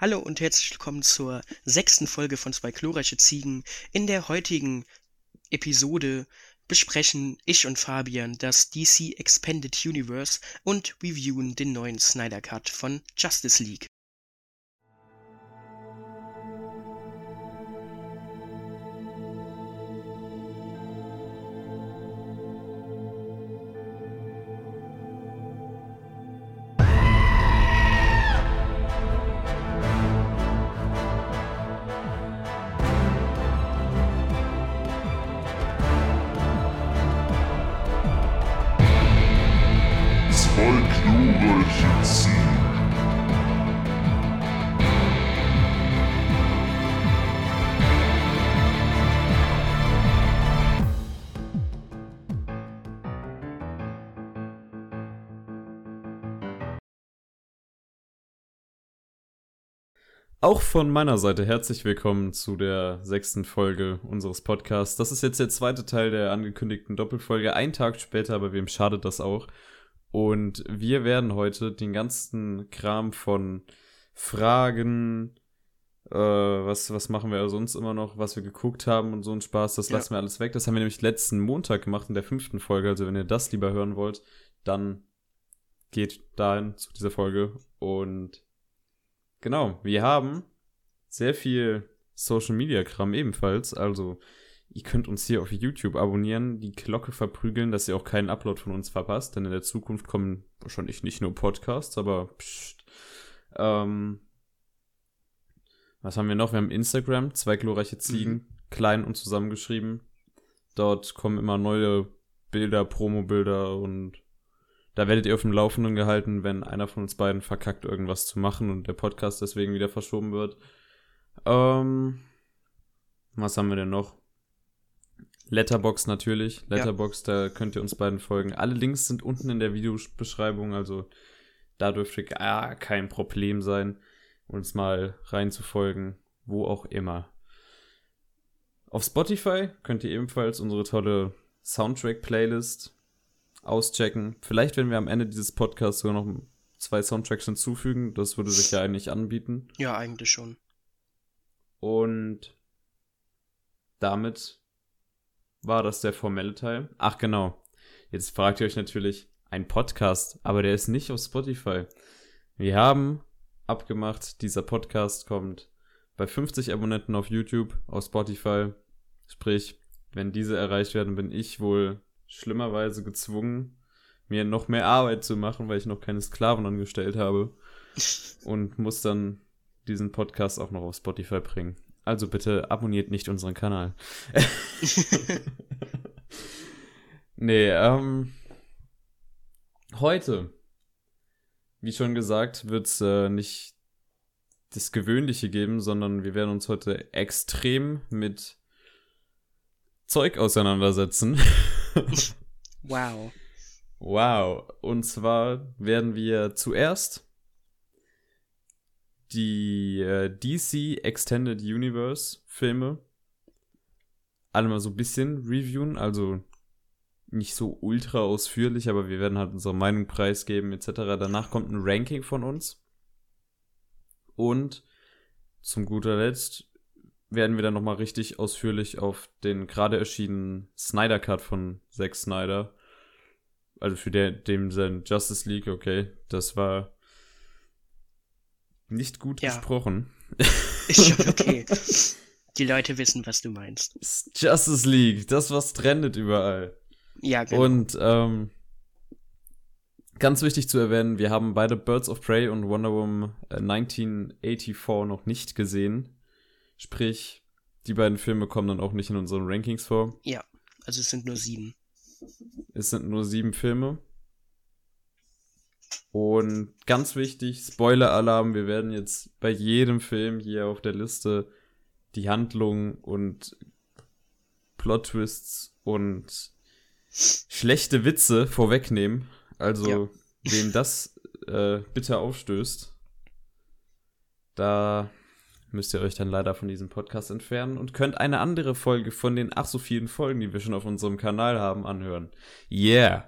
Hallo und herzlich willkommen zur 6. Folge von Zwei glorreiche Ziegen. In der heutigen Episode besprechen ich und Fabian das DC Expanded Universe und reviewen den neuen Snyder Cut von Justice League. Zwei glorreiche Ziegen. Auch von meiner Seite herzlich willkommen zu der 6. Folge unseres Podcasts. Das ist jetzt der zweite Teil der angekündigten Doppelfolge. Einen Tag später, aber wem schadet das auch? Und wir werden heute den ganzen Kram von Fragen, was machen wir sonst immer noch, was wir geguckt haben und so ein Spaß, das lassen wir alles weg. Das haben wir nämlich letzten Montag gemacht in der 5. Folge. Also wenn ihr das lieber hören wollt, dann geht dahin zu dieser Folge. Und genau, wir haben sehr viel Social-Media-Kram ebenfalls. Also ihr könnt uns hier auf YouTube abonnieren, die Glocke verprügeln, dass ihr auch keinen Upload von uns verpasst. Denn in der Zukunft kommen wahrscheinlich nicht nur Podcasts, aber pst. Was haben wir noch? Wir haben Instagram, Zwei glorreiche Ziegen, klein und zusammengeschrieben. Dort kommen immer neue Bilder, Promo-Bilder und da werdet ihr auf dem Laufenden gehalten, wenn einer von uns beiden verkackt, irgendwas zu machen und der Podcast deswegen wieder verschoben wird. Was haben wir denn noch? Letterboxd natürlich. Letterboxd, da könnt ihr uns beiden folgen. Alle Links sind unten in der Videobeschreibung, also da dürfte gar kein Problem sein, uns mal reinzufolgen, wo auch immer. Auf Spotify könnt ihr ebenfalls unsere tolle Soundtrack-Playlist auschecken. Vielleicht werden wir am Ende dieses Podcasts sogar noch 2 Soundtracks hinzufügen. Das würde sich ja eigentlich anbieten. Ja, eigentlich schon. Und damit war das der formelle Teil. Ach genau, jetzt fragt ihr euch natürlich, ein Podcast, aber der ist nicht auf Spotify. Wir haben abgemacht, dieser Podcast kommt bei 50 Abonnenten auf YouTube, auf Spotify. Sprich, wenn diese erreicht werden, bin ich wohl schlimmerweise gezwungen, mir noch mehr Arbeit zu machen, weil ich noch keine Sklaven angestellt habe und muss dann diesen Podcast auch noch auf Spotify bringen. Also bitte abonniert nicht unseren Kanal. Nee, heute, wie schon gesagt, wird es nicht das Gewöhnliche geben, sondern wir werden uns heute extrem mit Zeug auseinandersetzen. Wow. Wow. Und zwar werden wir zuerst die DC Extended Universe Filme alle mal so ein bisschen reviewen, also nicht so ultra ausführlich, aber wir werden halt unsere Meinung preisgeben etc. Danach kommt ein Ranking von uns und zum guter Letzt werden wir dann nochmal richtig ausführlich auf den gerade erschienenen Snyder Cut von Zack Snyder, also für dem sein Justice League, okay, das war nicht gut gesprochen. Ist schon okay. Die Leute wissen, was du meinst. Justice League, das was trendet überall. Ja, genau. Und ganz wichtig zu erwähnen, wir haben beide Birds of Prey und Wonder Woman 1984 noch nicht gesehen. Sprich, die beiden Filme kommen dann auch nicht in unseren Rankings vor. Ja, also es sind nur 7. Es sind nur 7 Filme. Und ganz wichtig, Spoiler-Alarm, wir werden jetzt bei jedem Film hier auf der Liste die Handlung und Plot-Twists und schlechte Witze vorwegnehmen. Also, wem das bitte aufstößt, da müsst ihr euch dann leider von diesem Podcast entfernen und könnt eine andere Folge von den ach so vielen Folgen, die wir schon auf unserem Kanal haben, anhören. Yeah!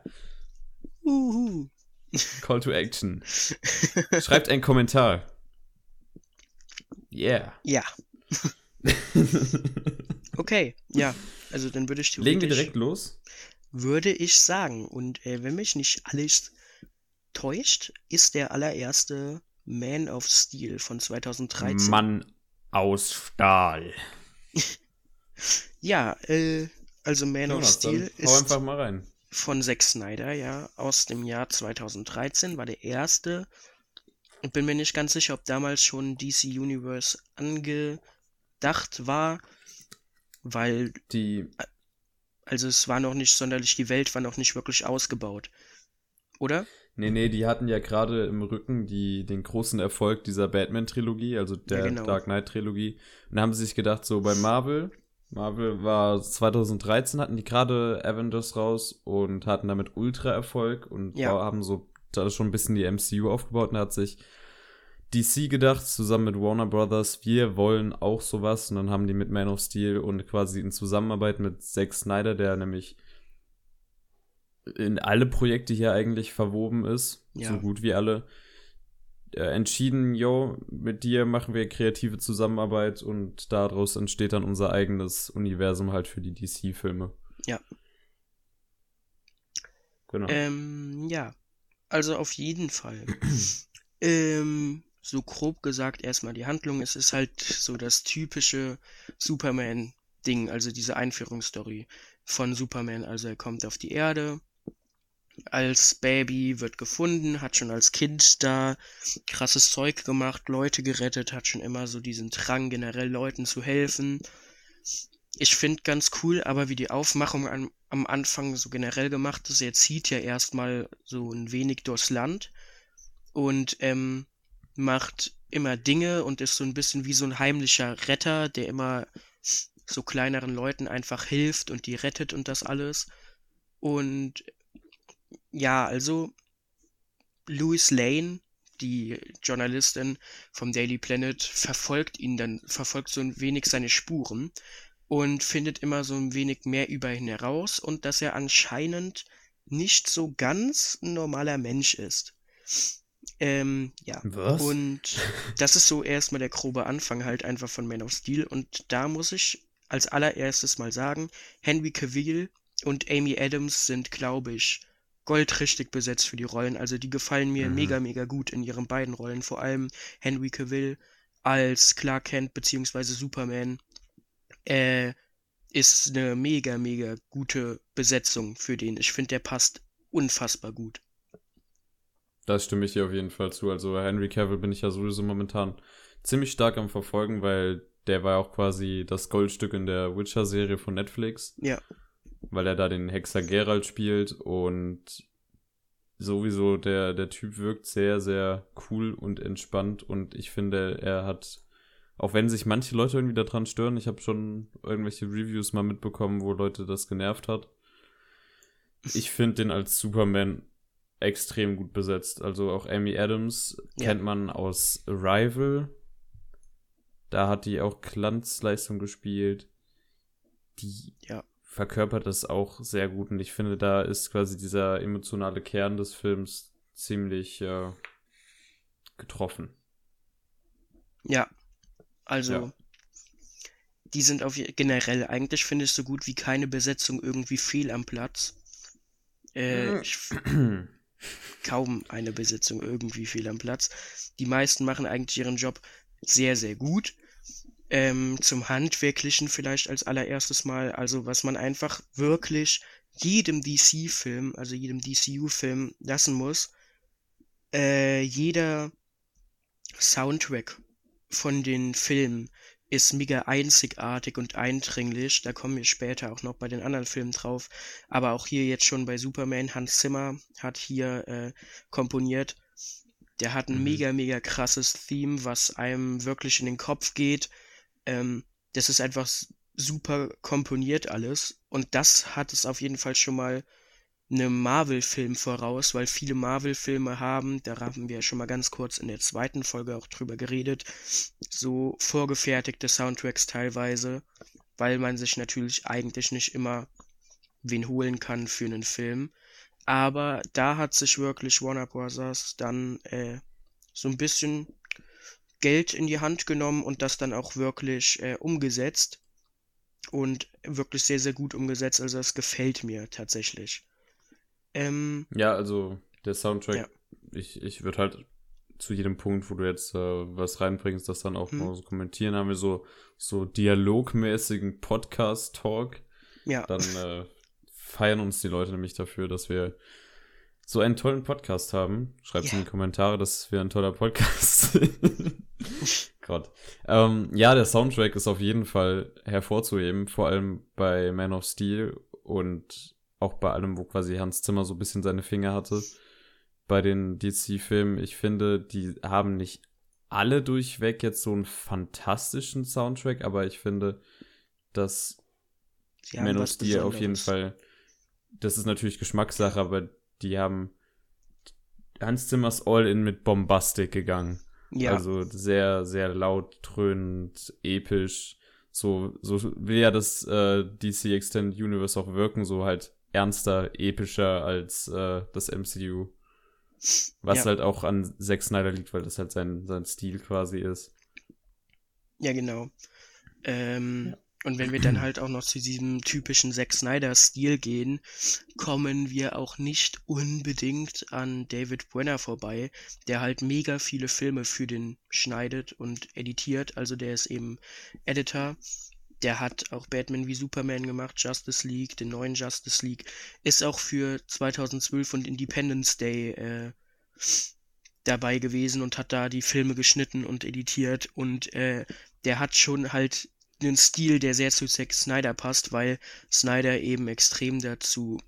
Call to Action. Schreibt einen Kommentar. Yeah. Ja. Okay, ja. Also dann würde ich Legen wir theoretisch, direkt los? würde ich sagen. Und wenn mich nicht alles täuscht, ist der allererste Man of Steel von 2013. Mann aus Stahl. Ja, also Man of Jonas, dann Steel hau ist einfach mal rein. von Zack Snyder, ja, aus dem Jahr 2013, war der erste. Ich bin mir nicht ganz sicher, ob damals schon DC Universe angedacht war, weil, Die, also es war noch nicht sonderlich, die Welt war noch nicht wirklich ausgebaut, oder? nee, die hatten ja gerade im Rücken den großen Erfolg dieser Batman-Trilogie, also Ja, der genau. Dark Knight-Trilogie. Und da haben sie sich gedacht, so bei Marvel war 2013, hatten die gerade Avengers raus und hatten damit Ultra-Erfolg und Ja. haben so da schon ein bisschen die MCU aufgebaut und da hat sich DC gedacht, zusammen mit Warner Brothers, wir wollen auch sowas. Und dann haben die mit Man of Steel und quasi in Zusammenarbeit mit Zack Snyder, der nämlich in alle Projekte hier eigentlich verwoben ist, Ja. so gut wie alle, entschieden, yo, mit dir machen wir kreative Zusammenarbeit und daraus entsteht dann unser eigenes Universum halt für die DC-Filme. Ja. Genau. Ja, also auf jeden Fall. So grob gesagt erstmal die Handlung. Es ist halt so das typische Superman-Ding, also diese Einführungsstory von Superman. Also er kommt auf die Erde als Baby, wird gefunden, hat schon als Kind da krasses Zeug gemacht, Leute gerettet, hat schon immer so diesen Drang, generell Leuten zu helfen. Ich finde ganz cool, aber wie die Aufmachung am Anfang so generell gemacht ist, er zieht ja erstmal so ein wenig durchs Land und macht immer Dinge und ist so ein bisschen wie so ein heimlicher Retter, der immer so kleineren Leuten einfach hilft und die rettet und das alles. Und ja, also Lois Lane, die Journalistin vom Daily Planet, verfolgt so ein wenig seine Spuren und findet immer so ein wenig mehr über ihn heraus und dass er anscheinend nicht so ganz ein normaler Mensch ist. Ja. Was? Und das ist so erstmal der grobe Anfang halt einfach von Man of Steel. Und da muss ich als allererstes mal sagen, Henry Cavill und Amy Adams sind, glaube ich, goldrichtig besetzt für die Rollen. Also die gefallen mir mega, mega gut in ihren beiden Rollen. Vor allem Henry Cavill als Clark Kent bzw. Superman ist eine mega, mega gute Besetzung für den. Ich finde, der passt unfassbar gut. Das stimme ich dir auf jeden Fall zu. Also Henry Cavill bin ich ja sowieso momentan ziemlich stark am Verfolgen, weil der war ja auch quasi das Goldstück in der Witcher-Serie von Netflix. Ja. Weil er da den Hexer Geralt spielt und sowieso der Typ wirkt sehr, sehr cool und entspannt und ich finde, er hat, auch wenn sich manche Leute irgendwie daran stören, ich habe schon irgendwelche Reviews mal mitbekommen, wo Leute das genervt hat. Ich finde den als Superman extrem gut besetzt. Also auch Amy Adams kennt man aus Arrival. Da hat die auch Glanzleistung gespielt. Die verkörpert das auch sehr gut und ich finde, da ist quasi dieser emotionale Kern des Films ziemlich getroffen. Ja, also die sind generell, eigentlich finde ich so gut wie keine Besetzung irgendwie fehl am Platz. Kaum eine Besetzung irgendwie fehl am Platz. Die meisten machen eigentlich ihren Job sehr, sehr gut. Zum Handwerklichen vielleicht als allererstes mal, also was man einfach wirklich jedem DC-Film, also jedem DCU-Film lassen muss, jeder Soundtrack von den Filmen ist mega einzigartig und eindringlich. Da kommen wir später auch noch bei den anderen Filmen drauf. Aber auch hier jetzt schon bei Superman, Hans Zimmer hat hier komponiert. Der hat ein mega, mega krasses Theme, was einem wirklich in den Kopf geht. Das ist einfach super komponiert alles. Und das hat es auf jeden Fall schon mal einem Marvel-Film voraus, weil viele Marvel-Filme haben, da haben wir ja schon mal ganz kurz in der zweiten Folge auch drüber geredet, so vorgefertigte Soundtracks teilweise, weil man sich natürlich eigentlich nicht immer wen holen kann für einen Film. Aber da hat sich wirklich Warner Bros. Dann so ein bisschen Geld in die Hand genommen und das dann auch wirklich umgesetzt. Und wirklich sehr, sehr gut umgesetzt. Also es gefällt mir tatsächlich. Ja, also der Soundtrack, Ja. ich würde halt zu jedem Punkt, wo du jetzt was reinbringst, das dann auch mal so kommentieren. Haben wir so dialogmäßigen Podcast-Talk. Ja. Dann feiern uns die Leute nämlich dafür, dass wir so einen tollen Podcast haben. Schreibt in die Kommentare, dass wir ein toller Podcast sind. Gott. Ja, der Soundtrack ist auf jeden Fall hervorzuheben, vor allem bei Man of Steel und auch bei allem, wo quasi Hans Zimmer so ein bisschen seine Finger hatte. Bei den DC-Filmen, ich finde, die haben nicht alle durchweg jetzt so einen fantastischen Soundtrack, aber ich finde, dass Sie haben Man of was Steel auf jeden Besonderes. Fall, das ist natürlich Geschmackssache, aber die haben Hans Zimmers All-In mit Bombastic gegangen. Ja. Also sehr, sehr laut, dröhnend, episch. So will ja das DC Extended Universe auch wirken, so halt ernster, epischer als das MCU. Was halt auch an Zack Snyder liegt, weil das halt sein Stil quasi ist. Ja, genau. Und wenn wir dann halt auch noch zu diesem typischen Zack Snyder-Stil gehen, kommen wir auch nicht unbedingt an David Brenner vorbei, der halt mega viele Filme für den schneidet und editiert. Also der ist eben Editor. Der hat auch Batman wie Superman gemacht, Justice League, den neuen Justice League. Ist auch für 2012 und Independence Day dabei gewesen und hat da die Filme geschnitten und editiert. Und der hat schon halt einen Stil, der sehr zu Zack Snyder passt, weil Snyder eben extrem dazu,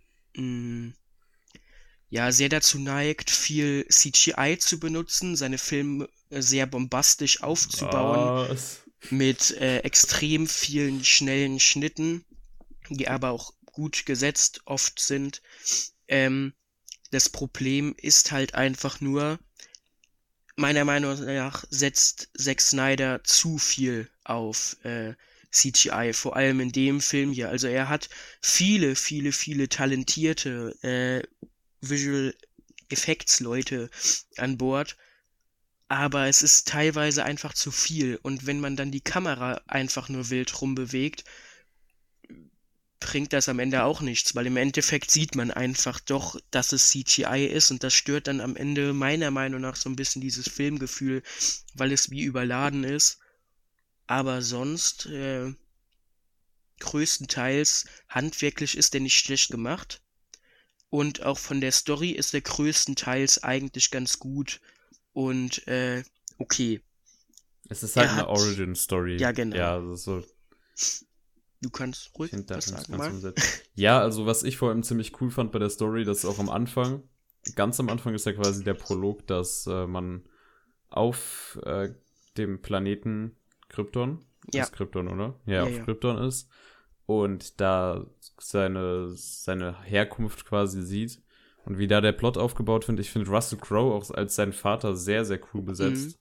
sehr dazu neigt, viel CGI zu benutzen, seine Filme sehr bombastisch aufzubauen, mit extrem vielen schnellen Schnitten, die aber auch gut gesetzt oft sind. Das Problem ist halt einfach nur, meiner Meinung nach setzt Zack Snyder zu viel auf CGI, vor allem in dem Film hier. Also er hat viele, viele, viele talentierte Visual Effects Leute an Bord, aber es ist teilweise einfach zu viel. Und wenn man dann die Kamera einfach nur wild rumbewegt, bringt das am Ende auch nichts, weil im Endeffekt sieht man einfach doch, dass es CGI ist und das stört dann am Ende meiner Meinung nach so ein bisschen dieses Filmgefühl, weil es wie überladen ist. Aber sonst, größtenteils handwerklich ist der nicht schlecht gemacht und auch von der Story ist der größtenteils eigentlich ganz gut und okay. Es ist halt eine Origin-Story. Ja, genau. Ja, also so. Du kannst ruhig was sagen, mal. Ja, also was ich vor allem ziemlich cool fand bei der Story, dass auch ganz am Anfang ist ja quasi der Prolog, dass man auf dem Planeten Krypton, ist Krypton, oder? Ja, auf Krypton ist und da seine Herkunft quasi sieht und wie da der Plot aufgebaut wird. Ich finde Russell Crowe auch als sein Vater sehr, sehr cool besetzt.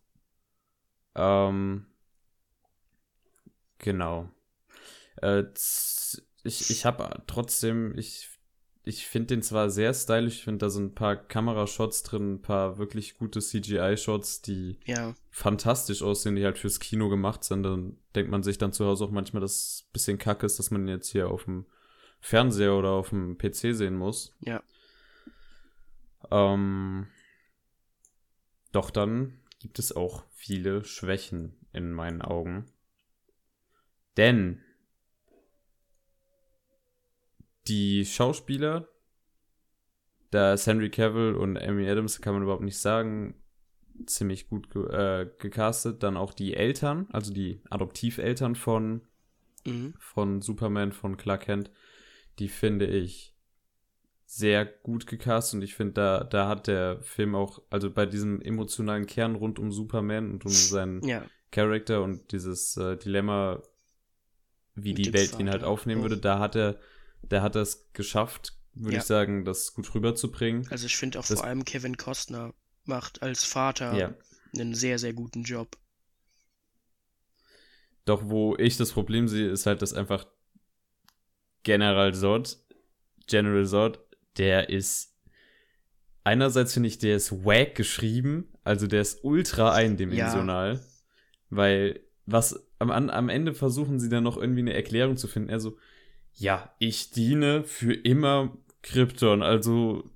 Genau. Ich habe trotzdem, ich finde den zwar sehr stylisch, ich finde da sind ein paar Kamerashots drin, ein paar wirklich gute CGI-Shots, die fantastisch aussehen, die halt fürs Kino gemacht sind. Dann denkt man sich dann zu Hause auch manchmal, dass es ein bisschen kacke ist, dass man jetzt hier auf dem Fernseher oder auf dem PC sehen muss. Ja. Doch dann gibt es auch viele Schwächen in meinen Augen. Denn die Schauspieler, da ist Henry Cavill und Amy Adams, kann man überhaupt nicht sagen, ziemlich gut gecastet. Dann auch die Eltern, also die Adoptiveltern von Superman, von Clark Kent, die finde ich sehr gut gecastet und ich finde, da hat der Film auch, also bei diesem emotionalen Kern rund um Superman und um seinen Charakter und dieses Dilemma, wie die Welt ihn halt aufnehmen würde, da hat er es geschafft, würde ich sagen, das gut rüberzubringen. Also ich finde auch vor allem Kevin Costner macht als Vater einen sehr, sehr guten Job. Doch wo ich das Problem sehe, ist halt, dass einfach General Zod, der ist einerseits finde ich, der ist wack geschrieben, also der ist ultra eindimensional. Weil am Ende versuchen sie dann noch irgendwie eine Erklärung zu finden. Er so, ja, ich diene für immer Krypton. Also,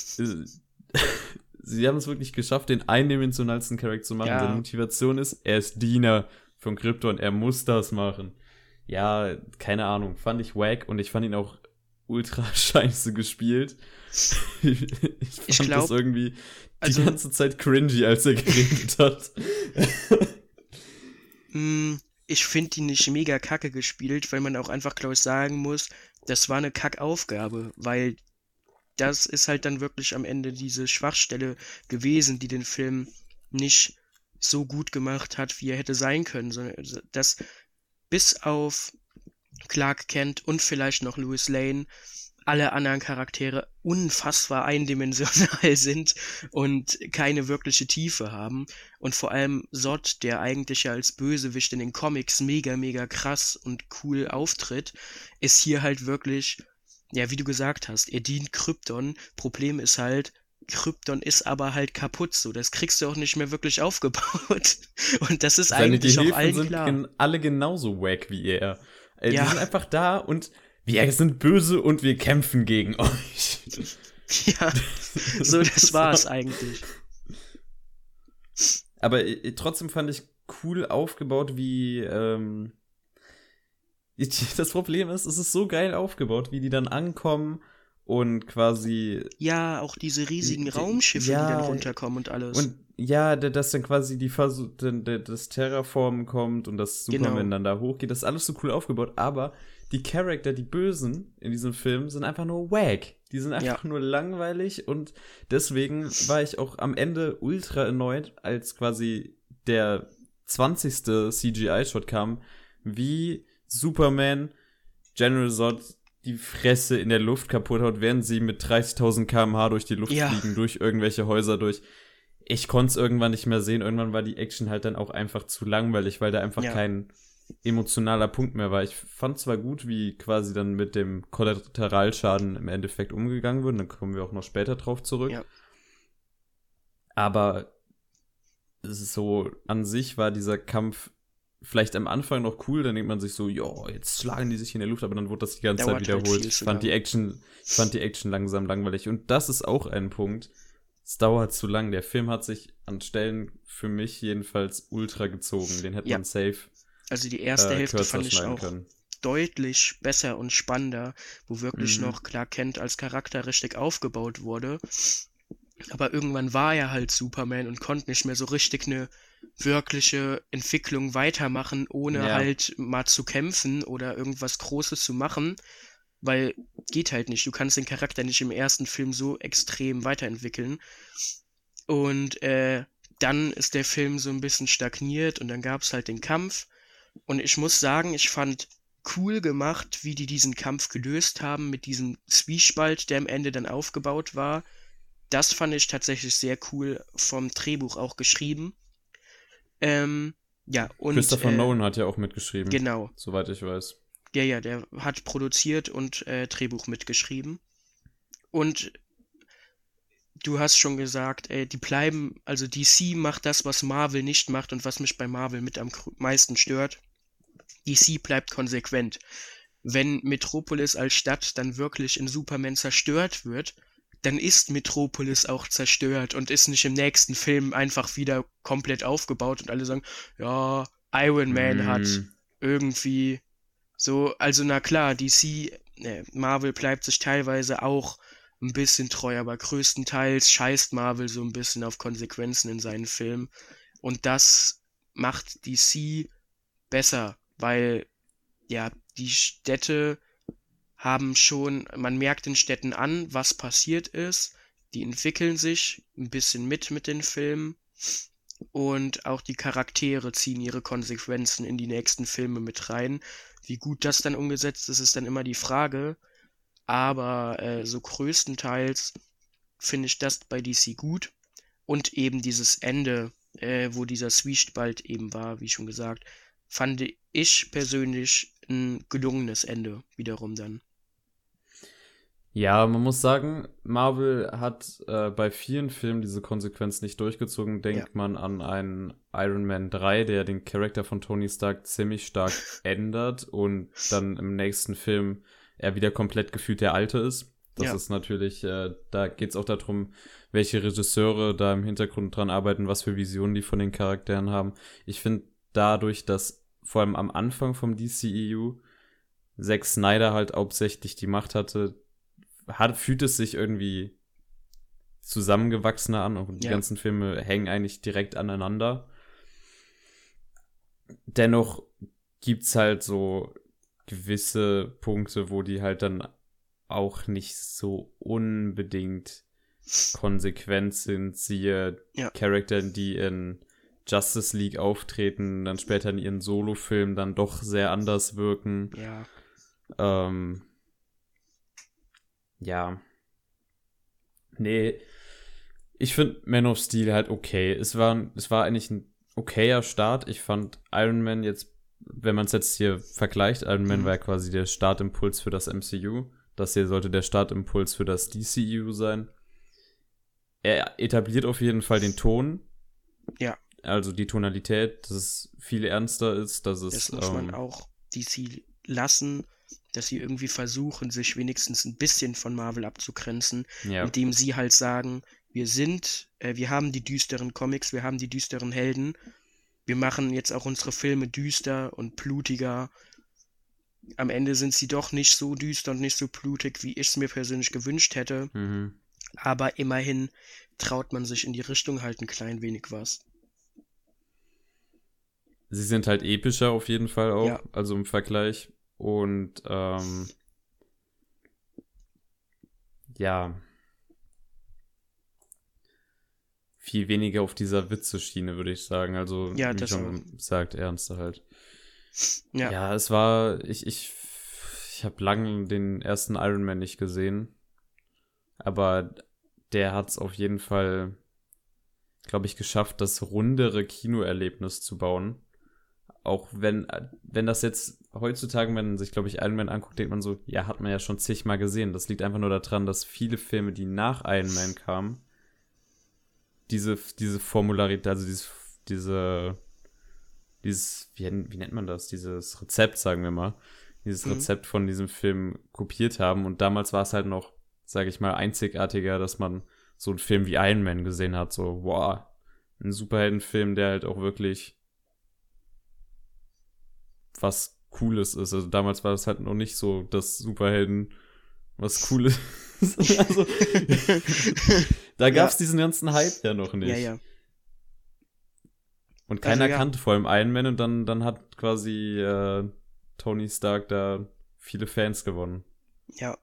sie haben es wirklich geschafft, den eindimensionalsten Charakter zu machen. Ja. Seine Motivation ist, er ist Diener von Krypton, er muss das machen. Ja, keine Ahnung, fand ich wack und ich fand ihn auch ultra scheiße gespielt. Ich fand das irgendwie die ganze Zeit cringy, als er geredet hat. Ich finde ihn nicht mega kacke gespielt, weil man auch einfach, glaube ich, sagen muss, das war eine Kackaufgabe, weil das ist halt dann wirklich am Ende diese Schwachstelle gewesen, die den Film nicht so gut gemacht hat, wie er hätte sein können, sondern dass bis auf Clark Kent und vielleicht noch Lois Lane alle anderen Charaktere unfassbar eindimensional sind und keine wirkliche Tiefe haben. Und vor allem Zod, der eigentlich ja als Bösewicht in den Comics mega, mega krass und cool auftritt, ist hier halt wirklich, ja, wie du gesagt hast, er dient Krypton. Problem ist halt, Krypton ist aber halt kaputt so. Das kriegst du auch nicht mehr wirklich aufgebaut. Und das ist Seine eigentlich auch Gehilfen allen sind klar. alle genauso wack wie er. Die Ja. sind einfach da und wir sind böse und wir kämpfen gegen euch. Ja, so das war's eigentlich. Aber trotzdem fand ich cool aufgebaut, wie das Problem ist, es ist so geil aufgebaut, wie die dann ankommen und quasi Ja, auch diese riesigen Raumschiffe, die dann runterkommen und alles. und ja, dass dann quasi das Terraformen kommt und das Superman Genau. dann da hochgeht, das ist alles so cool aufgebaut, aber die Charakter, die Bösen in diesem Film, sind einfach nur wack. Die sind einfach nur langweilig und deswegen war ich auch am Ende ultra erneut, als quasi der 20. CGI-Shot kam, wie Superman General Zod die Fresse in der Luft kaputt haut, während sie mit 30.000 km/h durch die Luft fliegen, durch irgendwelche Häuser durch. Ich konnte es irgendwann nicht mehr sehen. Irgendwann war die Action halt dann auch einfach zu langweilig, weil da einfach kein emotionaler Punkt mehr war. Ich fand zwar gut, wie quasi dann mit dem Kollateralschaden im Endeffekt umgegangen wird, dann kommen wir auch noch später drauf zurück. Ja. Aber so an sich war dieser Kampf vielleicht am Anfang noch cool, dann denkt man sich so, ja, jetzt schlagen die sich in der Luft, aber dann wurde das die ganze Zeit wiederholt. Halt ich fand die Action langsam langweilig. Und das ist auch ein Punkt. Es dauert zu lang. Der Film hat sich an Stellen für mich jedenfalls ultra gezogen. Den hätte man safe. Also die erste Hälfte fand ich auch deutlich besser und spannender, wo wirklich noch Clark Kent als Charakter richtig aufgebaut wurde. Aber irgendwann war er halt Superman und konnte nicht mehr so richtig eine wirkliche Entwicklung weitermachen, ohne halt mal zu kämpfen oder irgendwas Großes zu machen, weil geht halt nicht. Du kannst den Charakter nicht im ersten Film so extrem weiterentwickeln. Und dann ist der Film so ein bisschen stagniert und dann gab es halt den Kampf. Und ich muss sagen, ich fand cool gemacht, wie die diesen Kampf gelöst haben mit diesem Zwiespalt, der am Ende dann aufgebaut war. Das fand ich tatsächlich sehr cool vom Drehbuch auch geschrieben. Und Christopher Nolan hat ja auch mitgeschrieben. Genau. Soweit ich weiß. Ja, der hat produziert und Drehbuch mitgeschrieben. Und du hast schon gesagt, die bleiben, also DC macht das, was Marvel nicht macht und was mich bei Marvel mit am meisten stört. DC bleibt konsequent. Wenn Metropolis als Stadt dann wirklich in Superman zerstört wird, dann ist Metropolis auch zerstört und ist nicht im nächsten Film einfach wieder komplett aufgebaut und alle sagen, ja, Iron Man hat irgendwie so, also na klar, Marvel bleibt sich teilweise auch ein bisschen treu, aber größtenteils scheißt Marvel so ein bisschen auf Konsequenzen in seinen Filmen und das macht DC besser, weil ja, die Städte haben schon, man merkt den Städten an, was passiert ist, die entwickeln sich ein bisschen mit den Filmen und auch die Charaktere ziehen ihre Konsequenzen in die nächsten Filme mit rein. Wie gut das dann umgesetzt ist, ist dann immer die Frage, aber so größtenteils finde ich das bei DC gut und eben dieses Ende, wo dieser Zwiespalt eben war, wie schon gesagt, fand ich persönlich ein gelungenes Ende wiederum dann. Ja, man muss sagen, Marvel hat bei vielen Filmen diese Konsequenz nicht durchgezogen. Denkt man an einen Iron Man 3, der den Charakter von Tony Stark ziemlich stark ändert und dann im nächsten Film er wieder komplett gefühlt der Alte ist. Das ist natürlich, da geht es auch darum, welche Regisseure da im Hintergrund dran arbeiten, was für Visionen die von den Charakteren haben. Ich finde dadurch, dass vor allem am Anfang vom DCEU Zack Snyder halt hauptsächlich die Macht hatte, fühlt es sich irgendwie zusammengewachsener an und die ganzen Filme hängen eigentlich direkt aneinander. Dennoch gibt's halt so gewisse Punkte, wo die halt dann auch nicht so unbedingt konsequent sind. Siehe Charakter, die in Justice League auftreten, dann später in ihren Solo-Filmen dann doch sehr anders wirken. Nee, ich finde Man of Steel halt okay. Es war eigentlich ein okayer Start. Ich fand Iron Man jetzt, wenn man es jetzt hier vergleicht, Iron Man war ja quasi der Startimpuls für das MCU. Das hier sollte der Startimpuls für das DCEU sein. Er etabliert auf jeden Fall den Ton. Ja. Also die Tonalität, dass es viel ernster ist. Das muss man auch DC lassen, dass sie irgendwie versuchen, sich wenigstens ein bisschen von Marvel abzugrenzen, indem sie halt sagen, wir haben die düsteren Comics, wir haben die düsteren Helden, wir machen jetzt auch unsere Filme düster und blutiger. Am Ende sind sie doch nicht so düster und nicht so blutig, wie ich es mir persönlich gewünscht hätte. Aber immerhin traut man sich in die Richtung halt ein klein wenig was. Sie sind halt epischer auf jeden Fall auch, also im Vergleich. Und viel weniger auf dieser Witze-Schiene, würde ich sagen. Also, wie schon gesagt, ernster halt. Ja, es war, ich habe lange den ersten Iron Man nicht gesehen, aber der hat es auf jeden Fall, glaube ich, geschafft, das rundere Kinoerlebnis zu bauen. Auch wenn das jetzt heutzutage, wenn man sich, glaube ich, Iron Man anguckt, denkt man so, ja, hat man ja schon zigmal gesehen. Das liegt einfach nur daran, dass viele Filme, die nach Iron Man kamen, diese Formularität, also dieses, wie nennt man das? Dieses Rezept, sagen wir mal. Dieses Rezept von diesem Film kopiert haben. Und damals war es halt noch, sage ich mal, einzigartiger, dass man so einen Film wie Iron Man gesehen hat. So, wow, ein Superheldenfilm, der halt auch wirklich was Cooles ist. Also damals war das halt noch nicht so, dass Superhelden was Cooles ist. Also, da gab es diesen ganzen Hype ja noch nicht. Und keiner kannte vor allem Iron Man und dann hat quasi Tony Stark da viele Fans gewonnen. Ja.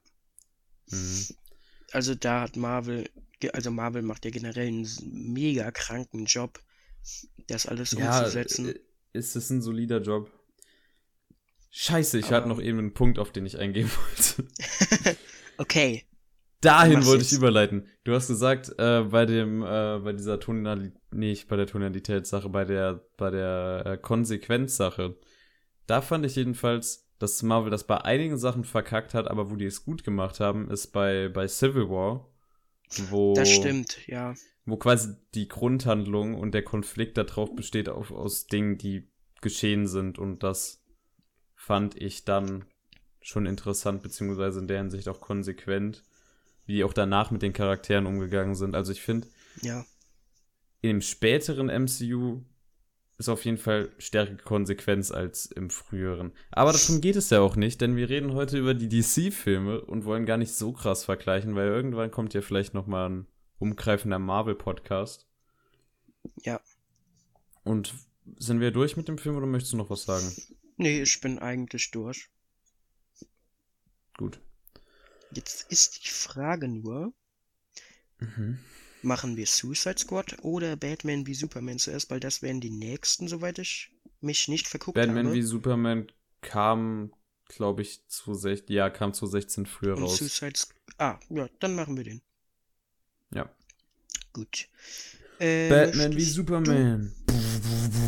Also da hat Marvel macht ja generell einen mega kranken Job, das alles umzusetzen. Ist es ein solider Job? Scheiße, ich hatte noch eben einen Punkt, auf den ich eingehen wollte. Okay. Dahin wollte ich überleiten. Du hast gesagt, bei dieser Tonalität, nicht bei der Tonalitätssache, bei der Konsequenzsache. Da fand ich jedenfalls, dass Marvel das bei einigen Sachen verkackt hat, aber wo die es gut gemacht haben, ist bei Civil War, wo das stimmt, ja. Wo quasi die Grundhandlung und der Konflikt darauf besteht aus Dingen, die geschehen sind, und das fand ich dann schon interessant, beziehungsweise in der Hinsicht auch konsequent, wie die auch danach mit den Charakteren umgegangen sind. Also ich finde, in dem späteren MCU ist auf jeden Fall stärkere Konsequenz als im früheren. Aber darum geht es ja auch nicht, denn wir reden heute über die DC-Filme und wollen gar nicht so krass vergleichen, weil irgendwann kommt ja vielleicht nochmal ein umgreifender Marvel-Podcast. Ja. Und sind wir durch mit dem Film oder möchtest du noch was sagen? Nee, ich bin eigentlich durch. Gut. Jetzt ist die Frage nur, machen wir Suicide Squad oder Batman wie Superman zuerst, weil das wären die nächsten, soweit ich mich nicht verguckt habe. Batman wie Superman kam, glaube ich, 2016 früher raus. ja, dann machen wir den. Ja. Gut. Batman wie Superman.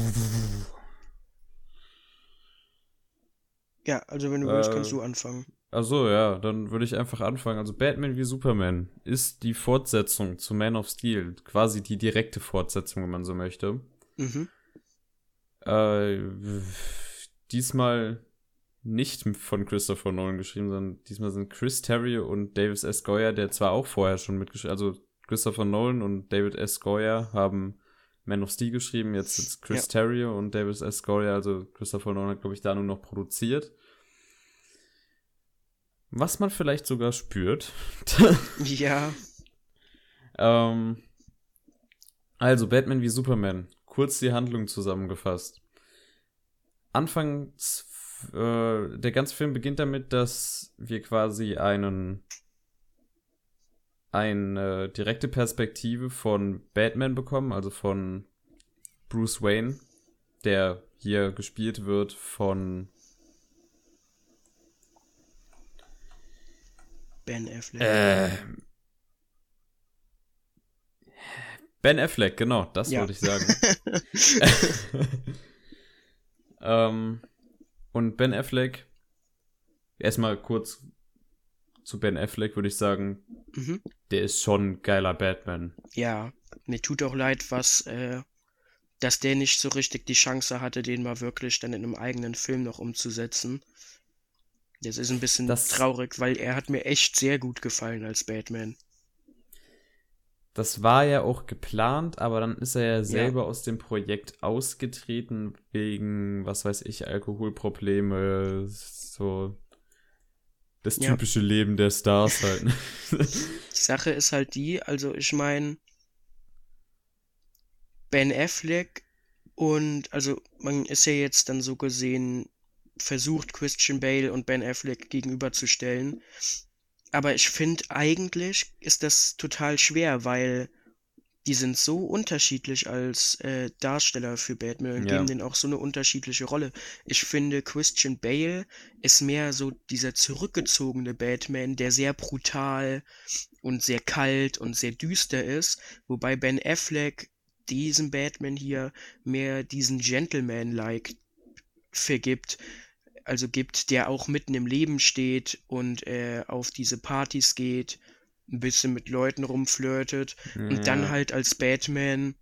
Ja, also wenn du willst, kannst du anfangen. Also ja, dann würde ich einfach anfangen. Also Batman wie Superman ist die Fortsetzung zu Man of Steel. Quasi die direkte Fortsetzung, wenn man so möchte. Mhm. Äh, diesmal nicht von Christopher Nolan geschrieben, sondern diesmal sind Chris Terrio und David S. Goyer, der zwar auch vorher schon mitgeschrieben, also Christopher Nolan und David S. Goyer haben Man of Steel geschrieben, jetzt ist Chris Terrio und David S. Goyer, also Christopher Nolan hat, glaube ich, da nur noch produziert. Was man vielleicht sogar spürt. Ja. Also, Batman wie Superman. Kurz die Handlung zusammengefasst. Anfangs, der ganze Film beginnt damit, dass wir quasi eine direkte Perspektive von Batman bekommen, also von Bruce Wayne, der hier gespielt wird von Ben Affleck. Ben Affleck, genau, das wollte ich sagen. Und Ben Affleck, erstmal kurz zu Ben Affleck, würde ich sagen, der ist schon ein geiler Batman. Ja, mir tut auch leid, dass der nicht so richtig die Chance hatte, den mal wirklich dann in einem eigenen Film noch umzusetzen. Das ist ein bisschen traurig, weil er hat mir echt sehr gut gefallen als Batman. Das war ja auch geplant, aber dann ist er ja selber aus dem Projekt ausgetreten wegen, was weiß ich, Alkoholprobleme, so das typische Leben der Stars halt. Die Sache ist halt die, also ich meine, Ben Affleck und, also man ist ja jetzt dann so gesehen versucht, Christian Bale und Ben Affleck gegenüberzustellen. Aber ich finde, eigentlich ist das total schwer, weil die sind so unterschiedlich als Darsteller für Batman und geben denen auch so eine unterschiedliche Rolle. Ich finde, Christian Bale ist mehr so dieser zurückgezogene Batman, der sehr brutal und sehr kalt und sehr düster ist, wobei Ben Affleck diesem Batman hier mehr diesen Gentleman-like vergibt, also gibt, der auch mitten im Leben steht und auf diese Partys geht, ein bisschen mit Leuten rumflirtet und dann halt als Batman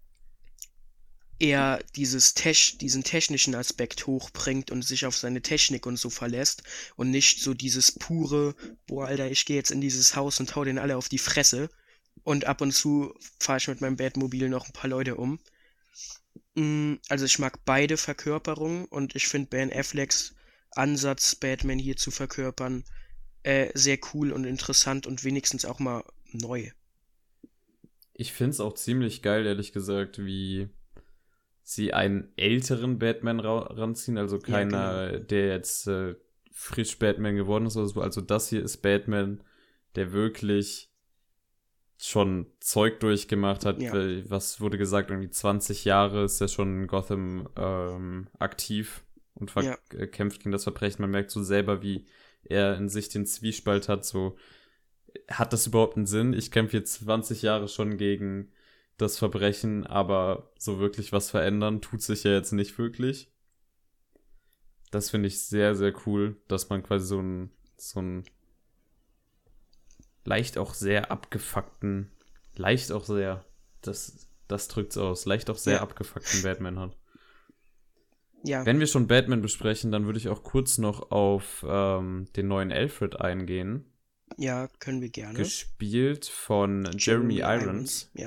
eher diesen technischen Aspekt hochbringt und sich auf seine Technik und so verlässt und nicht so dieses pure, boah, Alter, ich gehe jetzt in dieses Haus und hau den alle auf die Fresse und ab und zu fahre ich mit meinem Batmobil noch ein paar Leute um. Also ich mag beide Verkörperungen und ich finde Ben Afflecks Ansatz, Batman hier zu verkörpern, sehr cool und interessant und wenigstens auch mal neu. Ich finde es auch ziemlich geil, ehrlich gesagt, wie sie einen älteren Batman ranziehen, also keiner, der jetzt frisch Batman geworden ist oder so. Also das hier ist Batman, der wirklich schon Zeug durchgemacht hat. Was wurde gesagt, irgendwie 20 Jahre ist er schon in Gotham aktiv und kämpft gegen das Verbrechen. Man merkt so selber, wie er in sich den Zwiespalt hat, so, hat das überhaupt einen Sinn? Ich kämpfe jetzt 20 Jahre schon gegen das Verbrechen, aber so wirklich was verändern tut sich ja jetzt nicht wirklich. Das finde ich sehr, sehr cool, dass man quasi so ein leicht auch sehr abgefuckten, leicht auch sehr, das drückt's aus, leicht auch sehr abgefuckten Batman hat. Ja. Wenn wir schon Batman besprechen, dann würde ich auch kurz noch auf den neuen Alfred eingehen. Ja, können wir gerne. Gespielt von Jeremy Irons. Ja.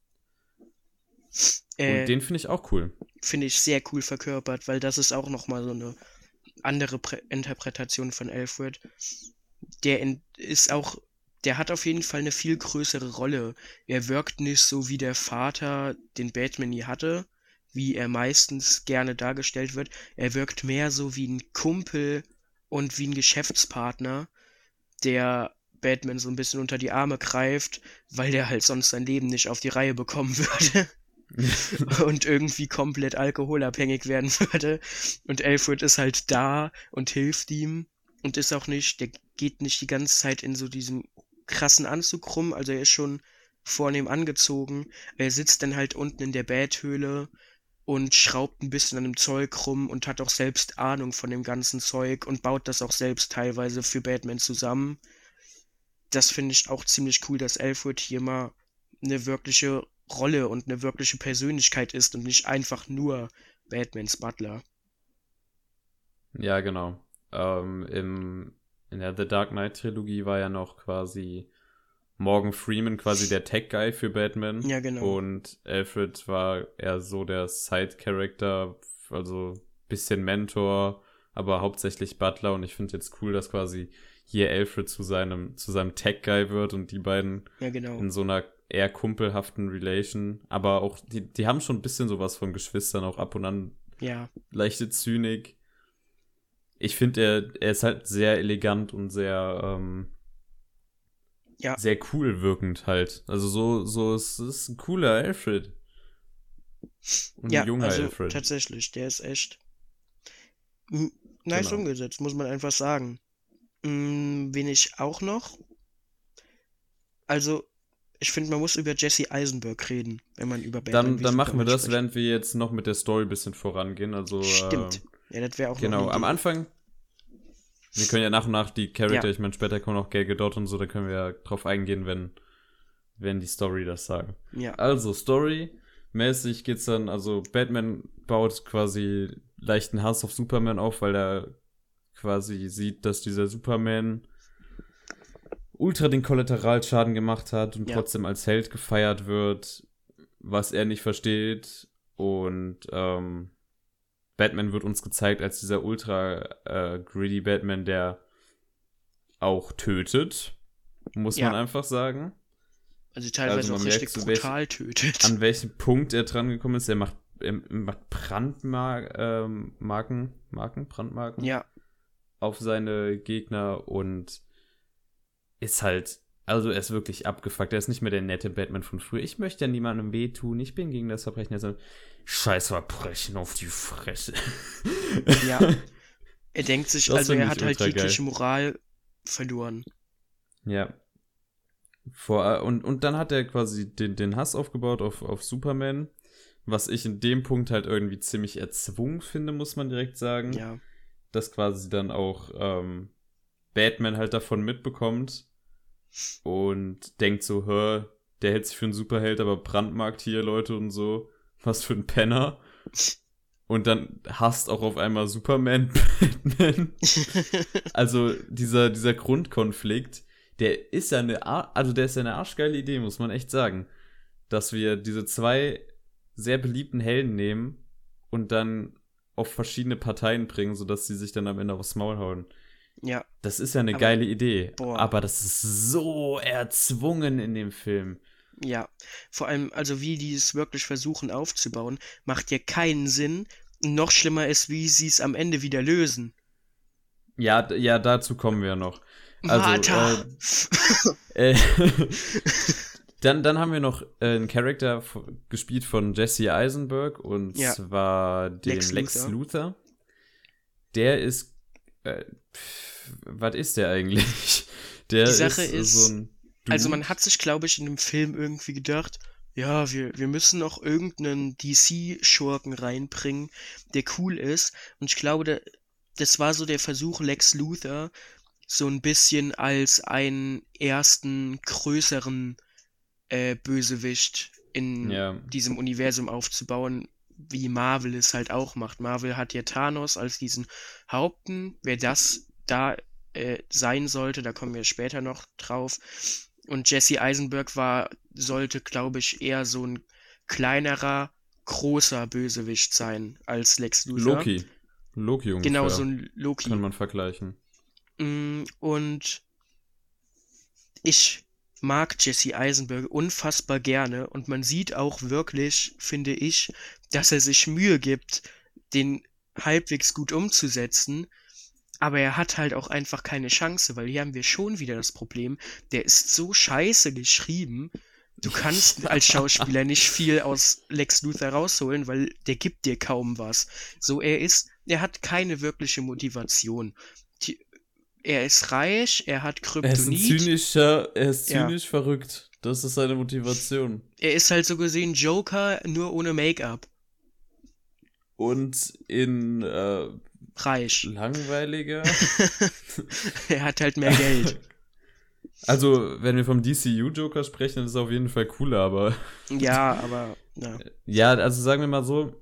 Und den finde ich auch cool. Finde ich sehr cool verkörpert, weil das ist auch nochmal so eine andere Interpretation von Alfred. Der hat auf jeden Fall eine viel größere Rolle. Er wirkt nicht so wie der Vater, den Batman nie hatte, wie er meistens gerne dargestellt wird. Er wirkt mehr so wie ein Kumpel und wie ein Geschäftspartner, der Batman so ein bisschen unter die Arme greift, weil der halt sonst sein Leben nicht auf die Reihe bekommen würde. Und irgendwie komplett alkoholabhängig werden würde. Und Alfred ist halt da und hilft ihm und ist auch nicht, der geht nicht die ganze Zeit in so diesem krassen Anzug rum, also er ist schon vornehm angezogen. Er sitzt dann halt unten in der Bathöhle und schraubt ein bisschen an dem Zeug rum und hat auch selbst Ahnung von dem ganzen Zeug und baut das auch selbst teilweise für Batman zusammen. Das finde ich auch ziemlich cool, dass Alfred hier mal eine wirkliche Rolle und eine wirkliche Persönlichkeit ist und nicht einfach nur Batmans Butler. Ja, genau. In der The Dark Knight Trilogie war ja noch quasi Morgan Freeman quasi der Tech-Guy für Batman. Ja, genau. Und Alfred war eher so der Side-Character, also bisschen Mentor, aber hauptsächlich Butler. Und ich finde jetzt cool, dass quasi hier Alfred zu seinem Tech-Guy wird und die beiden Ja, genau. in so einer eher kumpelhaften Relation. Aber auch, die haben schon ein bisschen sowas von Geschwistern, auch ab und an Ja, leichte Zynik. Ich finde, er ist halt sehr elegant und sehr, ja, sehr cool wirkend halt. Also es ist ein cooler Alfred. Und ja, ein junger also Alfred. tatsächlich, der ist echt nice Genau. umgesetzt, muss man einfach sagen. Wen ich auch noch? Also, ich finde, man muss über Jesse Eisenberg reden, wenn man über Batman Dann machen wir Superman das, spricht. während wir jetzt noch mit der Story ein bisschen vorangehen. Also, Stimmt. Ja, das wäre auch noch genau, eine am Idee. Anfang, wir können ja nach und nach die Charakter, Ja. ich meine, später kommen noch Gal Gadot und so, da können wir ja drauf eingehen, wenn die Story das sagen. Ja, Also, Story-mäßig geht's dann, also Batman baut quasi leichten Hass auf Superman auf, weil er quasi sieht, dass dieser Superman ultra den Kollateralschaden gemacht hat und Ja. trotzdem als Held gefeiert wird, was er nicht versteht. Und Batman wird uns gezeigt als dieser ultra greedy Batman, der auch tötet, muss Ja. man einfach sagen. also teilweise Also man auch richtig merkt so, brutal tötet. An welchem Punkt er dran gekommen ist. Er macht Brandmarken Ja, auf seine Gegner und ist halt, also er ist wirklich abgefuckt. Er ist nicht mehr der nette Batman von früher. Ich möchte ja niemandem wehtun. Ich bin gegen das Verbrechen. Also, scheiß Verbrechen auf die Fresse. ja. Er denkt sich, Das also find er ich hat halt ultra geil. jegliche Moral verloren. Ja. Und dann hat er quasi den Hass aufgebaut auf Superman, was ich in dem Punkt halt irgendwie ziemlich erzwungen finde, muss man direkt sagen. Ja, Dass quasi dann auch Batman halt davon mitbekommt und denkt so, der hält sich für einen Superheld, aber brandmarkt hier Leute und so. Was für ein Penner. Und dann hasst auch auf einmal Superman Batman. Also dieser Grundkonflikt, der ist ja eine arschgeile Idee, muss man echt sagen. Dass wir diese zwei sehr beliebten Helden nehmen und dann auf verschiedene Parteien bringen, sodass sie sich dann am Ende aufs Maul hauen. ja, Das ist ja eine Aber- geile Idee. boah. Aber das ist so erzwungen in dem Film. ja. Vor allem, also wie die es wirklich versuchen aufzubauen, macht ja keinen Sinn. Noch schlimmer ist, wie sie es am Ende wieder lösen. Ja, dazu kommen wir noch. Also, Martha! Dann haben wir noch einen Charakter gespielt von Jesse Eisenberg und Ja. zwar den Lex Lex Luthor. Luthor. Der ist, was ist der eigentlich? Der Die Sache ist ist, so ein Also Dude. man hat sich, glaube ich, in dem Film irgendwie gedacht, ja, wir müssen noch irgendeinen DC-Schurken reinbringen, der cool ist. Und ich glaube, das war so der Versuch, Lex Luthor so ein bisschen als einen ersten größeren Bösewicht in Ja. diesem Universum aufzubauen, wie Marvel es halt auch macht. Marvel hat ja Thanos als diesen Haupten. Wer das da sein sollte, da kommen wir später noch drauf. Und Jesse Eisenberg sollte, glaube ich, eher so ein kleinerer, großer Bösewicht sein als Lex Luthor. Loki ungefähr. Genau, so ein Loki. Kann man vergleichen. Und ich mag Jesse Eisenberg unfassbar gerne und man sieht auch wirklich, finde ich, dass er sich Mühe gibt, den halbwegs gut umzusetzen, aber er hat halt auch einfach keine Chance, weil hier haben wir schon wieder das Problem, der ist so scheiße geschrieben, du kannst als Schauspieler nicht viel aus Lex Luthor rausholen, weil der gibt dir kaum was. So, er hat keine wirkliche Motivation. Er ist reich, er hat Kryptonit. Er ist Ja. zynisch verrückt. Das ist seine Motivation. Er ist halt so gesehen Joker, nur ohne Make-up. und in Reich. langweiliger. Er hat halt mehr Geld. Also, wenn wir vom DCU-Joker sprechen, dann ist es auf jeden Fall cooler, aber Ja, aber ja. ja, also sagen wir mal so,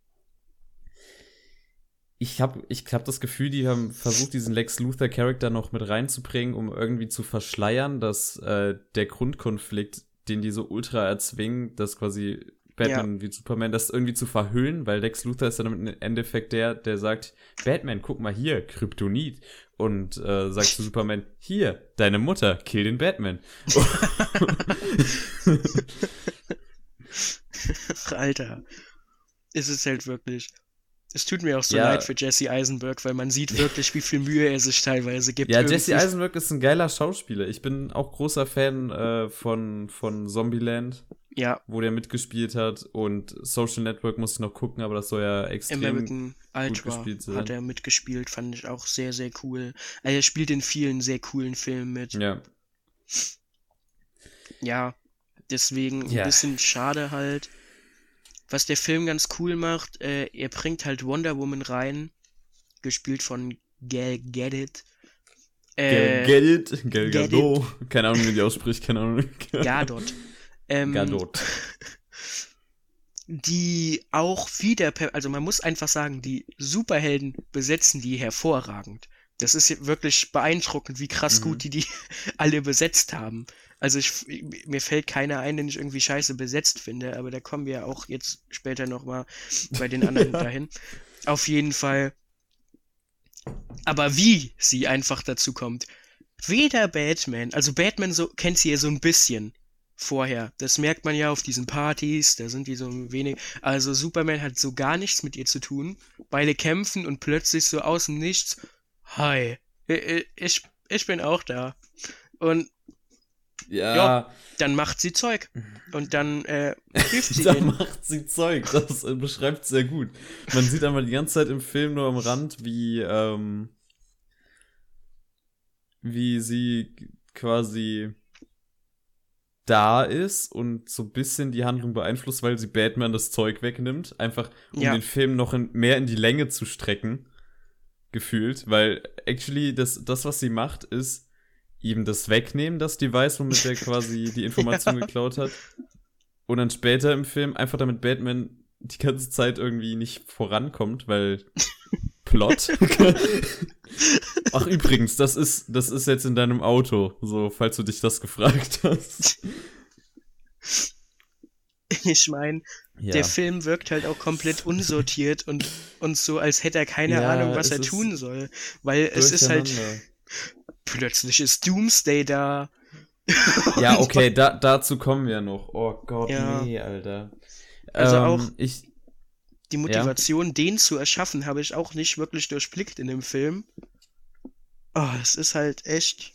ich hab das Gefühl, die haben versucht, diesen Lex Luthor-Charakter noch mit reinzubringen, um irgendwie zu verschleiern, dass der Grundkonflikt, den die so ultra erzwingen, dass quasi Batman wie Superman, das irgendwie zu verhüllen, weil Lex Luthor ist dann im Endeffekt der sagt, Batman, guck mal hier, Kryptonit. Und sagt zu Superman, hier, deine Mutter, kill den Batman. Alter. Es ist halt wirklich. Es tut mir auch so Ja. leid für Jesse Eisenberg, weil man sieht wirklich, wie viel Mühe er sich teilweise gibt. Ja, irgendwie. Jesse Eisenberg ist ein geiler Schauspieler. Ich bin auch großer Fan von Zombieland, Ja, wo der mitgespielt hat. Und Social Network muss ich noch gucken, aber das soll ja extrem American Ultra gespielt sein. hat er mitgespielt, fand ich auch sehr, sehr cool. Also er spielt in vielen sehr coolen Filmen mit. Ja. Ja, deswegen Ja. ein bisschen schade halt. Was der Film ganz cool macht, er bringt halt Wonder Woman rein, gespielt von Gal Gadot. Gal Gadot. Gadot. Keine Ahnung, wie die ausspricht, keine Ahnung. Gadot. Gadot. Die auch wieder, also man muss einfach sagen, die Superhelden besetzen die hervorragend. Das ist wirklich beeindruckend, wie krass gut die alle besetzt haben. Also mir fällt keiner ein, den ich irgendwie scheiße besetzt finde, aber da kommen wir auch jetzt später nochmal bei den anderen dahin. Auf jeden Fall. Aber wie sie einfach dazu kommt. Weder Batman, also Batman kennt sie ja so ein bisschen vorher. Das merkt man ja auf diesen Partys, da sind die so ein wenig. Also Superman hat so gar nichts mit ihr zu tun. Beide kämpfen und plötzlich so aus dem Nichts. Hi, ich bin auch da. Und ja, dann macht sie Zeug. Und dann hilft sie Da denen. macht sie Zeug, das beschreibt sehr gut. Man sieht einmal die ganze Zeit im Film nur am Rand, wie sie quasi da ist und so ein bisschen die Handlung beeinflusst, weil sie Batman das Zeug wegnimmt. Einfach, um Ja. den Film noch mehr in die Länge zu strecken, gefühlt. Weil, actually, das was sie macht, ist ihm das wegnehmen, das Device, womit er quasi die Information geklaut hat. Und dann später im Film einfach damit Batman die ganze Zeit irgendwie nicht vorankommt, weil Plot. Ach, übrigens, das ist jetzt in deinem Auto, so, falls du dich das gefragt hast. Ich meine, Ja. der Film wirkt halt auch komplett unsortiert und so, als hätte er keine Ja, Ahnung, was es er ist tun soll. Weil es ist halt, Durcheinander. plötzlich ist Doomsday da. Ja, okay, dazu kommen wir noch. Oh Gott, Ja. nee, Alter. Also auch ich, die Motivation, den zu erschaffen, habe ich auch nicht wirklich durchblickt in dem Film. Oh, es ist halt echt.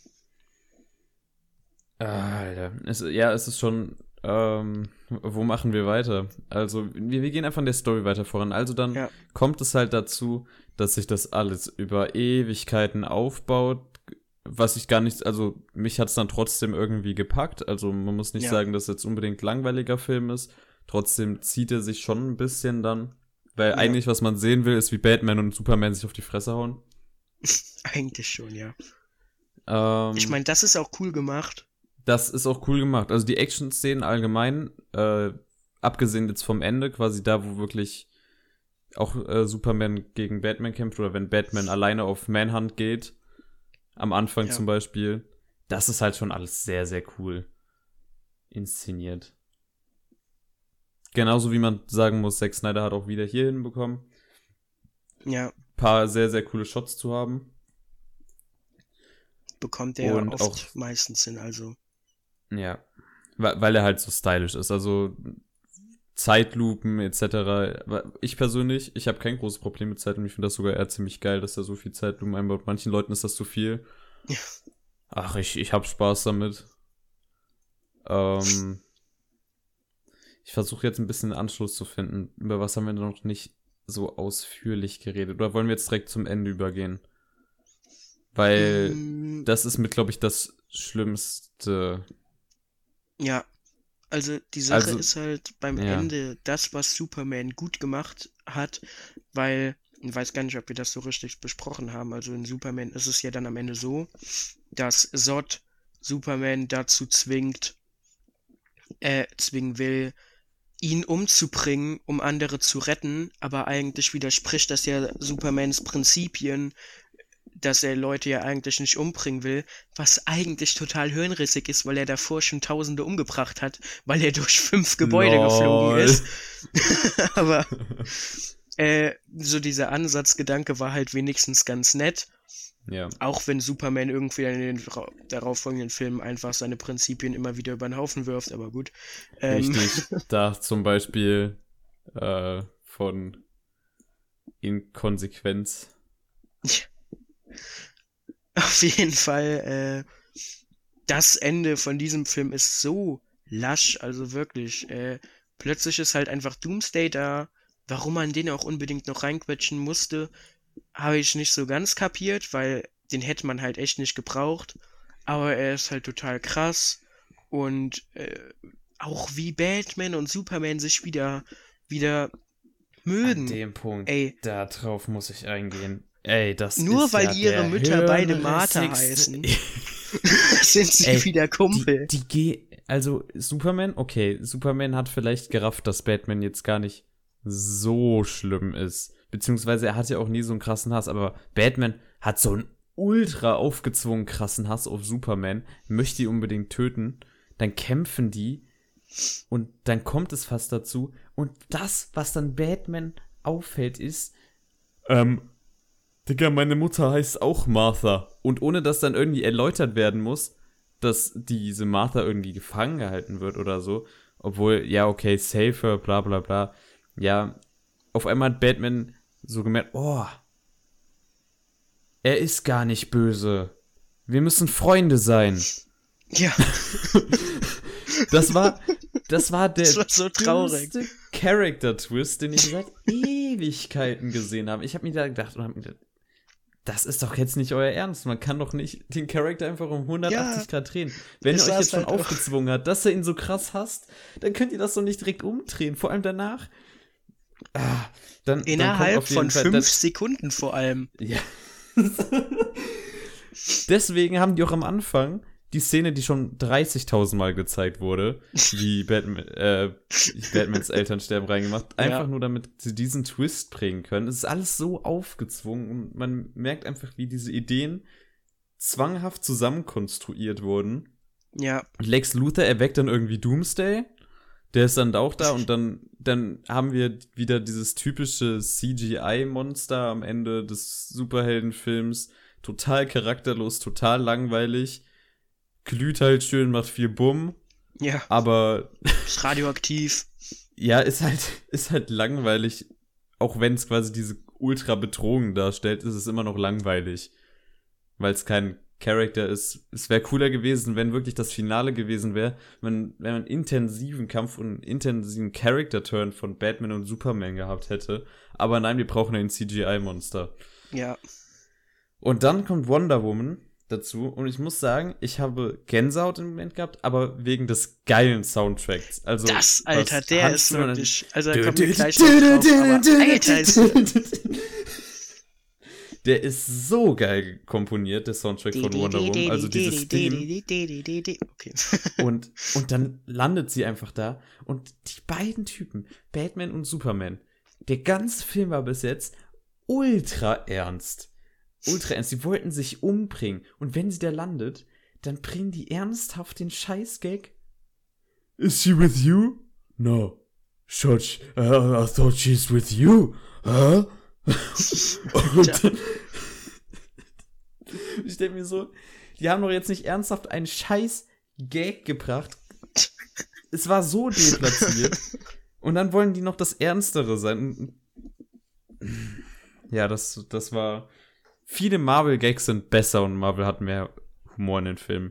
Alter, es ist schon, wo machen wir weiter? Also, wir gehen einfach in der Story weiter voran. Also dann Ja. kommt es halt dazu, dass sich das alles über Ewigkeiten aufbaut, was ich gar nicht, also mich hat es dann trotzdem irgendwie gepackt. Also man muss nicht Ja. sagen, dass es jetzt unbedingt langweiliger Film ist. Trotzdem zieht er sich schon ein bisschen dann, weil eigentlich, was man sehen will, ist, wie Batman und Superman sich auf die Fresse hauen. Eigentlich schon, ja. Ähm, Ich meine, das ist auch cool gemacht. Das ist auch cool gemacht. Also die Action-Szenen allgemein, abgesehen jetzt vom Ende, quasi da, wo wirklich auch Superman gegen Batman kämpft oder wenn Batman alleine auf Manhunt geht, am Anfang Ja. zum Beispiel, das ist halt schon alles sehr, sehr cool inszeniert. Genauso wie man sagen muss, Zack Snyder hat auch wieder hier hinbekommen, Ja, paar sehr, sehr coole Shots zu haben. bekommt er Und oft auch- meistens hin, also. Ja, weil er halt so stylisch ist. Also Zeitlupen etc. Ich persönlich, ich habe kein großes Problem mit Zeitlupen. Ich finde das sogar eher ziemlich geil, dass er so viel Zeitlupen einbaut. Manchen Leuten ist das zu viel. Ja. Ach, ich habe Spaß damit. Ich versuche jetzt ein bisschen Anschluss zu finden. Über was haben wir noch nicht so ausführlich geredet? Oder wollen wir jetzt direkt zum Ende übergehen? Weil das ist mit, glaube ich, das Schlimmste. Ja, Also die Sache Also, ist halt beim ja. Ende das, was Superman gut gemacht hat, weil, ich weiß gar nicht, ob wir das so richtig besprochen haben, also in Superman ist es ja dann am Ende so, dass Zod Superman dazu zwingen will, ihn umzubringen, um andere zu retten, aber eigentlich widerspricht das ja Supermans Prinzipien, dass er Leute ja eigentlich nicht umbringen will, was eigentlich total hirnrissig ist, weil er davor schon Tausende umgebracht hat, weil er durch 5 Gebäude geflogen Lol. ist. Aber so dieser Ansatzgedanke war halt wenigstens ganz nett, Ja, auch wenn Superman irgendwie in den darauffolgenden Filmen einfach seine Prinzipien immer wieder über den Haufen wirft, aber gut. richtig. Da zum Beispiel von Inkonsequenz. Auf jeden Fall, das Ende von diesem Film ist so lasch, also wirklich. Plötzlich ist halt einfach Doomsday da. Warum man den auch unbedingt noch reinquetschen musste, habe ich nicht so ganz kapiert, weil den hätte man halt echt nicht gebraucht. Aber er ist halt total krass. Und auch wie Batman und Superman sich wieder An mögen. dem Punkt, Ey, darauf muss ich eingehen. Ey, das nur ist weil ja ihre der Mütter beide Martha hirnrissigste- heißen, sind sie Ey, wieder Kumpel. Also Superman, okay, Superman hat vielleicht gerafft, dass Batman jetzt gar nicht so schlimm ist. Beziehungsweise er hat ja auch nie so einen krassen Hass, aber Batman hat so einen ultra aufgezwungen krassen Hass auf Superman, möchte ihn unbedingt töten, dann kämpfen die und dann kommt es fast dazu und das, was dann Batman auffällt, ist, Digga, meine Mutter heißt auch Martha. Und ohne dass dann irgendwie erläutert werden muss, dass diese Martha irgendwie gefangen gehalten wird oder so. Obwohl, ja, okay, safer, bla bla bla. Ja, auf einmal hat Batman so gemerkt, oh, er ist gar nicht böse. Wir müssen Freunde sein. Ja, Das war der das war so traurig. dümmste Character-Twist, den ich seit Ewigkeiten gesehen habe. Ich habe mir da gedacht und habe mir gedacht, das ist doch jetzt nicht euer Ernst. Man kann doch nicht den Charakter einfach um 180 Ja, Grad drehen. Wenn es ihr euch saß jetzt schon halt auch. aufgezwungen hat, dass er ihn so krass hasst, dann könnt ihr das doch nicht direkt umdrehen. Vor allem danach. Dann kommt Innerhalb auf jeden von Fall 5 Sekunden vor allem. ja. Deswegen haben die auch am Anfang die Szene, die schon 30.000 Mal gezeigt wurde, wie Batmans Eltern sterben reingemacht, einfach Ja. nur damit sie diesen Twist bringen können. Es ist alles so aufgezwungen und man merkt einfach, wie diese Ideen zwanghaft zusammenkonstruiert wurden. Ja, Lex Luthor erweckt dann irgendwie Doomsday. Der ist dann auch da und dann haben wir wieder dieses typische CGI-Monster am Ende des Superheldenfilms. Total charakterlos, total langweilig. Glüht halt schön, macht viel Bumm. ja, Aber ist radioaktiv. ja, ist halt langweilig. Auch wenn es quasi diese Ultra-Bedrohung darstellt, ist es immer noch langweilig. Weil es kein Charakter ist. Es wäre cooler gewesen, wenn wirklich das Finale gewesen wäre, wenn man einen intensiven Kampf und einen intensiven Character-Turn von Batman und Superman gehabt hätte. Aber nein, wir brauchen ein CGI-Monster. Ja, Und dann kommt Wonder Woman dazu. Und ich muss sagen, ich habe Gänsehaut im Moment gehabt, aber wegen des geilen Soundtracks. Also, das, Alter, was der Hans ist Zimmer- wirklich, also da kommen wir gleich noch drauf, aber Alter, ist Der ist so geil komponiert, der Soundtrack von Wonder Woman. Also dieses Theme. Okay. Und dann landet sie einfach da. Und die beiden Typen, Batman und Superman, der ganze Film war bis jetzt ultra ernst. Ultra ernst. Sie wollten sich umbringen. Und wenn sie da landet, dann bringen die ernsthaft den Scheiß-Gag. Is she with you? No. I thought she's with you. Huh? Und dann, ich denke mir so, die haben doch jetzt nicht ernsthaft einen Scheiß-Gag gebracht. Es war so deplatziert. Und dann wollen die noch das Ernstere sein. Ja, das war. Viele Marvel-Gags sind besser und Marvel hat mehr Humor in den Filmen.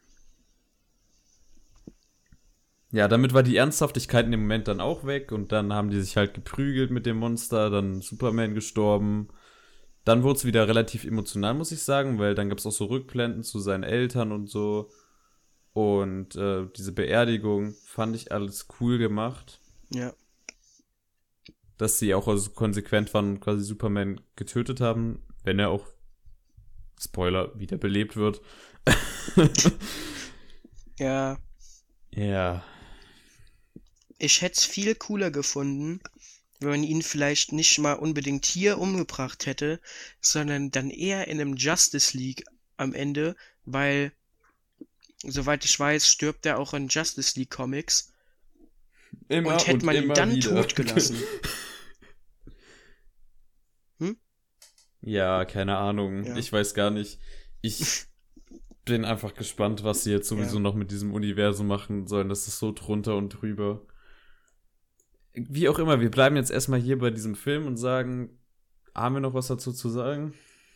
Ja, damit war die Ernsthaftigkeit in dem Moment dann auch weg und dann haben die sich halt geprügelt mit dem Monster, dann Superman gestorben. Dann wurde es wieder relativ emotional, muss ich sagen, weil dann gab es auch so Rückblenden zu seinen Eltern und so. Und diese Beerdigung fand ich alles cool gemacht. Ja. Dass sie auch also konsequent waren und quasi Superman getötet haben, wenn er auch, Spoiler, wiederbelebt wird. Ja. Ja. Ich hätte es viel cooler gefunden, wenn man ihn vielleicht nicht mal unbedingt hier umgebracht hätte, sondern dann eher in einem Justice League am Ende, weil, soweit ich weiß, stirbt er auch in Justice League Comics. Immer Und hätte man ihn immer dann wieder. tot gelassen. Ja, keine Ahnung. Ja. Ich weiß gar nicht. Ich bin einfach gespannt, was sie jetzt sowieso Ja. noch mit diesem Universum machen sollen. Das ist so drunter und drüber. Wie auch immer, wir bleiben jetzt erstmal hier bei diesem Film und sagen, haben wir noch was dazu zu sagen?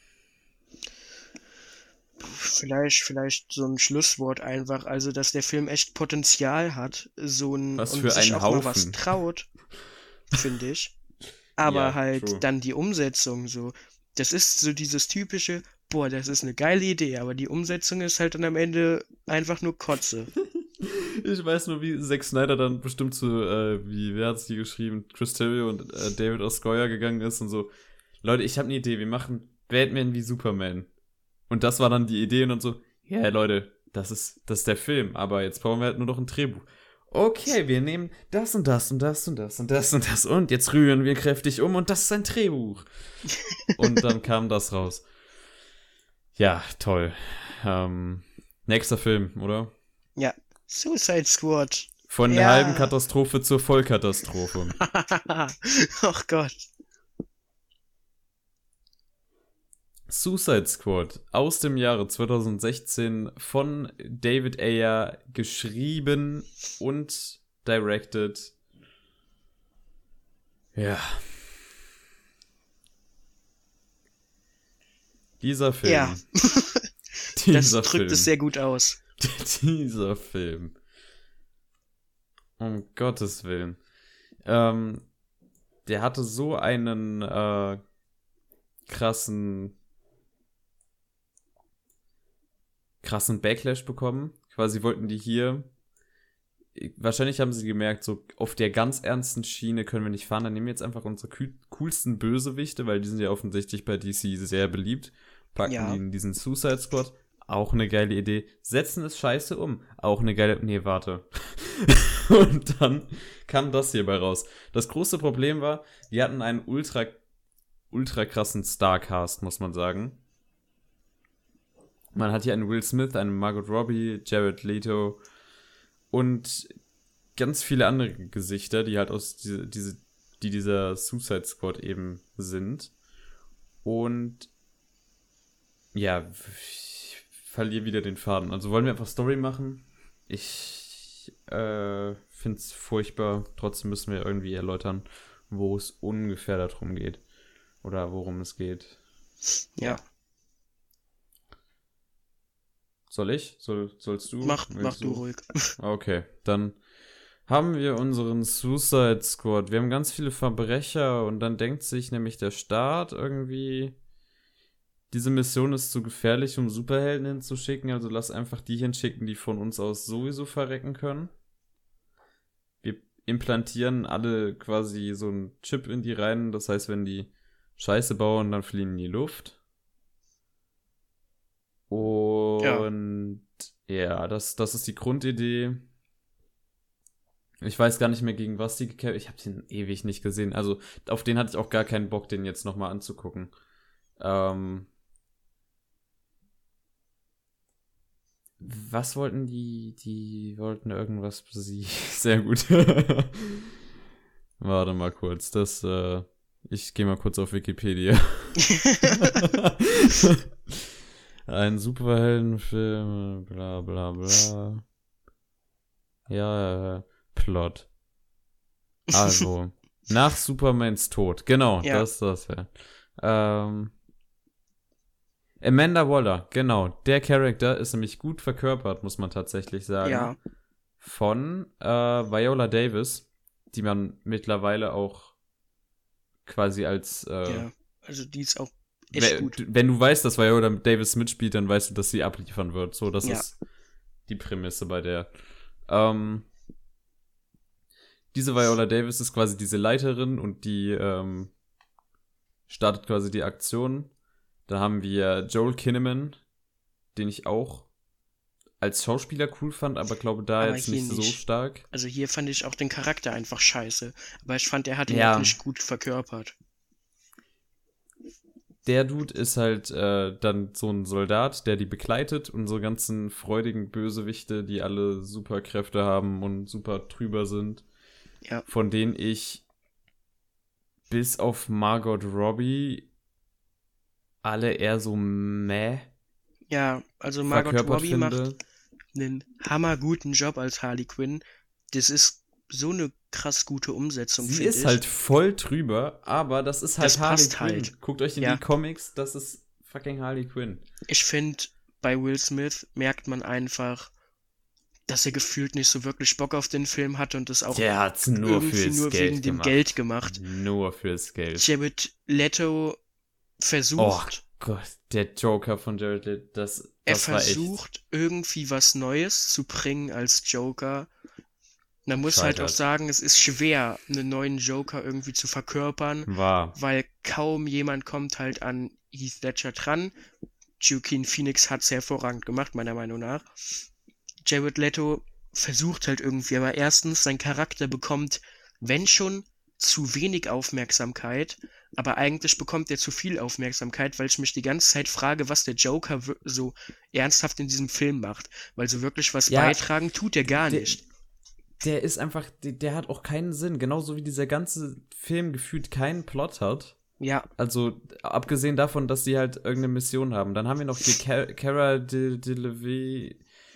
Vielleicht so ein Schlusswort einfach, also dass der Film echt Potenzial hat, so ein Was und für sich ein auch mal was Haufen. traut, finde ich. Aber Ja, halt true. dann die Umsetzung so. Das ist so dieses typische, boah, das ist eine geile Idee, aber die Umsetzung ist halt dann am Ende einfach nur Kotze. Ich weiß nur, wie Zack Snyder dann bestimmt zu, wer hat's hier geschrieben, Chris Terrio und David O. Goyer gegangen ist und so, Leute, ich habe eine Idee, wir machen Batman wie Superman. Und das war dann die Idee und dann so, ja Leute, das ist der Film, aber jetzt brauchen wir halt nur noch ein Drehbuch. Okay, wir nehmen das und das und das und das und das und das und jetzt rühren wir kräftig um und das ist ein Drehbuch. Und dann kam das raus. Ja, toll. Nächster Film, oder? Ja, Suicide Squad. Von der Ja. halben Katastrophe zur Vollkatastrophe. Ach Gott. Suicide Squad aus dem Jahre 2016 von David Ayer geschrieben und directed. Ja. Dieser Film. Ja. Das drückt es sehr gut aus. Dieser Film. Um Gottes Willen. Der hatte so einen krassen Backlash bekommen. Quasi wollten die hier, wahrscheinlich haben sie gemerkt, so auf der ganz ernsten Schiene können wir nicht fahren, dann nehmen wir jetzt einfach unsere coolsten Bösewichte, weil die sind ja offensichtlich bei DC sehr beliebt, packen Ja. die in diesen Suicide Squad, auch eine geile Idee, setzen es scheiße um, auch eine geile, nee, warte. Und dann kam das hierbei raus. Das große Problem war, die hatten einen ultra krassen Starcast, muss man sagen. Man hat hier einen Will Smith, einen Margot Robbie, Jared Leto und ganz viele andere Gesichter, die halt aus dieser Suicide Squad eben sind. Und ja, ich verliere wieder den Faden. Also wollen wir einfach Story machen? Ich finde es furchtbar. Trotzdem müssen wir irgendwie erläutern, wo es ungefähr darum geht. Oder worum es geht. Ja. Soll ich? Sollst du? Mach Willst du ruhig. Okay, dann haben wir unseren Suicide Squad. Wir haben ganz viele Verbrecher und dann denkt sich nämlich der Staat irgendwie, diese Mission ist zu gefährlich, um Superhelden hinzuschicken, also lass einfach die hinschicken, die von uns aus sowieso verrecken können. Wir implantieren alle quasi so einen Chip in die rein, das heißt, wenn die Scheiße bauen, dann fliehen in die Luft. Und ja, das ist die Grundidee. Ich weiß gar nicht mehr, gegen was die gekämpft. Ich habe den ewig nicht gesehen. Also auf den hatte ich auch gar keinen Bock, den jetzt nochmal anzugucken. Was wollten die? Die wollten irgendwas besiegen. Sehr gut. Warte mal kurz. Ich gehe mal kurz auf Wikipedia. Ein Superheldenfilm, bla bla bla. Ja, Plot. Also, nach Supermans Tod. Genau, Ja. das ist das, ja. Amanda Waller, genau. Der Charakter ist nämlich gut verkörpert, muss man tatsächlich sagen. Ja. Von Viola Davis, die man mittlerweile auch quasi als Ja. Also die ist auch echt gut. wenn du weißt, dass Viola Davis mitspielt, dann weißt du, dass sie abliefern wird. So, das Ja. ist die Prämisse bei der. Diese Viola Davis ist quasi diese Leiterin und die startet quasi die Aktion. Da haben wir Joel Kinnaman, den ich auch als Schauspieler cool fand, aber glaube da Aber jetzt hier nicht so nicht. stark. Also hier fand ich auch den Charakter einfach scheiße. Aber ich fand, er hat ihn Ja. auch nicht gut verkörpert. Der Dude ist halt dann so ein Soldat, der die begleitet, unsere ganzen freudigen Bösewichte, die alle Superkräfte haben und super drüber sind, Ja. von denen ich bis auf Margot Robbie alle eher so meh Ja, also Margot verkörpert Robbie macht finde. einen hammerguten Job als Harley Quinn. Das ist so eine krass gute Umsetzung, Sie finde ist ich. halt voll drüber, aber das ist halt Das Harley passt Quinn. halt. Guckt euch in Ja. die Comics, das ist fucking Harley Quinn. Ich finde, bei Will Smith merkt man einfach, dass er gefühlt nicht so wirklich Bock auf den Film hatte und das auch Der hat's nur irgendwie fürs nur Geld wegen dem gemacht. Geld gemacht. Nur fürs Geld. Jared Leto Oh versucht, Gott, der Joker von Jared Leto, das er war echt versucht irgendwie was Neues zu bringen als Joker. Man muss halt auch scheitert. sagen, es ist schwer, einen neuen Joker irgendwie zu verkörpern, War. weil kaum jemand kommt halt an Heath Ledger dran. Joaquin Phoenix hat es hervorragend gemacht, meiner Meinung nach. Jared Leto versucht halt irgendwie, aber erstens, sein Charakter bekommt, wenn schon, zu wenig Aufmerksamkeit, aber eigentlich bekommt er zu viel Aufmerksamkeit, weil ich mich die ganze Zeit frage, was der Joker so ernsthaft in diesem Film macht. Weil so wirklich was Ja, beitragen tut er gar der- nicht. Der ist einfach, der hat auch keinen Sinn. Genauso wie dieser ganze Film gefühlt keinen Plot hat. Ja, Also, abgesehen davon, dass sie halt irgendeine Mission haben. Dann haben wir noch die Cara Delevingne,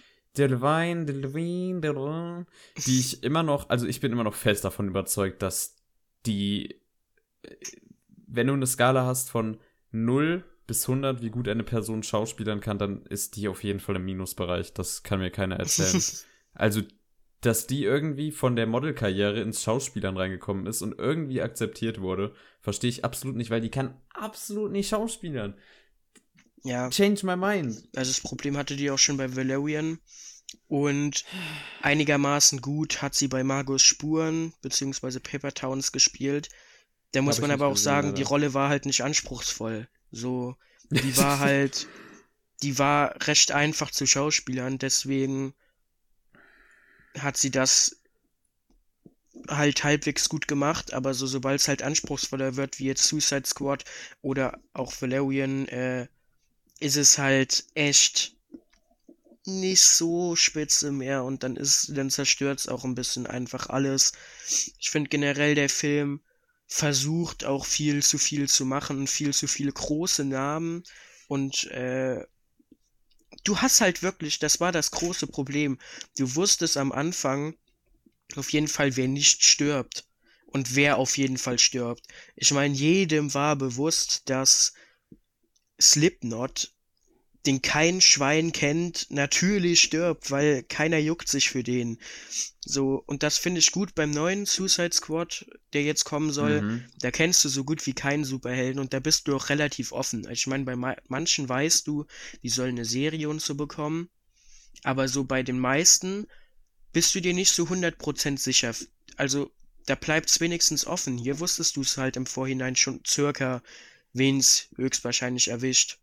die ich immer noch, also ich bin immer noch fest davon überzeugt, dass die, wenn du eine Skala hast von 0 bis 100, wie gut eine Person schauspielern kann, dann ist die auf jeden Fall im Minusbereich. Das kann mir keiner erzählen. Also, dass die irgendwie von der Modelkarriere ins Schauspielern reingekommen ist und irgendwie akzeptiert wurde, verstehe ich absolut nicht, weil die kann absolut nicht schauspielern. ja. Change my mind. Also das Problem hatte die auch schon bei Valerian. Und einigermaßen gut hat sie bei Margos Spuren beziehungsweise Paper Towns gespielt. Da muss Hab ich man nicht aber auch gesehen, sagen, leider. die Rolle war halt nicht anspruchsvoll. So, die war halt, die war recht einfach zu schauspielern, deswegen hat sie das halt halbwegs gut gemacht, aber so sobald es halt anspruchsvoller wird, wie jetzt Suicide Squad oder auch Valerian, ist es halt echt nicht so spitze mehr und dann zerstört es auch ein bisschen einfach alles. Ich finde generell, der Film versucht auch viel zu machen, viel zu viele große Namen und du hast halt wirklich, das war das große Problem. Du wusstest am Anfang auf jeden Fall, wer nicht stirbt und wer auf jeden Fall stirbt. Ich meine, jedem war bewusst, dass Slipknot, den kein Schwein kennt, natürlich stirbt, weil keiner juckt sich für den. So, und das finde ich gut beim neuen Suicide Squad, der jetzt kommen soll. Da kennst du so gut wie keinen Superhelden und da bist du auch relativ offen. Also ich meine, bei manchen weißt du, die sollen eine Serie und so bekommen, aber so bei den meisten bist du dir nicht so 100% sicher. Also, da bleibt's wenigstens offen. Hier wusstest du es halt im Vorhinein schon circa, wen's höchstwahrscheinlich erwischt.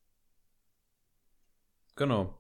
Genau.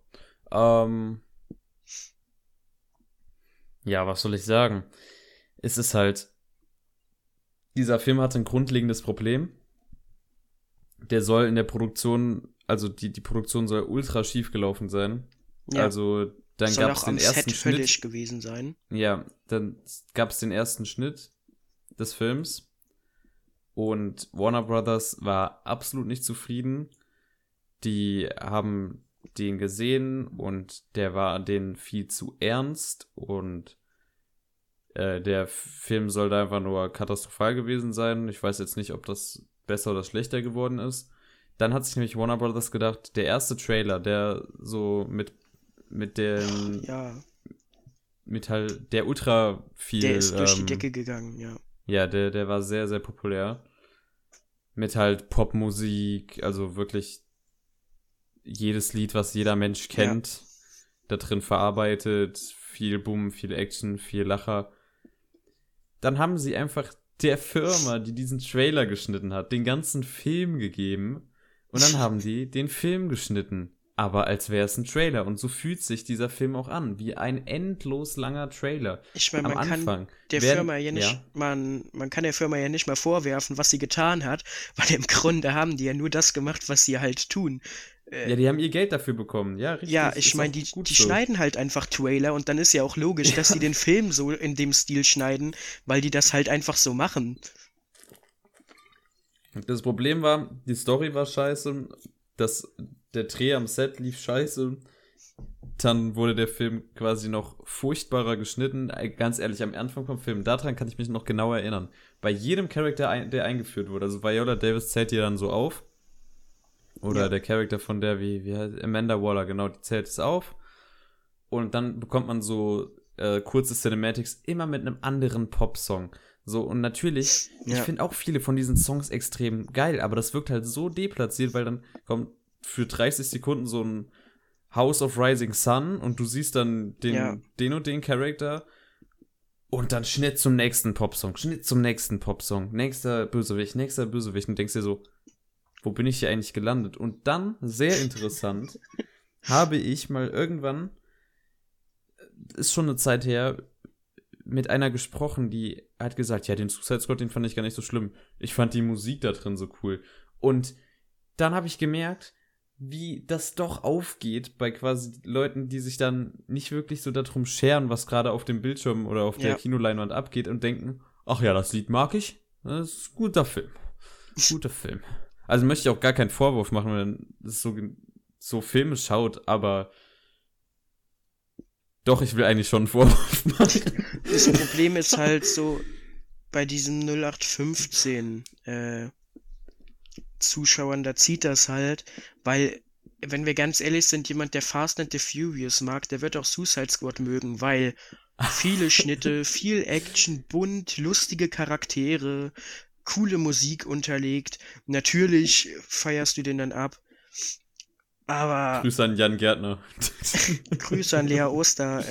Ja, was soll ich sagen? Es ist halt, dieser Film hat ein grundlegendes Problem. Der soll in der Produktion, also die Produktion soll ultra schief gelaufen sein. Ja, Also dann soll gab es auch den am ersten Set Schnitt. höllisch gewesen sein. Ja, dann gab es den ersten Schnitt des Films und Warner Brothers war absolut nicht zufrieden. Die haben den gesehen und der war denen viel zu ernst und der Film soll da einfach nur katastrophal gewesen sein. Ich weiß jetzt nicht, ob das besser oder schlechter geworden ist. Dann hat sich nämlich Warner Brothers gedacht, der erste Trailer, der so mit den Ja, mit halt der ultra viel der ist durch die Decke gegangen, ja. ja, der war sehr, sehr populär. Mit halt Popmusik, also wirklich jedes Lied, was jeder Mensch kennt. da drin verarbeitet, viel Bumm, viel Action, viel Lacher. Dann haben sie einfach der Firma, die diesen Trailer geschnitten hat, den ganzen Film gegeben und dann haben die den Film geschnitten. Aber als wäre es ein Trailer. Und so fühlt sich dieser Film auch an, wie ein endlos langer Trailer. Ich meine, Am man Anfang kann der Firma ja nicht, man kann der Firma ja nicht mal vorwerfen, was sie getan hat, weil im Grunde haben die ja nur das gemacht, was sie halt tun. Ja, die haben ihr Geld dafür bekommen. Ja, richtig. Ja, ich ist meine, auch die gut so. schneiden halt einfach Trailer und dann ist ja auch logisch, dass sie den Film so in dem Stil schneiden, weil die das halt einfach so machen. Das Problem war, die Story war scheiße, der Dreh am Set lief scheiße, dann wurde der Film quasi noch furchtbarer geschnitten. Ganz ehrlich, am Anfang vom Film, daran kann ich mich noch genau erinnern. Bei jedem Charakter, der eingeführt wurde, also Viola Davis zählt die dann so auf, oder der Charakter von der, wie heißt Amanda Waller, genau, die zählt es auf, und dann bekommt man so kurze Cinematics immer mit einem anderen Popsong. So, und natürlich, ich finde auch viele von diesen Songs extrem geil, aber das wirkt halt so deplatziert, weil dann kommt für 30 Sekunden so ein House of Rising Sun und du siehst dann den und den Charakter und dann Schnitt zum nächsten Popsong, nächster Bösewicht und denkst dir so, wo bin ich hier eigentlich gelandet? Und dann, sehr interessant, habe ich mal irgendwann, ist schon eine Zeit her, mit einer gesprochen, die hat gesagt, ja, den Suicide Squad, den fand ich gar nicht so schlimm. Ich fand die Musik da drin so cool. Und dann habe ich gemerkt, wie das doch aufgeht bei quasi Leuten, die sich dann nicht wirklich so darum scheren, was gerade auf dem Bildschirm oder auf der Kinoleinwand abgeht und denken, ach ja, das Lied mag ich. Das ist ein guter Film. Guter Film. Also möchte ich auch gar keinen Vorwurf machen, wenn es so Filme schaut, aber doch, ich will eigentlich schon einen Vorwurf machen. Das Problem ist halt so, bei diesen 0815 Zuschauern, da zieht das halt, weil, wenn wir ganz ehrlich sind, jemand, der Fast and the Furious mag, der wird auch Suicide Squad mögen, weil viele Schnitte, viel Action, bunt, lustige Charaktere, coole Musik unterlegt. Natürlich feierst du den dann ab. Aber Grüße an Jan Gärtner. Grüße an Lea Oster.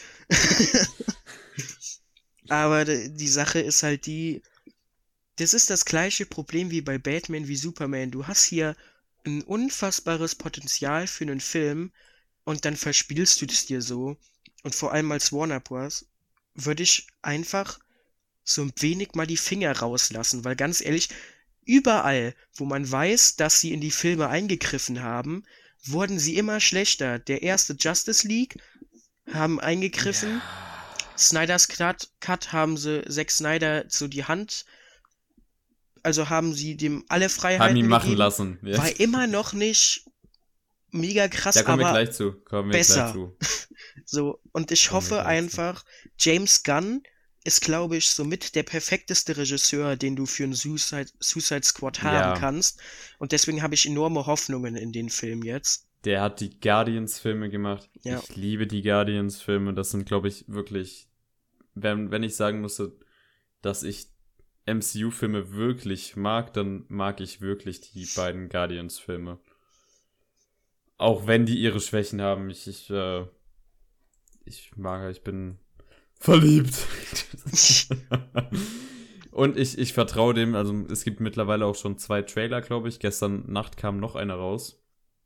Aber die Sache ist halt das ist das gleiche Problem wie bei Batman wie Superman. Du hast hier ein unfassbares Potenzial für einen Film und dann verspielst du es dir so. Und vor allem als Warner Bros. Würde ich einfach so ein wenig mal die Finger rauslassen, weil ganz ehrlich, überall, wo man weiß, dass sie in die Filme eingegriffen haben, wurden sie immer schlechter. Der erste Justice League haben eingegriffen. Snyders Cut haben sie Zack Snyder so die Hand, also haben sie dem alle Freiheiten haben ihn machen gegeben. lassen. Ja. War immer noch nicht mega krass, da kommen aber wir gleich zu. besser. So, und ich hoffe einfach, James Gunn ist, glaube ich, somit der perfekteste Regisseur, den du für einen Suicide Squad haben kannst. Und deswegen habe ich enorme Hoffnungen in den Film jetzt. Der hat die Guardians-Filme gemacht. Ja. Ich liebe die Guardians-Filme. Das sind, glaube ich, wirklich, wenn ich sagen müsste, dass ich MCU-Filme wirklich mag, dann mag ich wirklich die beiden Guardians-Filme. Auch wenn die ihre Schwächen haben. Ich bin verliebt. Und ich vertraue dem, also es gibt mittlerweile auch schon 2 Trailer, glaube ich. Gestern Nacht kam noch einer raus.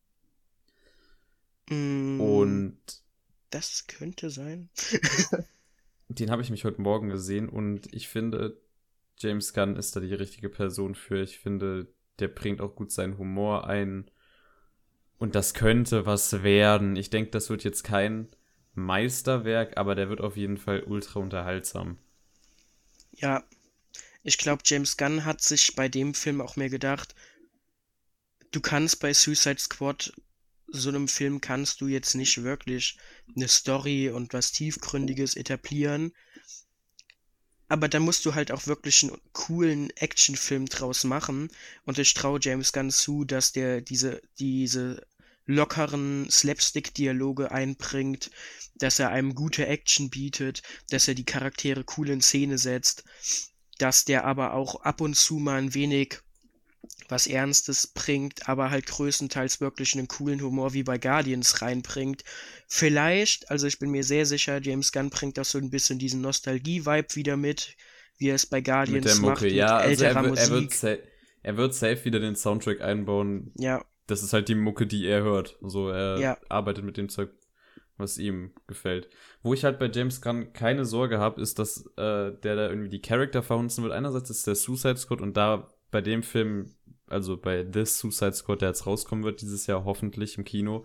Und das könnte sein. Den habe ich mich heute Morgen gesehen und ich finde, James Gunn ist da die richtige Person für. Ich finde, der bringt auch gut seinen Humor ein. Und das könnte was werden. Ich denke, das wird jetzt kein Meisterwerk, aber der wird auf jeden Fall ultra unterhaltsam. Ja, ich glaube, James Gunn hat sich bei dem Film auch mehr gedacht, du kannst bei Suicide Squad, so einem Film kannst du jetzt nicht wirklich eine Story und was Tiefgründiges etablieren, aber da musst du halt auch wirklich einen coolen Actionfilm draus machen und ich traue James Gunn zu, dass der diese lockeren Slapstick-Dialoge einbringt, dass er einem gute Action bietet, dass er die Charaktere cool in Szene setzt, dass der aber auch ab und zu mal ein wenig was Ernstes bringt, aber halt größtenteils wirklich einen coolen Humor wie bei Guardians reinbringt. Vielleicht, also ich bin mir sehr sicher, James Gunn bringt auch so ein bisschen diesen Nostalgie-Vibe wieder mit, wie er es bei Mit der Guardians macht, Mucke, mit ja, also älterer er Musik. wird safe wieder den Soundtrack einbauen. Ja, Das ist halt die Mucke, die er hört. Also er ja, arbeitet mit dem Zeug, was ihm gefällt. Wo ich halt bei James Gunn keine Sorge habe, ist, dass der da irgendwie die Charakter verhunzen wird. Einerseits ist der Suicide Squad und da bei dem Film, also bei This Suicide Squad, der jetzt rauskommen wird dieses Jahr hoffentlich im Kino,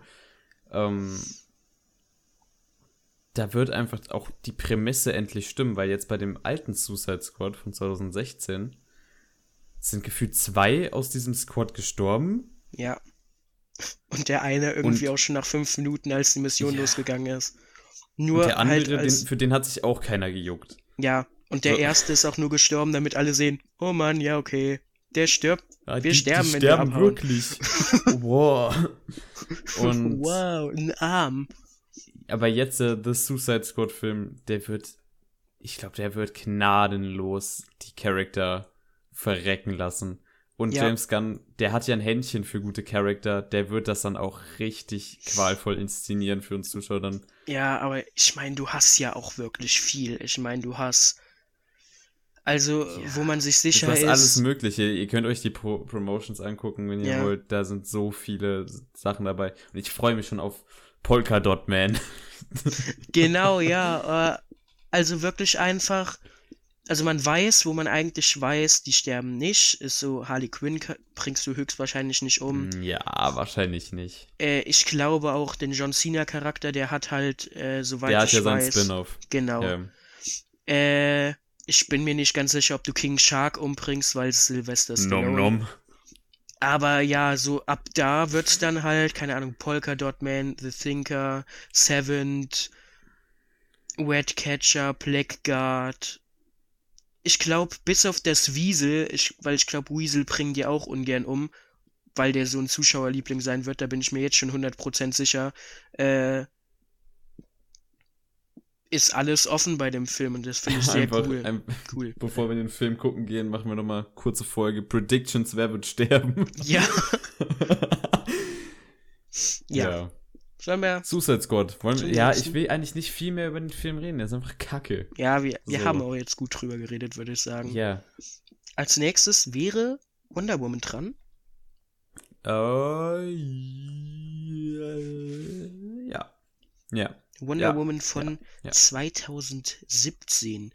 da wird einfach auch die Prämisse endlich stimmen, weil jetzt bei dem alten Suicide Squad von 2016 sind gefühlt 2 aus diesem Squad gestorben. ja. Und der eine irgendwie Und auch schon nach 5 Minuten, als die Mission ja, losgegangen ist. und Nur der halt andere, als, für den hat sich auch keiner gejuckt. ja, und der So, erste ist auch nur gestorben, damit alle sehen, oh Mann, ja, okay, der stirbt, ja, wir die sterben, wenn wir sterben abhauen. wirklich. Wow. Und Wow, ein Arm. aber jetzt The Suicide Squad Film, ich glaube, der wird gnadenlos die Charakter verrecken lassen. Und Ja, James Gunn, der hat ja ein Händchen für gute Charakter, der wird das dann auch richtig qualvoll inszenieren für uns Zuschauer dann. ja, aber ich meine, du hast ja auch wirklich viel. Ich meine, du hast, also, wo man sich Du sicher hast alles ist, Mögliche. Ihr könnt euch die Promotions angucken, wenn ihr ja, wollt. Da sind so viele Sachen dabei. Und ich freue mich schon auf Polka Dot Man. genau, ja, also wirklich einfach, also man weiß, wo man eigentlich weiß, die sterben nicht, ist so, Harley Quinn bringst du höchstwahrscheinlich nicht um. Ja, wahrscheinlich nicht. Ich glaube auch, den John Cena-Charakter, der hat halt, soweit Der hat ja ich seinen weiß, Spin-off. genau. Ja. Ich bin mir nicht ganz sicher, ob du King Shark umbringst, weil es Sylvester Nom Stallone. nom. Aber ja, so ab da wird's dann halt, keine Ahnung, Polka Dot Man, The Thinker, Seventh, Ratcatcher, Blackguard. Ich glaube, bis auf das Weasel, weil ich glaube, Weasel bringen die auch ungern um, weil der so ein Zuschauerliebling sein wird, da bin ich mir jetzt schon 100% sicher, äh, ist alles offen bei dem Film und das finde ich sehr Einfach, cool. Cool. bevor wir in den Film gucken gehen, machen wir nochmal kurze Folge. Predictions, wer wird sterben? Ja, ja. Ja. Sollen wir Suicide Squad. zum Ja, nächsten? ich will eigentlich nicht viel mehr über den Film reden. Der ist einfach kacke. Ja, wir So. haben auch jetzt gut drüber geredet, würde ich sagen. Ja. Als nächstes wäre Wonder Woman dran. Ja. Ja. Wonder Ja. Woman von Ja. 2017.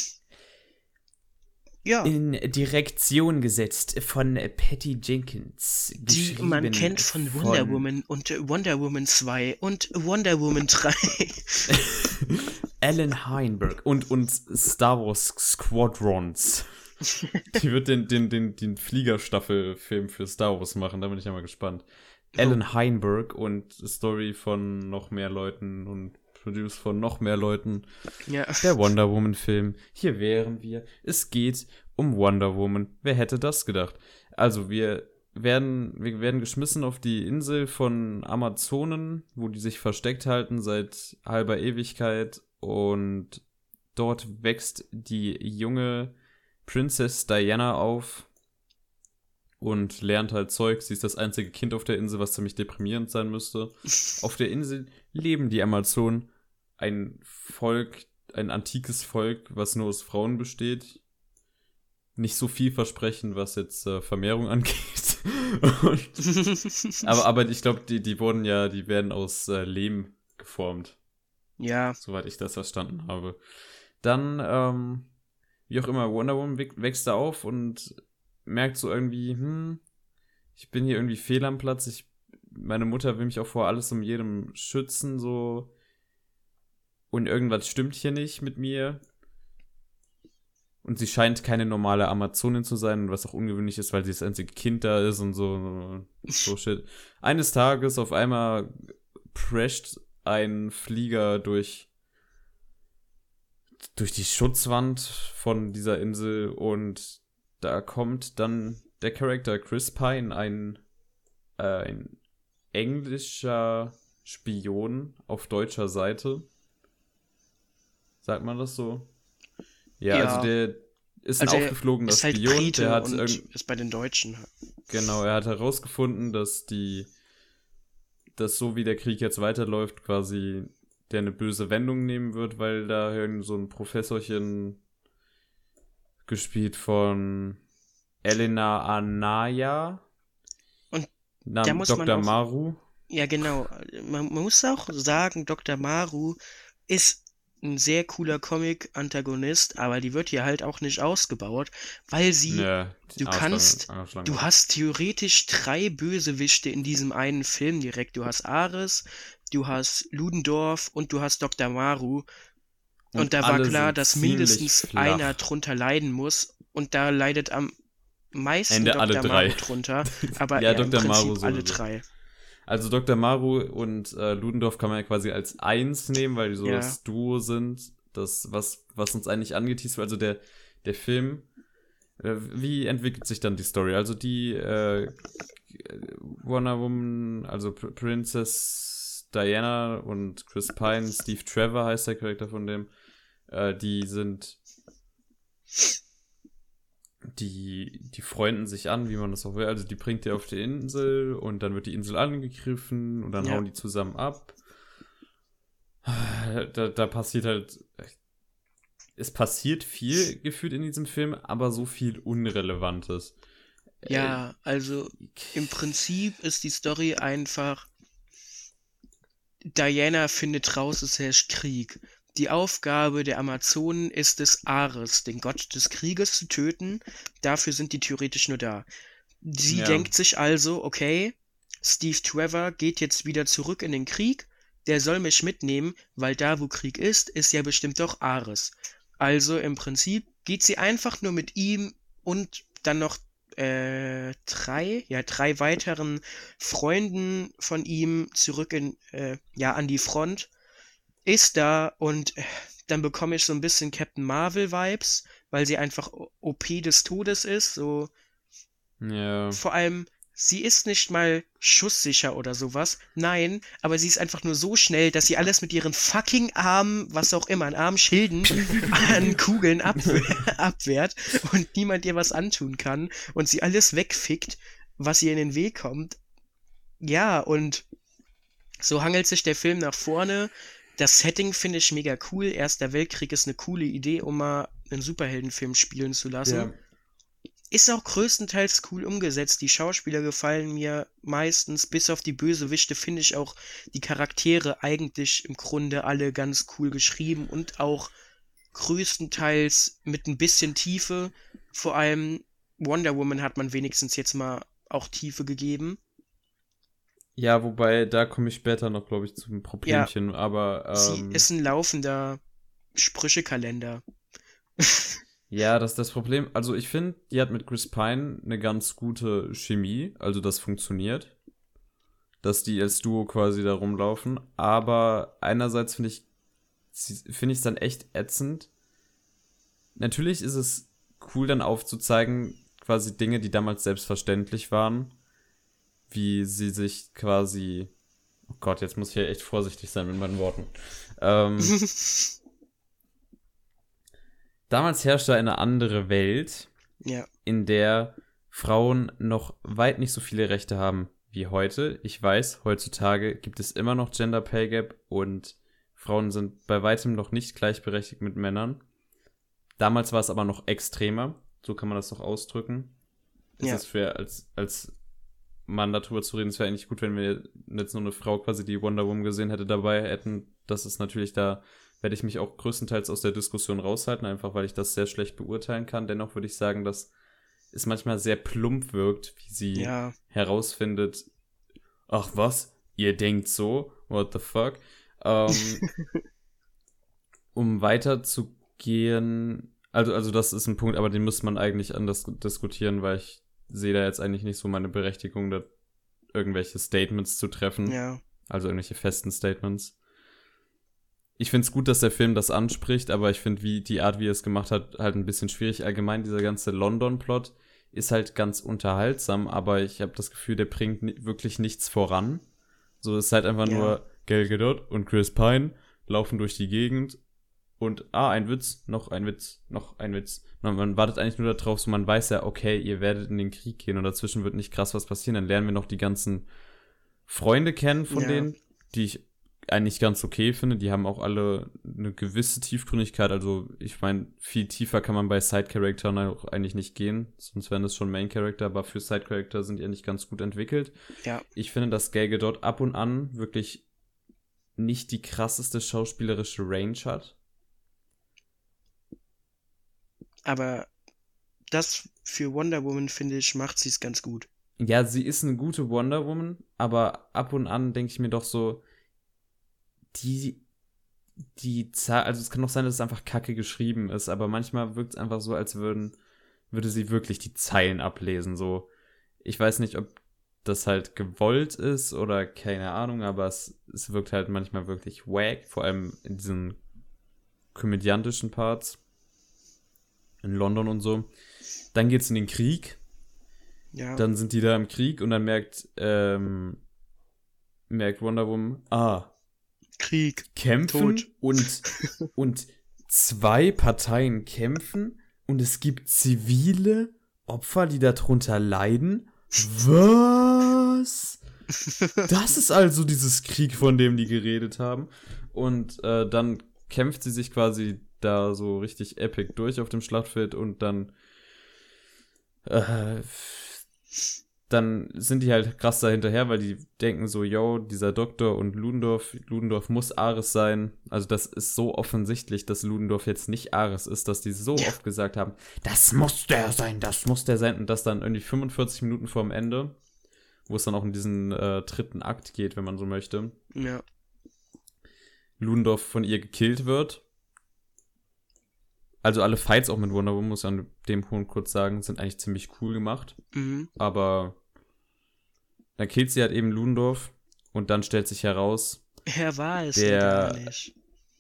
Ja, In Direktion gesetzt von Patty Jenkins. die man geschrieben kennt von Wonder Woman und Wonder Woman 2 und Wonder Woman 3. Alan Heinberg und Star Wars Squadrons. Die wird den Fliegerstaffelfilm für Star Wars machen, da bin ich ja mal gespannt. Alan Heinberg und Story von noch mehr Leuten und Produce von noch mehr Leuten. Ja, Der Wonder Woman Film. Hier wären wir. Es geht um Wonder Woman. Wer hätte das gedacht? Also wir werden geschmissen auf die Insel von Amazonen, wo die sich versteckt halten seit halber Ewigkeit, und dort wächst die junge Princess Diana auf und lernt halt Zeug. Sie ist das einzige Kind auf der Insel, was ziemlich deprimierend sein müsste. Auf der Insel leben die Amazonen, ein Volk, ein antikes Volk, was nur aus Frauen besteht. Nicht so vielversprechend, was jetzt Vermehrung angeht. aber ich glaube, die werden aus Lehm geformt, ja, soweit ich das verstanden habe. Dann, wie auch immer, Wonder Woman wächst da auf und merkt so irgendwie, ich bin hier irgendwie fehl am Platz. Meine Mutter will mich auch vor alles und jedem schützen, so. Und irgendwas stimmt hier nicht mit mir. Und sie scheint keine normale Amazonin zu sein, was auch ungewöhnlich ist, weil sie das einzige Kind da ist und so shit. Eines Tages auf einmal crasht ein Flieger durch die Schutzwand von dieser Insel und da kommt dann der Charakter Chris Pine, ein englischer Spion auf deutscher Seite. Sagt man das so? Ja, Ja. also der ist ein also er aufgeflogener ist halt Spion, Brite der hat und ist bei den Deutschen Genau, er hat herausgefunden, dass so wie der Krieg jetzt weiterläuft, quasi der eine böse Wendung nehmen wird, weil da irgend so ein Professorchen gespielt von Elena Anaya Und da namens muss man Dr. auch, Maru. ja genau, man muss auch sagen, Dr. Maru ist ein sehr cooler Comic-Antagonist, aber die wird hier halt auch nicht ausgebaut, weil Ne, die du kannst, du Arschlange. hast theoretisch 3 Bösewichte in diesem einen Film direkt. Du hast Ares, du hast Ludendorff und du hast Dr. Maru. Und Und da war alle klar, sind dass ziemlich mindestens einer flach. drunter leiden muss. Und da leidet am meisten Ende alle Dr. Maru drei. drunter, aber Ja, ja, im Dr. Maru Prinzip alle sowieso. 3. Also Dr. Maru und Ludendorff kann man ja quasi als eins nehmen, weil die so Ja, das Duo sind, was uns eigentlich angeteased wird. Also der Film, wie entwickelt sich dann die Story? Also die Wonder Woman, also Princess Diana und Chris Pine, Steve Trevor heißt der Charakter von dem, die die freunden sich an, wie man das auch will. Also die bringt die auf die Insel und dann wird die Insel angegriffen und dann ja, hauen die zusammen ab. Da passiert halt, es passiert viel gefühlt in diesem Film, aber so viel Unrelevantes. Äh, ja, also im Prinzip ist die Story einfach, Diana findet raus, es herrscht Krieg. Die Aufgabe der Amazonen ist es, Ares, den Gott des Krieges, zu töten. Dafür sind die theoretisch nur da. Sie ja, denkt sich also, okay, Steve Trevor geht jetzt wieder zurück in den Krieg. Der soll mich mitnehmen, weil da, wo Krieg ist ja bestimmt doch Ares. Also im Prinzip geht sie einfach nur mit ihm und dann noch 3 weiteren Freunden von ihm zurück an die Front, ist da und dann bekomme ich so ein bisschen Captain Marvel-Vibes, weil sie einfach OP des Todes ist, so ja, vor allem, sie ist nicht mal schusssicher oder sowas, nein, aber sie ist einfach nur so schnell, dass sie alles mit ihren fucking Armen, was auch immer, an Armschilden, an Kugeln abwehrt und niemand ihr was antun kann und sie alles wegfickt, was ihr in den Weg kommt. Ja, und so hangelt sich der Film nach vorne. Das Setting finde ich mega cool. Erster Weltkrieg ist eine coole Idee, um mal einen Superheldenfilm spielen zu lassen. ja. Ist auch größtenteils cool umgesetzt. Die Schauspieler gefallen mir meistens. Bis auf die Bösewichte finde ich auch die Charaktere eigentlich im Grunde alle ganz cool geschrieben und auch größtenteils mit ein bisschen Tiefe. Vor allem Wonder Woman hat man wenigstens jetzt mal auch Tiefe gegeben. Ja, wobei, da komme ich später noch, glaube ich, zum Ja, Problemchen, aber sie ist ein laufender Sprüchekalender. ja, das ist das Problem. Also ich finde, die hat mit Chris Pine eine ganz gute Chemie, also das funktioniert, dass die als Duo quasi da rumlaufen, aber einerseits finde ich es dann echt ätzend. Natürlich ist es cool dann aufzuzeigen, quasi Dinge, die damals selbstverständlich waren, wie sie sich quasi, oh Gott, jetzt muss ich ja echt vorsichtig sein mit meinen Worten. Ähm, Damals herrschte eine andere Welt, Ja, in der Frauen noch weit nicht so viele Rechte haben wie heute. Ich weiß, heutzutage gibt es immer noch Gender Pay Gap und Frauen sind bei weitem noch nicht gleichberechtigt mit Männern. Damals war es aber noch extremer, so kann man das doch ausdrücken. Ist ja, es für als Mann darüber zu reden, es wäre eigentlich gut, wenn wir jetzt nur eine Frau quasi, die Wonder Woman gesehen hätte, dabei hätten. Das ist natürlich da, werde ich mich auch größtenteils aus der Diskussion raushalten, einfach weil ich das sehr schlecht beurteilen kann. Dennoch würde ich sagen, dass es manchmal sehr plump wirkt, wie sie ja, herausfindet, ach was, ihr denkt so, what the fuck. Ähm, um weiterzugehen, also das ist ein Punkt, aber den muss man eigentlich anders diskutieren, weil ich sehe da jetzt eigentlich nicht so meine Berechtigung, da irgendwelche Statements zu treffen, ja, also irgendwelche festen Statements. Ich finde es gut, dass der Film das anspricht, aber ich finde, wie die Art, wie er es gemacht hat, halt ein bisschen schwierig. Allgemein, dieser ganze London-Plot ist halt ganz unterhaltsam, aber ich habe das Gefühl, der bringt wirklich nichts voran. So, es ist halt einfach ja, nur Gal Gadot und Chris Pine laufen durch die Gegend und ein Witz, noch ein Witz, noch ein Witz. Man wartet eigentlich nur darauf, so man weiß ja, okay, ihr werdet in den Krieg gehen und dazwischen wird nicht krass was passieren. Dann lernen wir noch die ganzen Freunde kennen von denen, die ich eigentlich ganz okay finde. Die haben auch alle eine gewisse Tiefgründigkeit. Also ich meine, viel tiefer kann man bei Side-Charakteren auch eigentlich nicht gehen. Sonst wären das schon Main-Charakter, aber für Side-Charakter sind die eigentlich ganz gut entwickelt. Ja. Ich finde, dass Gal Gadot ab und an wirklich nicht die krasseste schauspielerische Range hat. Aber das für Wonder Woman, finde ich, macht sie es ganz gut. Ja, sie ist eine gute Wonder Woman, aber ab und an denke ich mir doch so, also es kann doch sein, dass es einfach kacke geschrieben ist, aber manchmal wirkt es einfach so, als würde sie wirklich die Zeilen ablesen, so. Ich weiß nicht, ob das halt gewollt ist oder keine Ahnung, aber es wirkt halt manchmal wirklich wack, vor allem in diesen komödiantischen Parts in London und so. Dann geht's in den Krieg. Ja. Dann sind die da im Krieg und dann merkt Wonder Woman, Krieg. Kämpfen Tod. und zwei Parteien kämpfen und es gibt zivile Opfer, die darunter leiden. Was? Das ist also dieses Krieg, von dem die geredet haben. Und dann kämpft sie sich quasi da so richtig epic durch auf dem Schlachtfeld und dann sind die halt krass da hinterher, weil die denken so, yo, dieser Doktor und Ludendorff muss Ares sein. Also das ist so offensichtlich, dass Ludendorff jetzt nicht Ares ist, dass die so oft gesagt haben, das muss der sein, das muss der sein. Und das dann irgendwie 45 Minuten vorm Ende, wo es dann auch in diesen dritten Akt geht, wenn man so möchte. Ja. Ludendorff von ihr gekillt wird. Also alle Fights auch mit Wonder Woman, muss ich an dem Punkt kurz sagen, sind eigentlich ziemlich cool gemacht. Mhm. Aber dann killt sie halt eben Ludendorff und dann stellt sich heraus, Er war es der gar nicht.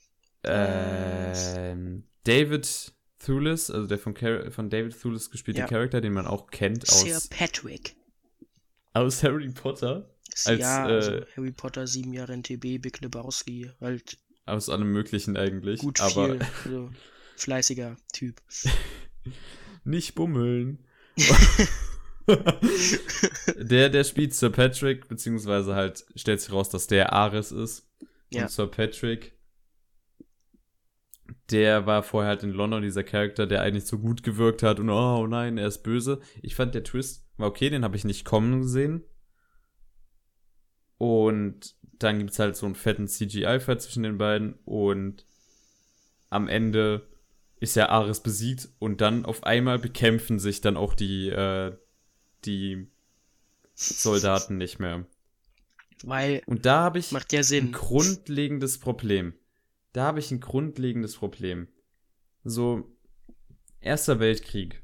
David Thewlis, also der von David Thewlis gespielte Charakter, den man auch kennt Sir Patrick. aus Harry Potter. Also Harry Potter, 7 Jahre NTB, Big Lebowski, halt. Aus allem Möglichen eigentlich. Gut aber viel, also fleißiger Typ. Nicht bummeln. der spielt Sir Patrick, beziehungsweise halt stellt sich raus, dass der Ares ist. Ja. Und Sir Patrick, der war vorher halt in London, dieser Charakter, der eigentlich so gut gewirkt hat und oh nein, er ist böse. Ich fand, der Twist war okay, den habe ich nicht kommen gesehen. Und dann gibt's halt so einen fetten CGI-Fight zwischen den beiden und am Ende ist ja Ares besiegt und dann auf einmal bekämpfen sich dann auch die Soldaten nicht mehr. Weil, und da habe ich macht ja Sinn. ein grundlegendes Problem. So, Erster Weltkrieg.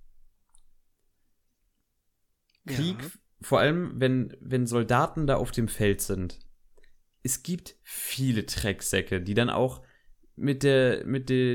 Krieg, Ja. vor allem, wenn Soldaten da auf dem Feld sind. Es gibt viele Drecksäcke, die dann auch mit der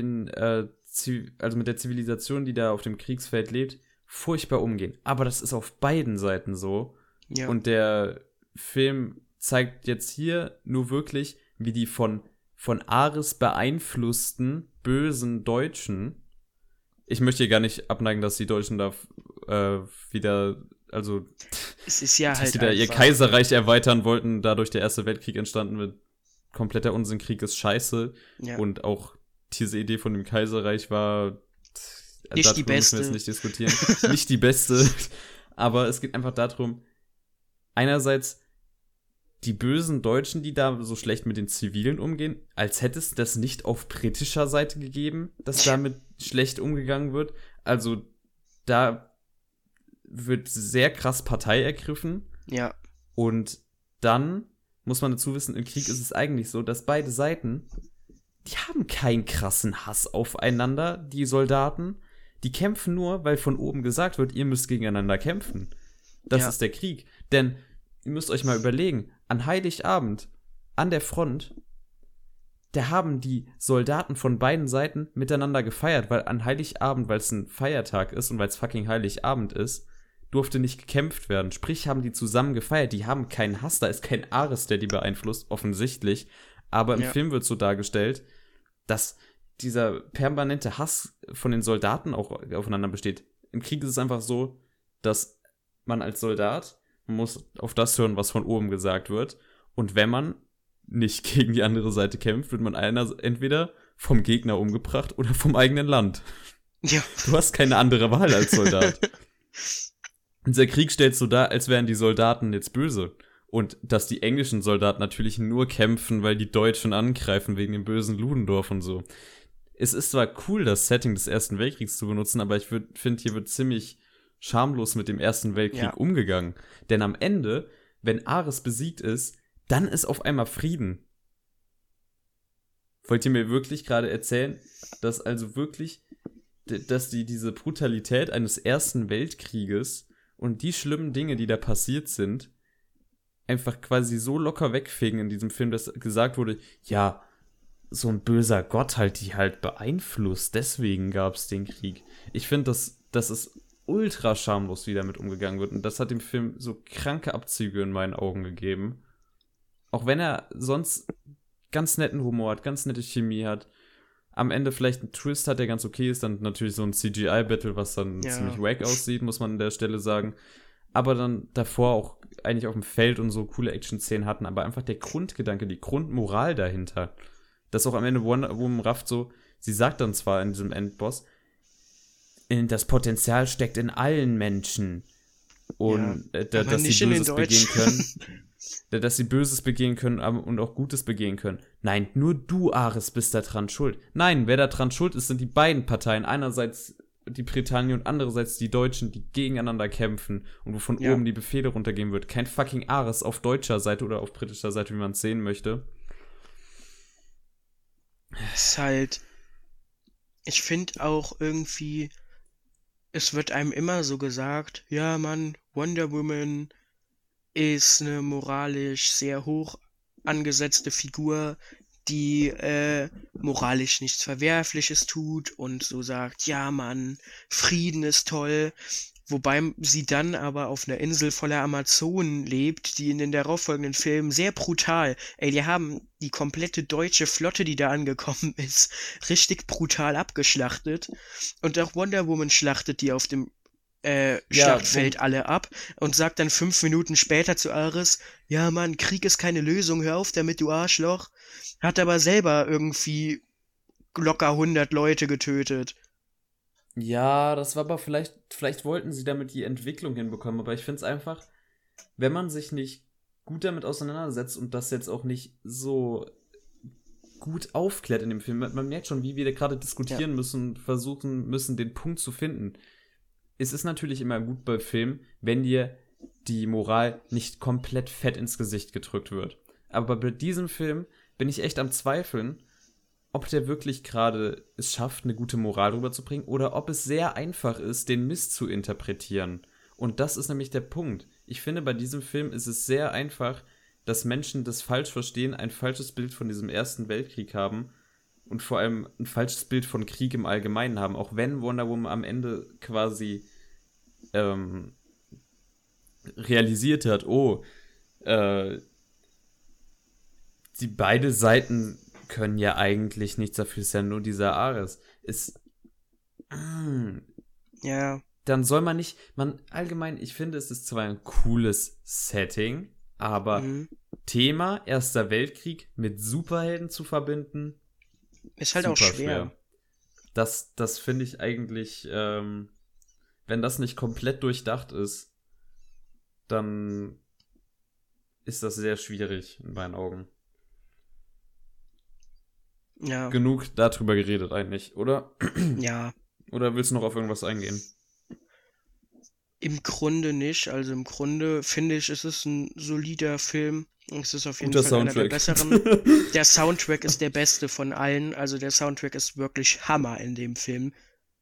Zivilisation, die da auf dem Kriegsfeld lebt, furchtbar umgehen. Aber das ist auf beiden Seiten so. Ja. Und der Film zeigt jetzt hier nur wirklich, wie die von Ares beeinflussten, bösen Deutschen. Ich möchte hier gar nicht abneigen, dass die Deutschen da wieder, also es ist ja dass halt sie da ihr Kaiserreich erweitern wollten, dadurch der Erste Weltkrieg entstanden wird. Kompletter Unsinnkrieg ist scheiße. Ja. Und auch diese Idee von dem Kaiserreich war nicht die beste. Müssen wir jetzt nicht diskutieren. Nicht die beste. Aber es geht einfach darum, einerseits die bösen Deutschen, die da so schlecht mit den Zivilen umgehen, als hätte es das nicht auf britischer Seite gegeben, dass damit schlecht umgegangen wird. Also da wird sehr krass Partei ergriffen. Ja. Und dann muss man dazu wissen, im Krieg ist es eigentlich so, dass beide Seiten, die haben keinen krassen Hass aufeinander, die Soldaten. Die kämpfen nur, weil von oben gesagt wird, ihr müsst gegeneinander kämpfen. Das ist der Krieg. Denn ihr müsst euch mal überlegen, an Heiligabend, an der Front, da haben die Soldaten von beiden Seiten miteinander gefeiert, weil an Heiligabend, weil es ein Feiertag ist und weil es fucking Heiligabend ist, durfte nicht gekämpft werden. Sprich, haben die zusammen gefeiert. Die haben keinen Hass. Da ist kein Ares, der die beeinflusst, offensichtlich. Aber im Film wird so dargestellt, dass dieser permanente Hass von den Soldaten auch aufeinander besteht. Im Krieg ist es einfach so, dass man als Soldat muss auf das hören, was von oben gesagt wird. Und wenn man nicht gegen die andere Seite kämpft, wird man entweder vom Gegner umgebracht oder vom eigenen Land. Ja. Du hast keine andere Wahl als Soldat. Dieser Krieg stellt so dar, als wären die Soldaten jetzt böse. Und dass die englischen Soldaten natürlich nur kämpfen, weil die Deutschen angreifen wegen dem bösen Ludendorff und so. Es ist zwar cool, das Setting des Ersten Weltkriegs zu benutzen, aber ich finde, hier wird ziemlich schamlos mit dem Ersten Weltkrieg umgegangen. Denn am Ende, wenn Ares besiegt ist, dann ist auf einmal Frieden. Wollt ihr mir wirklich gerade erzählen, dass also wirklich, dass diese Brutalität eines Ersten Weltkrieges und die schlimmen Dinge, die da passiert sind, einfach quasi so locker wegfegen in diesem Film, dass gesagt wurde, ja, so ein böser Gott halt die halt beeinflusst, deswegen gab es den Krieg. Ich finde, das ist ultra schamlos, wie damit umgegangen wird. Und das hat dem Film so kranke Abzüge in meinen Augen gegeben. Auch wenn er sonst ganz netten Humor hat, ganz nette Chemie hat. Am Ende vielleicht einen Twist hat, der ganz okay ist. Dann natürlich so ein CGI-Battle, was dann ziemlich wack aussieht, muss man an der Stelle sagen. Aber dann davor auch eigentlich auf dem Feld und so coole Action-Szenen hatten. Aber einfach der Grundgedanke, die Grundmoral dahinter. Dass auch am Ende Wonder Woman rafft so, sie sagt dann zwar in diesem Endboss, das Potenzial steckt in allen Menschen. Und dass sie Böses begehen können. Dass sie Böses begehen können und auch Gutes begehen können. Nein, nur du, Ares, bist da dran schuld. Nein, wer da dran schuld ist, sind die beiden Parteien. Einerseits die Britannien und andererseits die Deutschen, die gegeneinander kämpfen und wo von oben die Befehle runtergehen wird. Kein fucking Ares auf deutscher Seite oder auf britischer Seite, wie man es sehen möchte. Es ist halt, ich finde auch irgendwie, es wird einem immer so gesagt, ja Mann, Wonder Woman ist eine moralisch sehr hoch angesetzte Figur, die moralisch nichts Verwerfliches tut und so sagt, ja Mann, Frieden ist toll. Wobei sie dann aber auf einer Insel voller Amazonen lebt, die in den darauffolgenden Filmen sehr brutal, die haben die komplette deutsche Flotte, die da angekommen ist, richtig brutal abgeschlachtet. Und auch Wonder Woman schlachtet die auf dem Schlachtfeld alle ab und sagt dann 5 Minuten später zu Ares, ja Mann, Krieg ist keine Lösung, hör auf damit, du Arschloch. Hat aber selber irgendwie locker 100 Leute getötet. Ja, das war aber vielleicht wollten sie damit die Entwicklung hinbekommen, aber ich finde es einfach, wenn man sich nicht gut damit auseinandersetzt und das jetzt auch nicht so gut aufklärt in dem Film, man merkt schon, wie wir da gerade diskutieren müssen, versuchen müssen, den Punkt zu finden. Es ist natürlich immer gut bei Filmen, wenn dir die Moral nicht komplett fett ins Gesicht gedrückt wird. Aber bei diesem Film bin ich echt am Zweifeln, ob der wirklich gerade es schafft, eine gute Moral rüberzubringen oder ob es sehr einfach ist, den Mist zu interpretieren. Und das ist nämlich der Punkt. Ich finde, bei diesem Film ist es sehr einfach, dass Menschen das falsch verstehen, ein falsches Bild von diesem Ersten Weltkrieg haben und vor allem ein falsches Bild von Krieg im Allgemeinen haben. Auch wenn Wonder Woman am Ende quasi realisiert hat, die beide Seiten können ja eigentlich nichts dafür, ist ja nur dieser Ares. Dann soll man nicht, allgemein, ich finde, es ist zwar ein cooles Setting, aber Thema Erster Weltkrieg mit Superhelden zu verbinden, ist halt auch schwer. Das finde ich eigentlich, wenn das nicht komplett durchdacht ist, dann ist das sehr schwierig in meinen Augen. Ja. Genug darüber geredet eigentlich, oder? Ja. Oder willst du noch auf irgendwas eingehen? Im Grunde nicht. Also im Grunde finde ich, es ist ein solider Film. Es ist auf jeden Fall einer der besseren. Der Soundtrack ist der beste von allen. Also der Soundtrack ist wirklich Hammer in dem Film.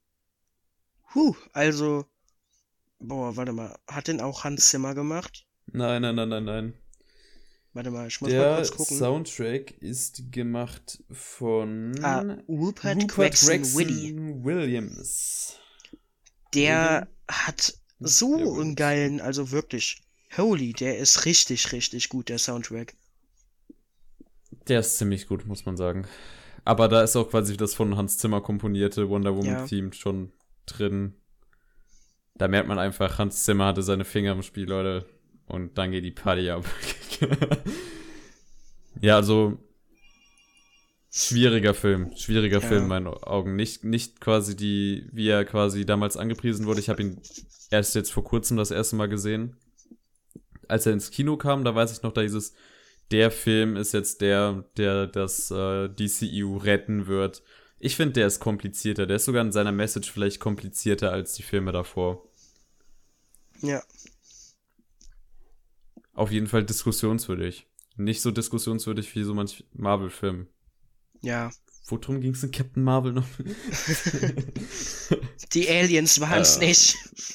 Also, warte mal. Hat den auch Hans Zimmer gemacht? Nein. Warte mal, ich muss mal kurz gucken. Der Soundtrack ist gemacht von Rupert Gregson Williams. Der hat so einen geilen, also wirklich, der ist richtig, richtig gut, der Soundtrack. Der ist ziemlich gut, muss man sagen. Aber da ist auch quasi das von Hans Zimmer komponierte Wonder Woman-Theme schon drin. Da merkt man einfach, Hans Zimmer hatte seine Finger im Spiel, Leute. Und dann geht die Party ab. Ja, also schwieriger Film in meinen Augen. Nicht quasi wie er quasi damals angepriesen wurde. Ich habe ihn erst jetzt vor kurzem das erste Mal gesehen. Als er ins Kino kam, da weiß ich noch, da hieß es, der Film ist jetzt der das DCU retten wird. Ich finde, der ist komplizierter. Der ist sogar in seiner Message vielleicht komplizierter als die Filme davor. Ja. Auf jeden Fall diskussionswürdig. Nicht so diskussionswürdig wie so manch Marvel-Film. Ja. Worum ging es in Captain Marvel noch? Die Aliens waren es nicht.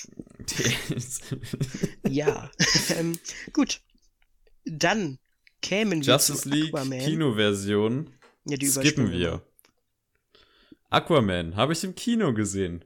Ja. Gut. Dann kämen wir Justice zu League Aquaman. Kinoversion. Ja, die Skippen Übersprung. wir. Aquaman habe ich im Kino gesehen.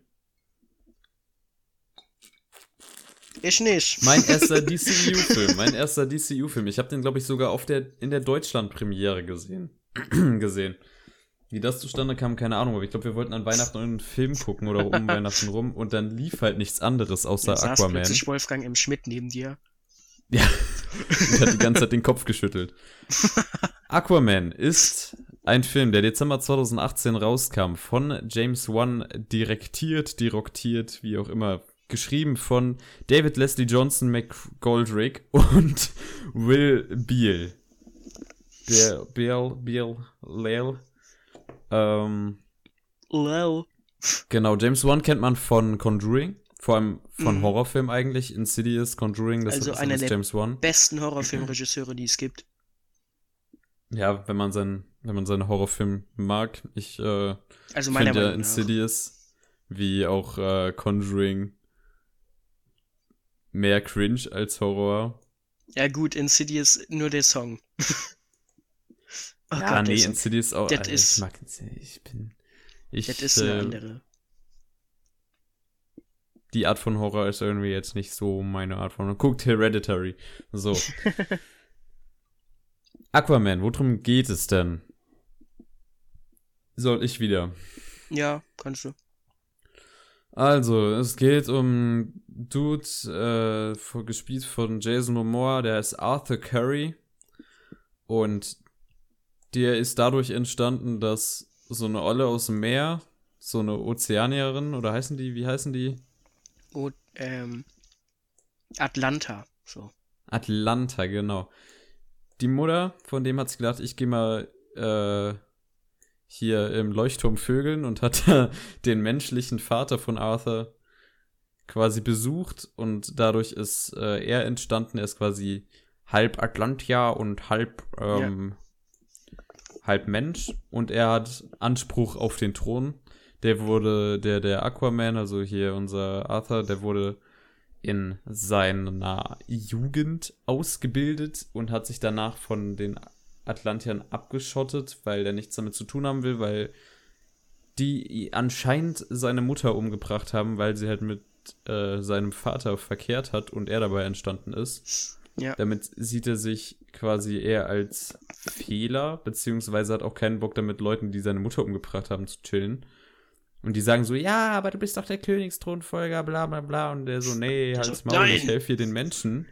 Ich nicht. Mein erster DCU-Film. Ich habe den, glaube ich, sogar in der Deutschland-Premiere gesehen. Wie das zustande kam, keine Ahnung. Aber ich glaube, wir wollten an Weihnachten einen Film gucken oder um Weihnachten rum. Und dann lief halt nichts anderes außer Da saß Aquaman. plötzlich Wolfgang M. Schmidt neben dir. Ja, und hat die ganze Zeit den Kopf geschüttelt. Aquaman ist ein Film, der Dezember 2018 rauskam, von James Wan, direktiert, wie auch immer, geschrieben von David Leslie Johnson McGoldrick und Will Beall. Beal. Lol. Genau, James Wan kennt man von Conjuring, vor allem von Horrorfilmen eigentlich, Insidious, Conjuring, das Also ist einer der James Wan. besten Horrorfilmregisseure, die es gibt. Ja, wenn man seinen Horrorfilm mag. Ich Also meiner finde ja Meinung nach. Insidious wie auch Conjuring mehr cringe als Horror. Ja gut, Insidious, nur der Song. Oh Ja, Gott, nee, das- Insidious auch. das Alter, ist- ich mag Insidious. Das ist eine andere. Die Art von Horror ist irgendwie jetzt nicht so meine Art von Horror. Guckt Hereditary. So. Aquaman, worum geht es denn? Soll ich wieder? Ja, kannst du. Also, es geht um Dude, gespielt von Jason Momoa, der ist Arthur Curry. Und der ist dadurch entstanden, dass so eine Olle aus dem Meer, so eine Ozeanierin, oder wie heißen die? Oh, Atlanta. So. Atlanta, genau. Die Mutter von dem hat sich gedacht, ich gehe mal hier im Leuchtturm vögeln und hat da den menschlichen Vater von Arthur quasi besucht und dadurch ist er entstanden. Er ist quasi halb Atlantia und halb Mensch und er hat Anspruch auf den Thron. Der Aquaman, also hier unser Arthur, der wurde in seiner Jugend ausgebildet und hat sich danach von den Atlantiern abgeschottet, weil er nichts damit zu tun haben will, weil die anscheinend seine Mutter umgebracht haben, weil sie halt mit seinem Vater verkehrt hat und er dabei entstanden ist. Ja. Damit sieht er sich quasi eher als Fehler, beziehungsweise hat auch keinen Bock damit, Leuten, die seine Mutter umgebracht haben, zu chillen. Und die sagen so, ja, aber du bist doch der Königsthronfolger, bla bla bla. Und der so, nee, halt's Maul, nein. ich helfe hier den Menschen.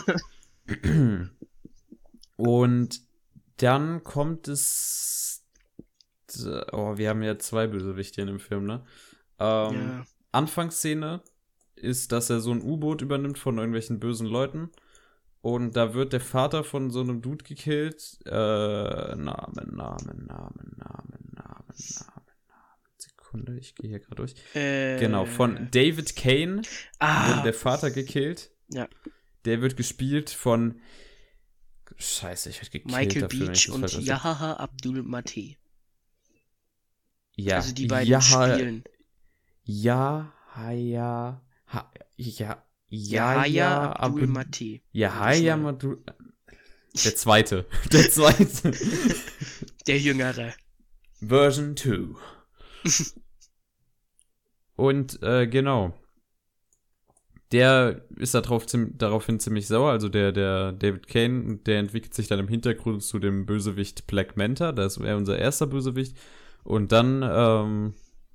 Und dann kommt es... Oh, wir haben ja 2 Bösewichte in dem Film, ne? Ja. Anfangsszene ist, dass er so ein U-Boot übernimmt von irgendwelchen bösen Leuten. Und da wird der Vater von so einem Dude gekillt. Namen. Sekunde, ich gehe hier gerade durch. Genau, von David Kane wurde der Vater gekillt. Ja. Der wird gespielt von Scheiße, ich werde gekillt Michael dafür, wenn ich Beach das und falsch ausspreche. Yahaha Abdul Mate. Ja, Also die beiden spielen. Yahya Abdul Mate. Yahya Abdul. Der zweite. Der zweite. Der Jüngere. Version 2. Und genau. der ist daraufhin ziemlich sauer, also der David Kane, der entwickelt sich dann im Hintergrund zu dem Bösewicht Black Manta, das ist unser erster Bösewicht. Und dann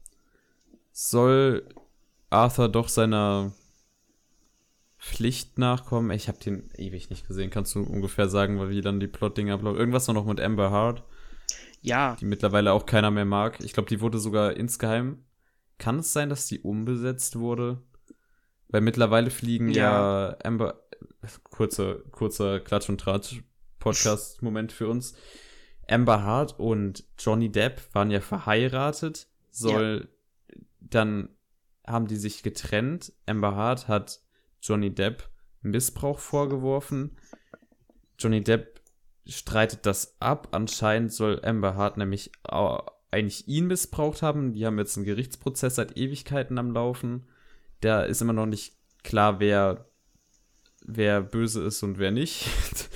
soll Arthur doch seiner Pflicht nachkommen. Ich habe den ewig nicht gesehen. Kannst du ungefähr sagen, wie dann die Plotdinger ablaufen? Irgendwas noch mit Amber Heard, Ja, die mittlerweile auch keiner mehr mag. Ich glaube, die wurde sogar insgeheim. Kann es sein, dass die umbesetzt wurde? Weil mittlerweile fliegen ja Amber. Kurzer Klatsch- und Tratsch-Podcast-Moment für uns. Amber Heard und Johnny Depp waren ja verheiratet. Dann haben die sich getrennt. Amber Heard hat Johnny Depp Missbrauch vorgeworfen. Johnny Depp streitet das ab. Anscheinend soll Amber Heard nämlich eigentlich ihn missbraucht haben. Die haben jetzt einen Gerichtsprozess seit Ewigkeiten am Laufen. Da ist immer noch nicht klar, wer böse ist und wer nicht.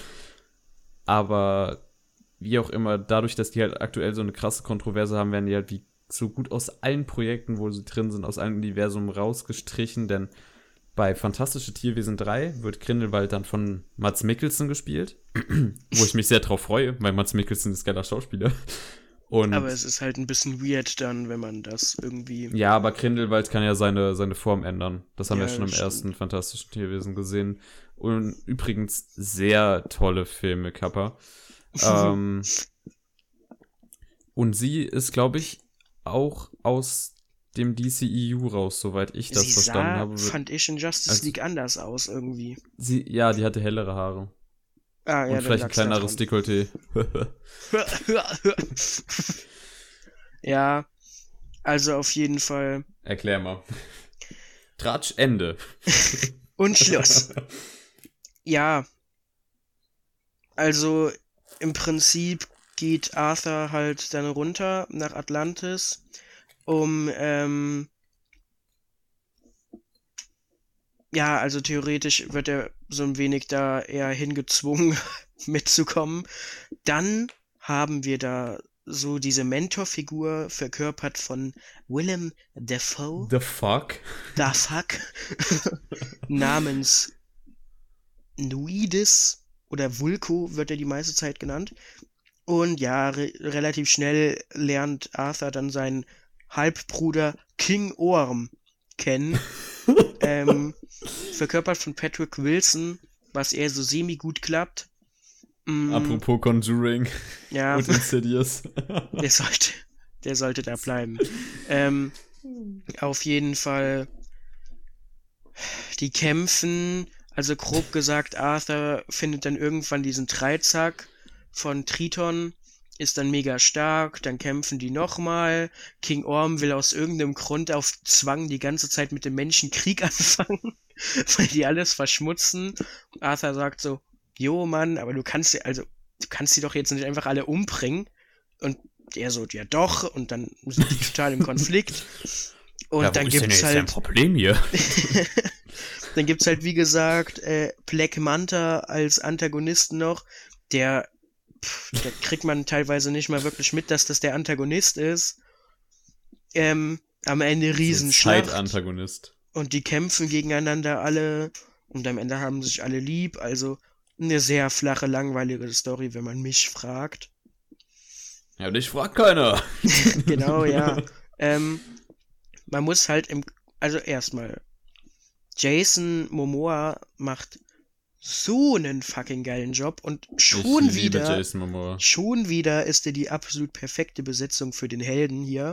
Aber wie auch immer, dadurch, dass die halt aktuell so eine krasse Kontroverse haben, werden die halt wie so gut aus allen Projekten, wo sie drin sind, aus allen Universum rausgestrichen, denn bei Fantastische Tierwesen 3 wird Grindelwald dann von Mads Mikkelsen gespielt, wo ich mich sehr drauf freue, weil Mads Mikkelsen ist geiler Schauspieler. Und aber es ist halt ein bisschen weird dann, wenn man das irgendwie... ja, aber Grindelwald kann ja seine Form ändern. Das haben wir Ja, schon im stimmt. ersten Fantastischen Tierwesen gesehen. Und übrigens sehr tolle Filme, Kappa. Und sie ist, glaube ich, auch aus dem DCEU raus, soweit ich das Sie verstanden sah, habe. fand ich, in Justice als- League anders aus irgendwie. Die hatte hellere Haare. Ah, ja, Und vielleicht ein kleineres Dekolleté. Ja, also auf jeden Fall. Erklär mal. Tratsch, Ende. Und Schluss. Ja, also im Prinzip geht Arthur halt dann runter nach Atlantis, um, ja, also theoretisch wird er so ein wenig da eher hingezwungen mitzukommen. Dann haben wir da so diese Mentorfigur verkörpert von Willem Dafoe, The fuck? da fuck, namens Nuidis oder Vulko wird er die meiste Zeit genannt. Und ja, relativ schnell lernt Arthur dann seinen Halbbruder King Orm kennen. Verkörpert von Patrick Wilson, was eher so semi-gut klappt. Apropos Conjuring Ja, und Insidious. der sollte da bleiben. Auf jeden Fall, die kämpfen, also grob gesagt, Arthur findet dann irgendwann diesen Dreizack von Triton, ist dann mega stark, dann kämpfen die nochmal. King Orm will aus irgendeinem Grund auf Zwang die ganze Zeit mit dem Menschen Krieg anfangen, weil die alles verschmutzen. Arthur sagt so, jo Mann, aber du kannst die doch jetzt nicht einfach alle umbringen. Und er so, ja doch, und dann sind die total im Konflikt. Und Ja, dann wo ist denn gibt's jetzt dein halt, Problem hier? dann gibt's halt, wie gesagt, Black Manta als Antagonisten noch, da kriegt man teilweise nicht mal wirklich mit, dass das der Antagonist ist. Am Ende Riesenschlacht. Zeitantagonist. Und die kämpfen gegeneinander alle. Und am Ende haben sich alle lieb. Also eine sehr flache, langweilige Story, wenn man mich fragt. Ja, dich fragt keiner. Genau, ja. Man muss halt also erstmal, Jason Momoa macht so einen fucking geilen Job und schon Ich liebe wieder Jason Momoa. ist er die absolut perfekte Besetzung für den Helden hier.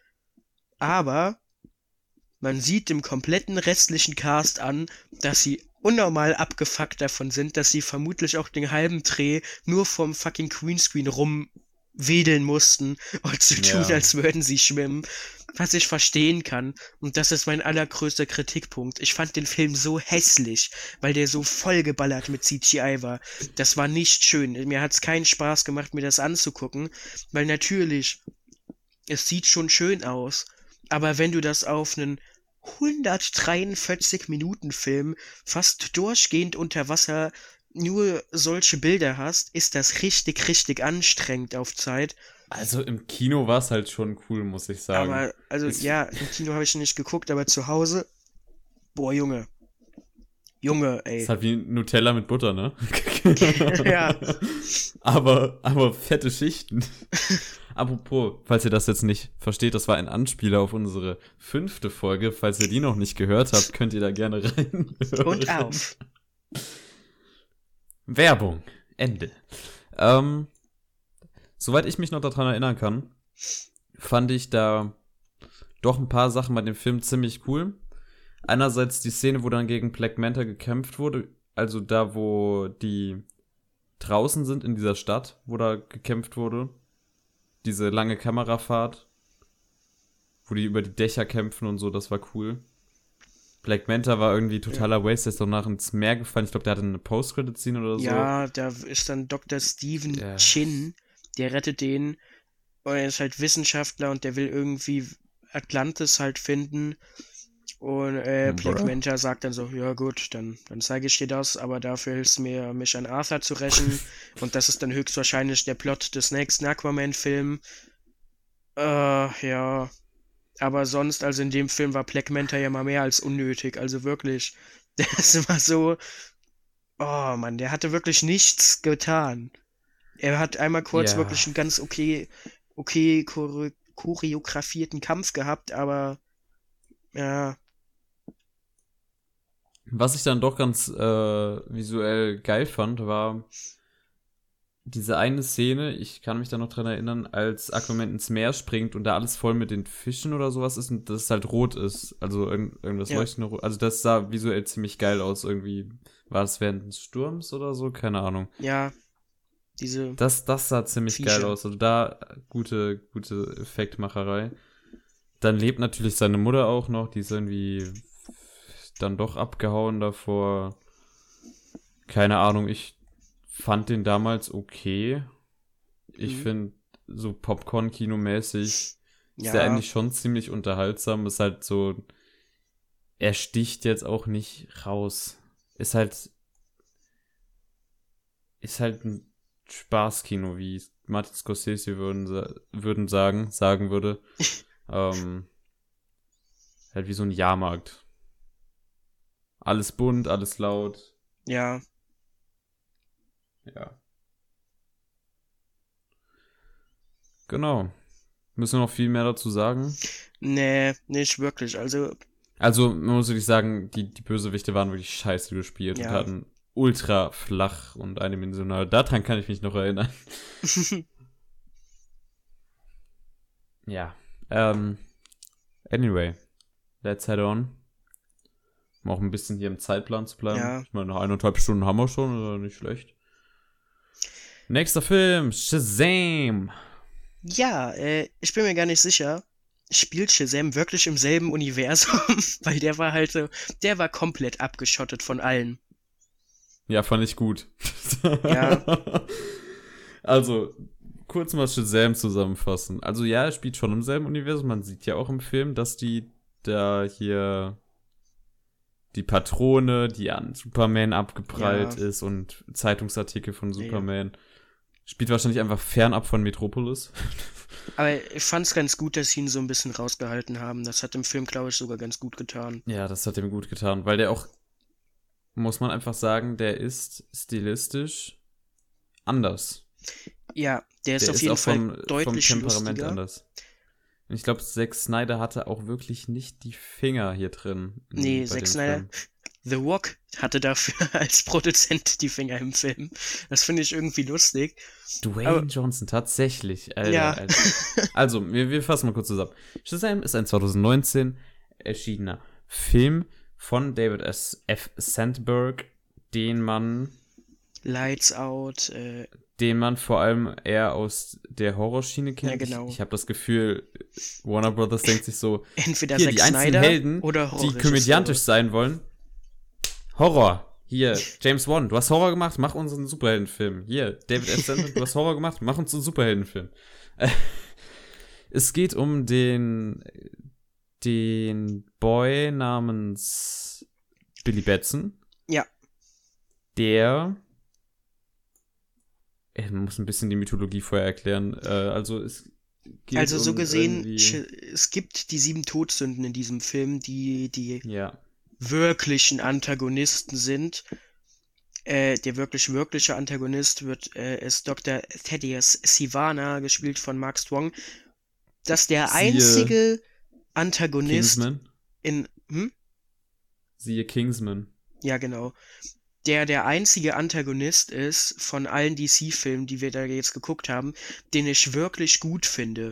Aber man sieht dem kompletten restlichen Cast an, dass sie unnormal abgefuckt davon sind, dass sie vermutlich auch den halben Dreh nur vom fucking Greenscreen rumwedeln mussten und so tun, Ja. als würden sie schwimmen. Was ich verstehen kann. Und das ist mein allergrößter Kritikpunkt. Ich fand den Film so hässlich, weil der so vollgeballert mit CGI war. Das war nicht schön. Mir hat's keinen Spaß gemacht, mir das anzugucken, weil natürlich, es sieht schon schön aus, aber wenn du das auf einen 143-Minuten-Film fast durchgehend unter Wasser nur solche Bilder hast, ist das richtig, richtig anstrengend auf Zeit. Also im Kino war es halt schon cool, muss ich sagen. Aber, also ja, im Kino habe ich nicht geguckt, aber zu Hause, boah Junge, Junge, Ist ey. halt wie Nutella mit Butter, ne? Ja. Aber fette Schichten. Apropos, falls ihr das jetzt nicht versteht, das war ein Anspieler auf unsere 5. Folge. Falls ihr die noch nicht gehört habt, könnt ihr da gerne rein. Und auf. Werbung. Ende. Soweit ich mich noch daran erinnern kann, fand ich da doch ein paar Sachen bei dem Film ziemlich cool. Einerseits die Szene, wo dann gegen Black Manta gekämpft wurde, also da, wo die draußen sind in dieser Stadt, wo da gekämpft wurde. Diese lange Kamerafahrt, wo die über die Dächer kämpfen und so, das war cool. Black Manta war irgendwie totaler Waste, der ist danach ins Meer gefallen. Ich glaube, der hatte eine Post-Credit-Scene oder so. Ja, da ist dann Dr. Stephen Chin, der rettet den. Und er ist halt Wissenschaftler und der will irgendwie Atlantis halt finden. Und Black Manta sagt dann so, ja gut, dann zeige ich dir das, aber dafür hilfst du mir, mich an Arthur zu rächen. Und das ist dann höchstwahrscheinlich der Plot des nächsten Aquaman-Film. Ja. Aber sonst, also in dem Film war Black Manta ja mal mehr als unnötig. Also wirklich, das war so, oh Mann, der hatte wirklich nichts getan. Er hat einmal kurz wirklich einen ganz okay choreografierten Kampf gehabt, aber ja. Was ich dann doch ganz visuell geil fand, war diese eine Szene, ich kann mich da noch dran erinnern, als Aquaman ins Meer springt und da alles voll mit den Fischen oder sowas ist und das halt rot ist. Also irgendwas leuchtende Rot. Also das sah visuell ziemlich geil aus. Irgendwie war es während des Sturms oder so, keine Ahnung. Ja, Das sah ziemlich Viecher. geil aus. Also da gute Effektmacherei. Dann lebt natürlich seine Mutter auch noch, die ist irgendwie dann doch abgehauen davor. Keine Ahnung, ich fand den damals okay. Ich finde, so Popcorn-Kino-mäßig ist der eigentlich schon ziemlich unterhaltsam. Ist halt so, er sticht jetzt auch nicht raus. Ist halt ein Spaßkino, wie Martin Scorsese sagen würde. Halt wie so ein Jahrmarkt. Alles bunt, alles laut. Ja. Ja. Genau. Müssen wir noch viel mehr dazu sagen? Nee, nicht wirklich. Also, man muss wirklich sagen, die Bösewichte waren wirklich scheiße gespielt und hatten ultra flach und eindimensional. Daran kann ich mich noch erinnern. Ja. Anyway. Let's head on. Um auch ein bisschen hier im Zeitplan zu bleiben. Ja. Ich meine, nach 1,5 Stunden haben wir schon, oder nicht schlecht. Nächster Film, Shazam. Ja, ich bin mir gar nicht sicher. Spielt Shazam wirklich im selben Universum? Weil der war komplett abgeschottet von allen. Ja, fand ich gut. Ja. Also, kurz mal Shazam zusammenfassen. Also ja, er spielt schon im selben Universum. Man sieht ja auch im Film, dass die da hier die Patrone, die an Superman abgeprallt ist und Zeitungsartikel von Superman. Spielt wahrscheinlich einfach fernab von Metropolis. Aber ich fand's ganz gut, dass sie ihn so ein bisschen rausgehalten haben. Das hat im Film, glaube ich, sogar ganz gut getan. Ja, das hat ihm gut getan, weil der auch, muss man einfach sagen, der ist stilistisch anders. Ja, der ist auf jeden Fall deutlich vom Temperament lustiger. anders. Und ich glaube, Zack Snyder hatte auch wirklich nicht die Finger hier drin. Nee, Zack Snyder, The Rock hatte dafür als Produzent die Finger im Film. Das finde ich irgendwie lustig. Dwayne Johnson, tatsächlich. Alter, Ja. Alter. Also, wir fassen mal kurz zusammen. Shazam ist ein 2019 erschienener Film von David F. Sandberg, den man vor allem eher aus der Horrorschiene kennt. Ja, genau. Ich habe das Gefühl, Warner Brothers denkt sich so, Entweder hier, Zack die einzelnen Snyder Helden, oder die Horrorregisseure. komödiantisch sein wollen. Horror. Hier, James Wan, du hast Horror gemacht, mach uns einen Superheldenfilm. Hier, David F. Sandberg, du hast Horror gemacht, mach uns einen Superheldenfilm. Es geht um den Boy namens Billy Batson. Ja. Man muss ein bisschen die Mythologie vorher erklären. Es geht so gesehen, irgendwie... es gibt die 7 Todsünden in diesem Film, die Ja. wirklichen Antagonisten sind. Der wirkliche Antagonist ist Dr. Thaddeus Sivana, gespielt von Mark Strong. Das ist der einzige Antagonist Kingsman? Siehe Kingsman. Ja, genau. Der einzige Antagonist ist von allen DC-Filmen, die wir da jetzt geguckt haben, den ich wirklich gut finde.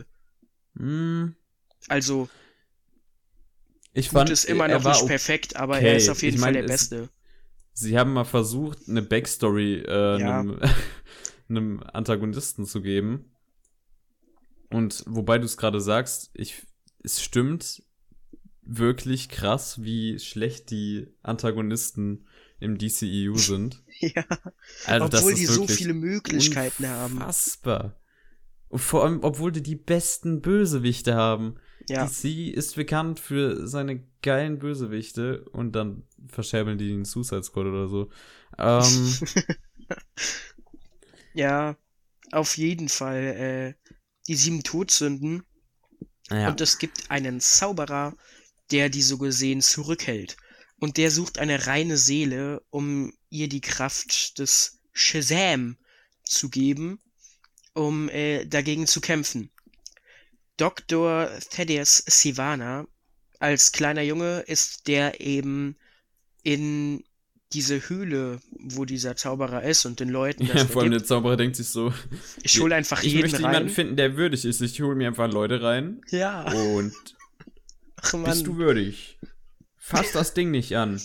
Also, Ich gut fand, ist immer er noch war nicht okay. perfekt, aber er ist auf jeden Ich Fall mein, der Beste. Sie haben mal versucht, eine Backstory Ja. einem Antagonisten zu geben. Und wobei du es gerade sagst, es stimmt wirklich krass, wie schlecht die Antagonisten im DCEU sind. Ja, Also das obwohl ist die so wirklich viele Möglichkeiten haben. unfassbar. Und vor allem, obwohl die besten Bösewichte haben. Ja, DC ist bekannt für seine geilen Bösewichte und dann verscherbeln die den Suicide Squad oder so. ja, auf jeden Fall. Die 7 Todsünden. Ja. Und es gibt einen Zauberer, der die so gesehen zurückhält. Und der sucht eine reine Seele, um ihr die Kraft des Shazam zu geben, um dagegen zu kämpfen. Dr. Thaddeus Sivana, als kleiner Junge, ist der eben in diese Höhle, wo dieser Zauberer ist und den Leuten das Vor allem gibt. der Zauberer denkt sich so, Ich hole einfach ich jeden möchte rein. jemanden finden, der würdig ist. Ich hole mir einfach Leute rein Ja, und ach Mann. bist du würdig? Fass das Ding nicht an.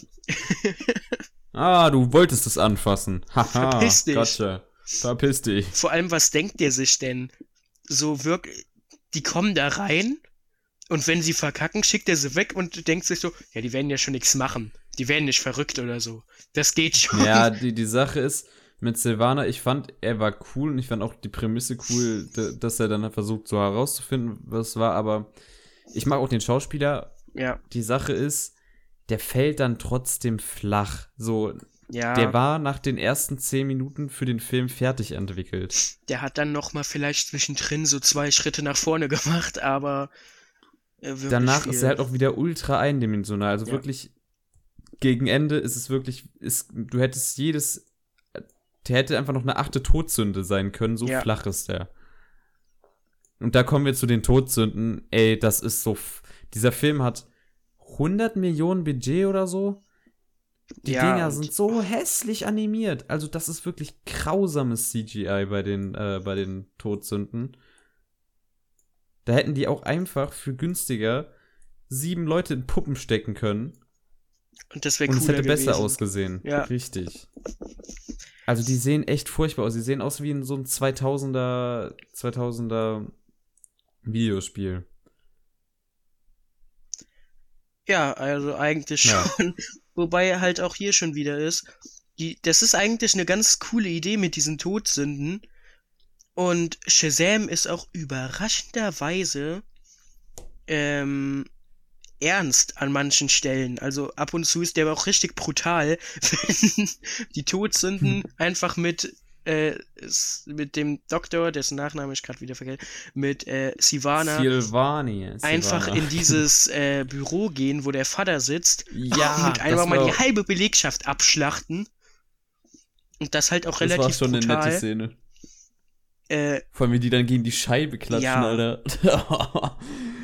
Du wolltest es anfassen. Haha, Verpiss dich. gotcha. Verpiss dich. Vor allem, was denkt der sich denn? So wirklich, die kommen da rein und wenn sie verkacken, schickt er sie weg und denkt sich so, ja, die werden ja schon nichts machen. Die werden nicht verrückt oder so. Das geht schon. Ja, die Sache ist, mit Sylvana, ich fand, er war cool und ich fand auch die Prämisse cool, dass er dann versucht, so herauszufinden, was es war, aber ich mag auch den Schauspieler. Ja, Die Sache ist, der fällt dann trotzdem flach. So, ja. der war nach den ersten 10 Minuten für den Film fertig entwickelt. Der hat dann nochmal vielleicht zwischendrin so 2 Schritte nach vorne gemacht, aber wirklich Danach viel. ist er halt auch wieder ultra eindimensional. Also Ja. wirklich, gegen Ende ist es wirklich, du hättest der hätte einfach noch eine 8. Todsünde sein können, so Ja. flach ist der. Und da kommen wir zu den Todsünden. Ey, das ist so, dieser Film hat 100 Millionen Budget oder so. Die Ja, Dinger und- sind so hässlich animiert. Also das ist wirklich grausames CGI bei den Todsünden. Da hätten die auch einfach für günstiger 7 Leute in Puppen stecken können. Und das wäre Und cooler es hätte besser gewesen. ausgesehen. Ja. Richtig. Also die sehen echt furchtbar aus. Die sehen aus wie in so ein 2000er Videospiel. Ja, also eigentlich schon. Ja. Wobei halt auch hier schon wieder ist, das ist eigentlich eine ganz coole Idee mit diesen Todsünden. Und Shazam ist auch überraschenderweise ernst an manchen Stellen. Also ab und zu ist der aber auch richtig brutal, wenn die Todsünden einfach mit dem Doktor, dessen Nachname ich gerade wieder vergesse, mit Sivana Silvani. einfach in dieses Büro gehen, wo der Vater sitzt Ja, und einfach das mal war- die halbe Belegschaft abschlachten. Und das halt auch Das war relativ schon eine brutal. nette Szene. Äh, Vor allem, wie die dann gegen die Scheibe klatschen, Ja. Alter.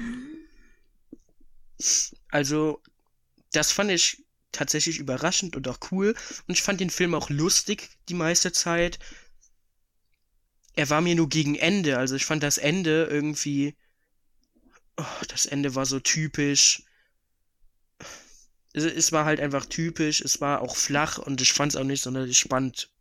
Also, das fand ich tatsächlich überraschend und auch cool. Und ich fand den Film auch lustig die meiste Zeit. Er war mir nur gegen Ende. Also ich fand das Ende irgendwie... Oh, das Ende war so typisch. Es war halt einfach typisch. Es war auch flach und ich fand es auch nicht sonderlich spannend.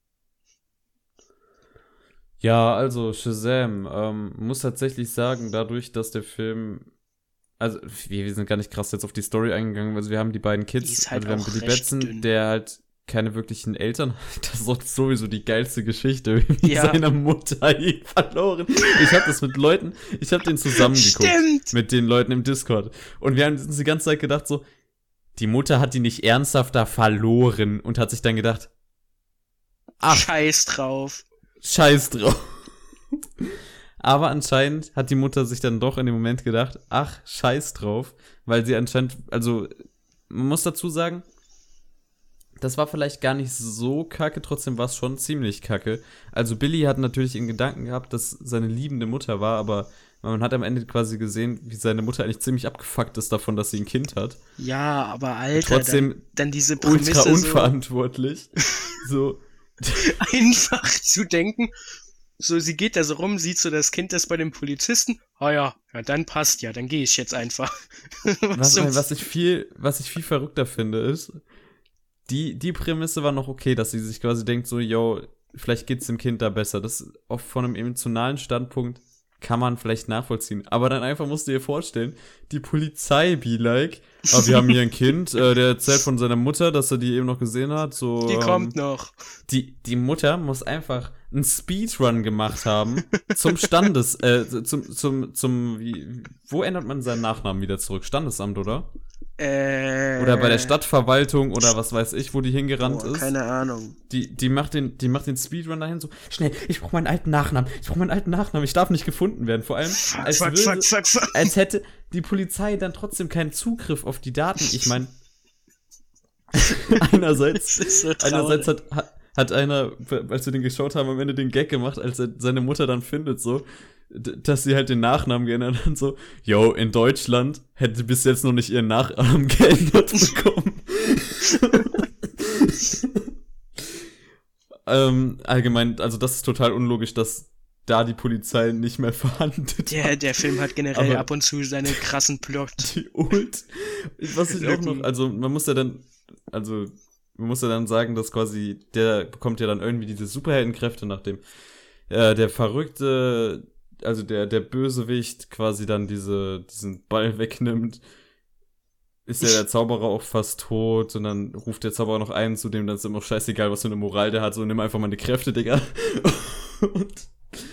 Ja, also Shazam, muss tatsächlich sagen, dadurch, dass der Film, also wir sind gar nicht krass jetzt auf die Story eingegangen, also wir haben die beiden Die Kids, ist halt also wir haben auch Billy recht Batson, dünn. der halt keine wirklichen Eltern hat. Das ist doch sowieso die geilste Geschichte, wie Ja. seine Mutter ihn verloren. Ich habe das mit Leuten, ich habe den zusammengeguckt. Stimmt! Mit den Leuten im Discord. Und wir haben uns die ganze Zeit gedacht so, die Mutter hat die nicht ernsthafter verloren und hat sich dann gedacht, ach, Scheiß drauf. scheiß drauf. Aber anscheinend hat die Mutter sich dann doch in dem Moment gedacht, ach, scheiß drauf, weil sie anscheinend, also man muss dazu sagen, das war vielleicht gar nicht so kacke, trotzdem war es schon ziemlich kacke. Also Billy hat natürlich in Gedanken gehabt, dass seine liebende Mutter war, aber man hat am Ende quasi gesehen, wie seine Mutter eigentlich ziemlich abgefuckt ist davon, dass sie ein Kind hat. Ja, aber Alter, trotzdem dann diese Prämisse ultra unverantwortlich. So. Einfach zu denken, so sie geht da so rum, sieht so das Kind, das bei dem Polizisten, ja, dann passt ja, dann gehe ich jetzt einfach. Was ich viel verrückter finde, ist, die Prämisse war noch okay, dass sie sich quasi denkt, so, yo, vielleicht geht's dem Kind da besser. Das auch von einem emotionalen Standpunkt kann man vielleicht nachvollziehen. Aber dann einfach musst du dir vorstellen, die Polizei be like, wir haben hier ein Kind, der erzählt von seiner Mutter, dass er die eben noch gesehen hat. So, die kommt noch. Die Mutter muss einfach einen Speedrun gemacht haben zum wo ändert man seinen Nachnamen wieder zurück? Standesamt, oder? Oder bei der Stadtverwaltung oder was weiß ich, wo die hingerannt ist. Keine Ahnung. Die macht den Speedrun dahin so, schnell, ich brauche meinen alten Nachnamen, ich darf nicht gefunden werden. Vor allem, als hätte die Polizei dann trotzdem keinen Zugriff auf die Daten. Ich meine, einerseits hat einer, als wir den geschaut haben, am Ende den Gag gemacht, als er seine Mutter dann findet, so, dass sie halt den Nachnamen geändert hat und so, yo, in Deutschland hätte bis jetzt noch nicht ihren Nachnamen geändert bekommen. Allgemein, also das ist total unlogisch, dass da die Polizei nicht mehr verhandelt hat. Der Film hat generell ab und zu seine krassen Plot. Was ich auch noch, also man muss ja dann sagen, dass quasi, der bekommt ja dann irgendwie diese Superheldenkräfte, nachdem der Verrückte, also der Bösewicht quasi dann diesen Ball wegnimmt, ist ja der Zauberer auch fast tot und dann ruft der Zauberer noch einen zu dem, dann ist ihm auch scheißegal, was für eine Moral der hat, so nimm einfach meine Kräfte, Digga. Und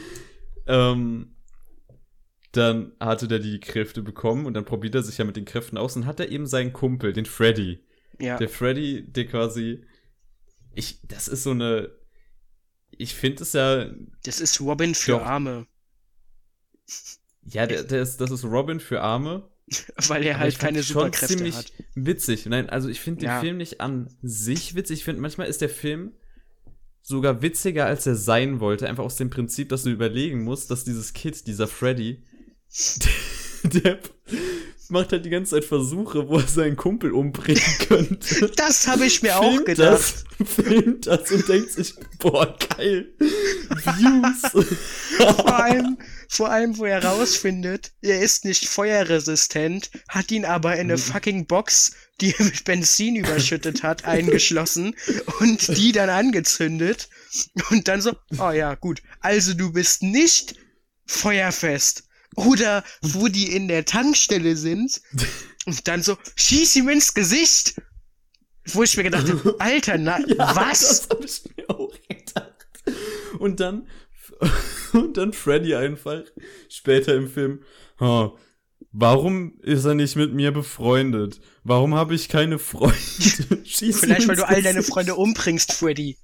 dann hatte der die Kräfte bekommen und dann probiert er sich ja mit den Kräften aus und hat er eben seinen Kumpel, den Freddy. Ja. Der Freddy, der quasi, das ist so eine, ich finde es ja. Das ist Robin für Arme. Ja, das ist Robin für Arme. Weil er halt keine Superkräfte ziemlich hat. Witzig. Nein, also ich finde den Film nicht an sich witzig. Ich finde, manchmal ist der Film sogar witziger, als er sein wollte. Einfach aus dem Prinzip, dass du überlegen musst, dass dieses Kid, dieser Freddy, der macht halt die ganze Zeit Versuche, wo er seinen Kumpel umbringen könnte. Das habe ich mir auch gedacht. Filmt das und denkt sich, boah, geil. Views. Vor allem, wo er rausfindet, er ist nicht feuerresistent, hat ihn aber in eine fucking Box, die er mit Benzin überschüttet hat, eingeschlossen und die dann angezündet. Und dann so, oh ja, gut, also du bist nicht feuerfest. Oder wo die in der Tankstelle sind und dann so, schieß ihm ins Gesicht. Wo ich mir gedacht habe, Alter, was? Das hab ich mir auch gedacht. Und dann Freddy einfach später im Film, warum ist er nicht mit mir befreundet? Warum habe ich keine Freunde? Vielleicht, weil du all deine Freunde umbringst, Freddy.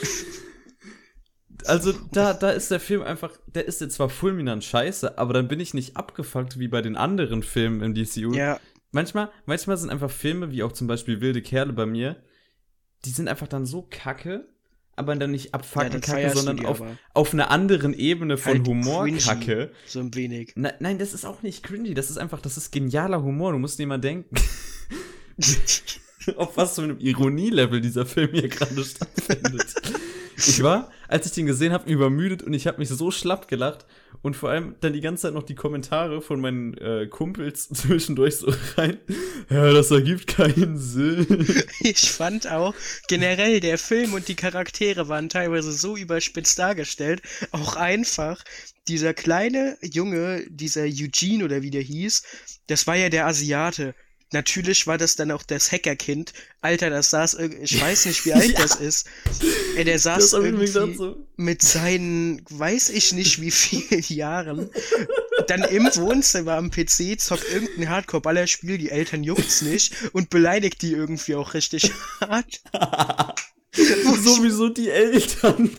Also da ist der Film einfach, der ist jetzt zwar fulminant scheiße, aber dann bin ich nicht abgefuckt wie bei den anderen Filmen im DCU. Ja. Manchmal sind einfach Filme, wie auch zum Beispiel Wilde Kerle bei mir, die sind einfach dann so kacke, aber dann nicht abfucken kacke, sondern auf einer anderen Ebene von halt Humor cringy, kacke. So ein wenig. Nein, das ist auch nicht cringy, das ist genialer Humor, du musst dir mal denken. Auf was für einem Ironielevel dieser Film hier gerade stattfindet. Ich war, als ich den gesehen habe, übermüdet und ich habe mich so schlapp gelacht und vor allem dann die ganze Zeit noch die Kommentare von meinen Kumpels zwischendurch so rein. Ja, das ergibt keinen Sinn. Ich fand auch, generell der Film und die Charaktere waren teilweise so überspitzt dargestellt. Auch einfach, dieser kleine Junge, dieser Eugene oder wie der hieß, das war ja der Asiate. Natürlich war das dann auch das Hackerkind. Alter, das saß ich weiß nicht, wie alt das ist. Der saß irgendwie mit seinen, weiß ich nicht wie vielen Jahren, dann im Wohnzimmer am PC, zockt irgendein Hardcore-Ballerspiel, die Eltern juckt's nicht und beleidigt die irgendwie auch richtig hart. Sowieso die Eltern,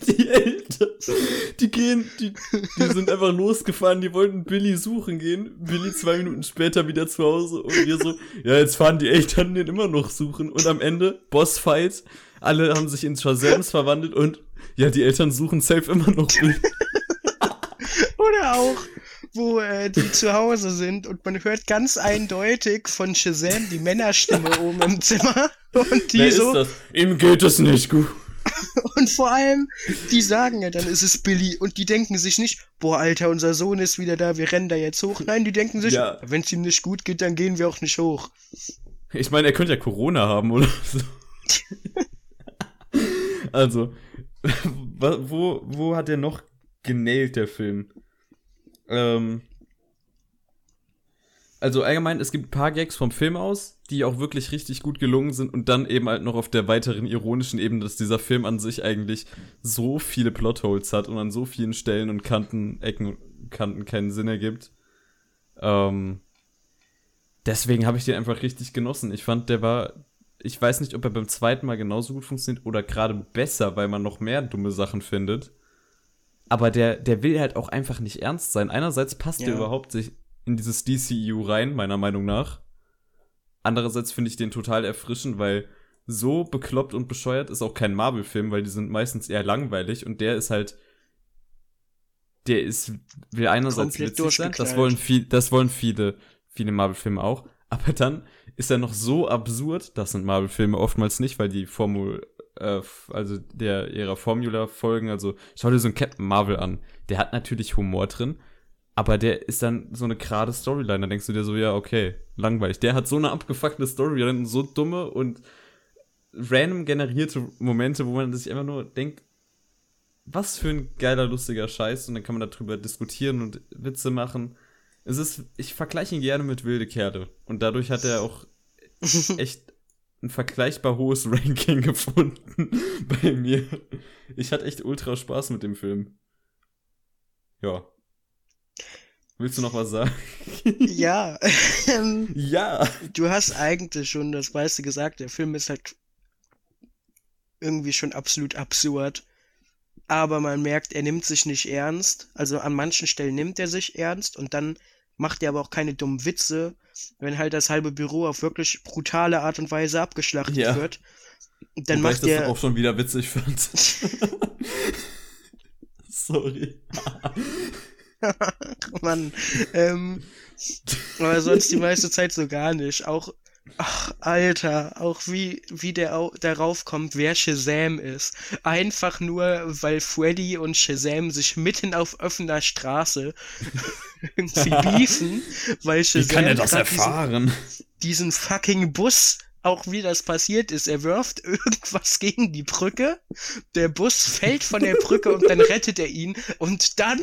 die sind einfach losgefahren, die wollten Billy suchen gehen. Billy 2 Minuten später wieder zu Hause und wir so, ja, jetzt fahren die Eltern den immer noch suchen. Und am Ende, Bossfight, alle haben sich in Shazams verwandelt und ja, die Eltern suchen safe immer noch Billy. Oder auch, wo die zu Hause sind und man hört ganz eindeutig von Shazam die Männerstimme oben im Zimmer. Und die Wer so, ist das? Ihm geht es nicht gut. und vor allem, die sagen ja dann, ist es Billy. Und die denken sich nicht, boah, Alter, unser Sohn ist wieder da, wir rennen da jetzt hoch. Nein, die denken sich, Ja. wenn es ihm nicht gut geht, dann gehen wir auch nicht hoch. Ich meine, er könnte ja Corona haben, oder so. Also, wo hat er noch genailt, der Film? Also allgemein, es gibt ein paar Gags vom Film aus, die auch wirklich richtig gut gelungen sind und dann eben halt noch auf der weiteren ironischen Ebene, dass dieser Film an sich eigentlich so viele Plotholes hat und an so vielen Stellen und Ecken und Kanten keinen Sinn ergibt. Deswegen habe ich den einfach richtig genossen. Ich fand, ich weiß nicht, ob er beim zweiten Mal genauso gut funktioniert oder gerade besser, weil man noch mehr dumme Sachen findet. Aber der will halt auch einfach nicht ernst sein. Einerseits passt der überhaupt sich in dieses DCEU rein, meiner Meinung nach. Andererseits finde ich den total erfrischend, weil so bekloppt und bescheuert ist auch kein Marvel-Film, weil die sind meistens eher langweilig und will einerseits Komplett witzig sein, durchgeknallt. das wollen viele Marvel-Filme auch, aber dann ist er noch so absurd, das sind Marvel-Filme oftmals nicht, weil die ihrer Formula folgen, also schau dir so einen Captain Marvel an, der hat natürlich Humor drin, aber der ist dann so eine gerade Storyline, da denkst du dir so, ja, okay, langweilig. Der hat so eine abgefuckte Storyline, so dumme und random generierte Momente, wo man sich einfach nur denkt, was für ein geiler, lustiger Scheiß, und dann kann man darüber diskutieren und Witze machen. Ich vergleiche ihn gerne mit Wilde Kerle und dadurch hat er auch echt ein vergleichbar hohes Ranking gefunden bei mir. Ich hatte echt ultra Spaß mit dem Film. Ja. Willst du noch was sagen? Ja, Ja. du hast eigentlich schon das meiste gesagt. Der Film ist halt irgendwie schon absolut absurd. Aber man merkt, er nimmt sich nicht ernst. Also an manchen Stellen nimmt er sich ernst und dann macht er aber auch keine dummen Witze, wenn halt das halbe Büro auf wirklich brutale Art und Weise abgeschlachtet wird. Dann Wobei macht ich das er auch schon wieder witzig fand. Sorry. Mann, aber sonst die meiste Zeit so gar nicht. Auch, ach, Alter, auch wie der darauf kommt, wer Shazam ist. Einfach nur, weil Freddy und Shazam sich mitten auf offener Straße irgendwie beefen, weil Shazam Wie kann er das grad erfahren? diesen fucking Bus, auch wie das passiert ist, er wirft irgendwas gegen die Brücke, der Bus fällt von der Brücke und dann rettet er ihn und dann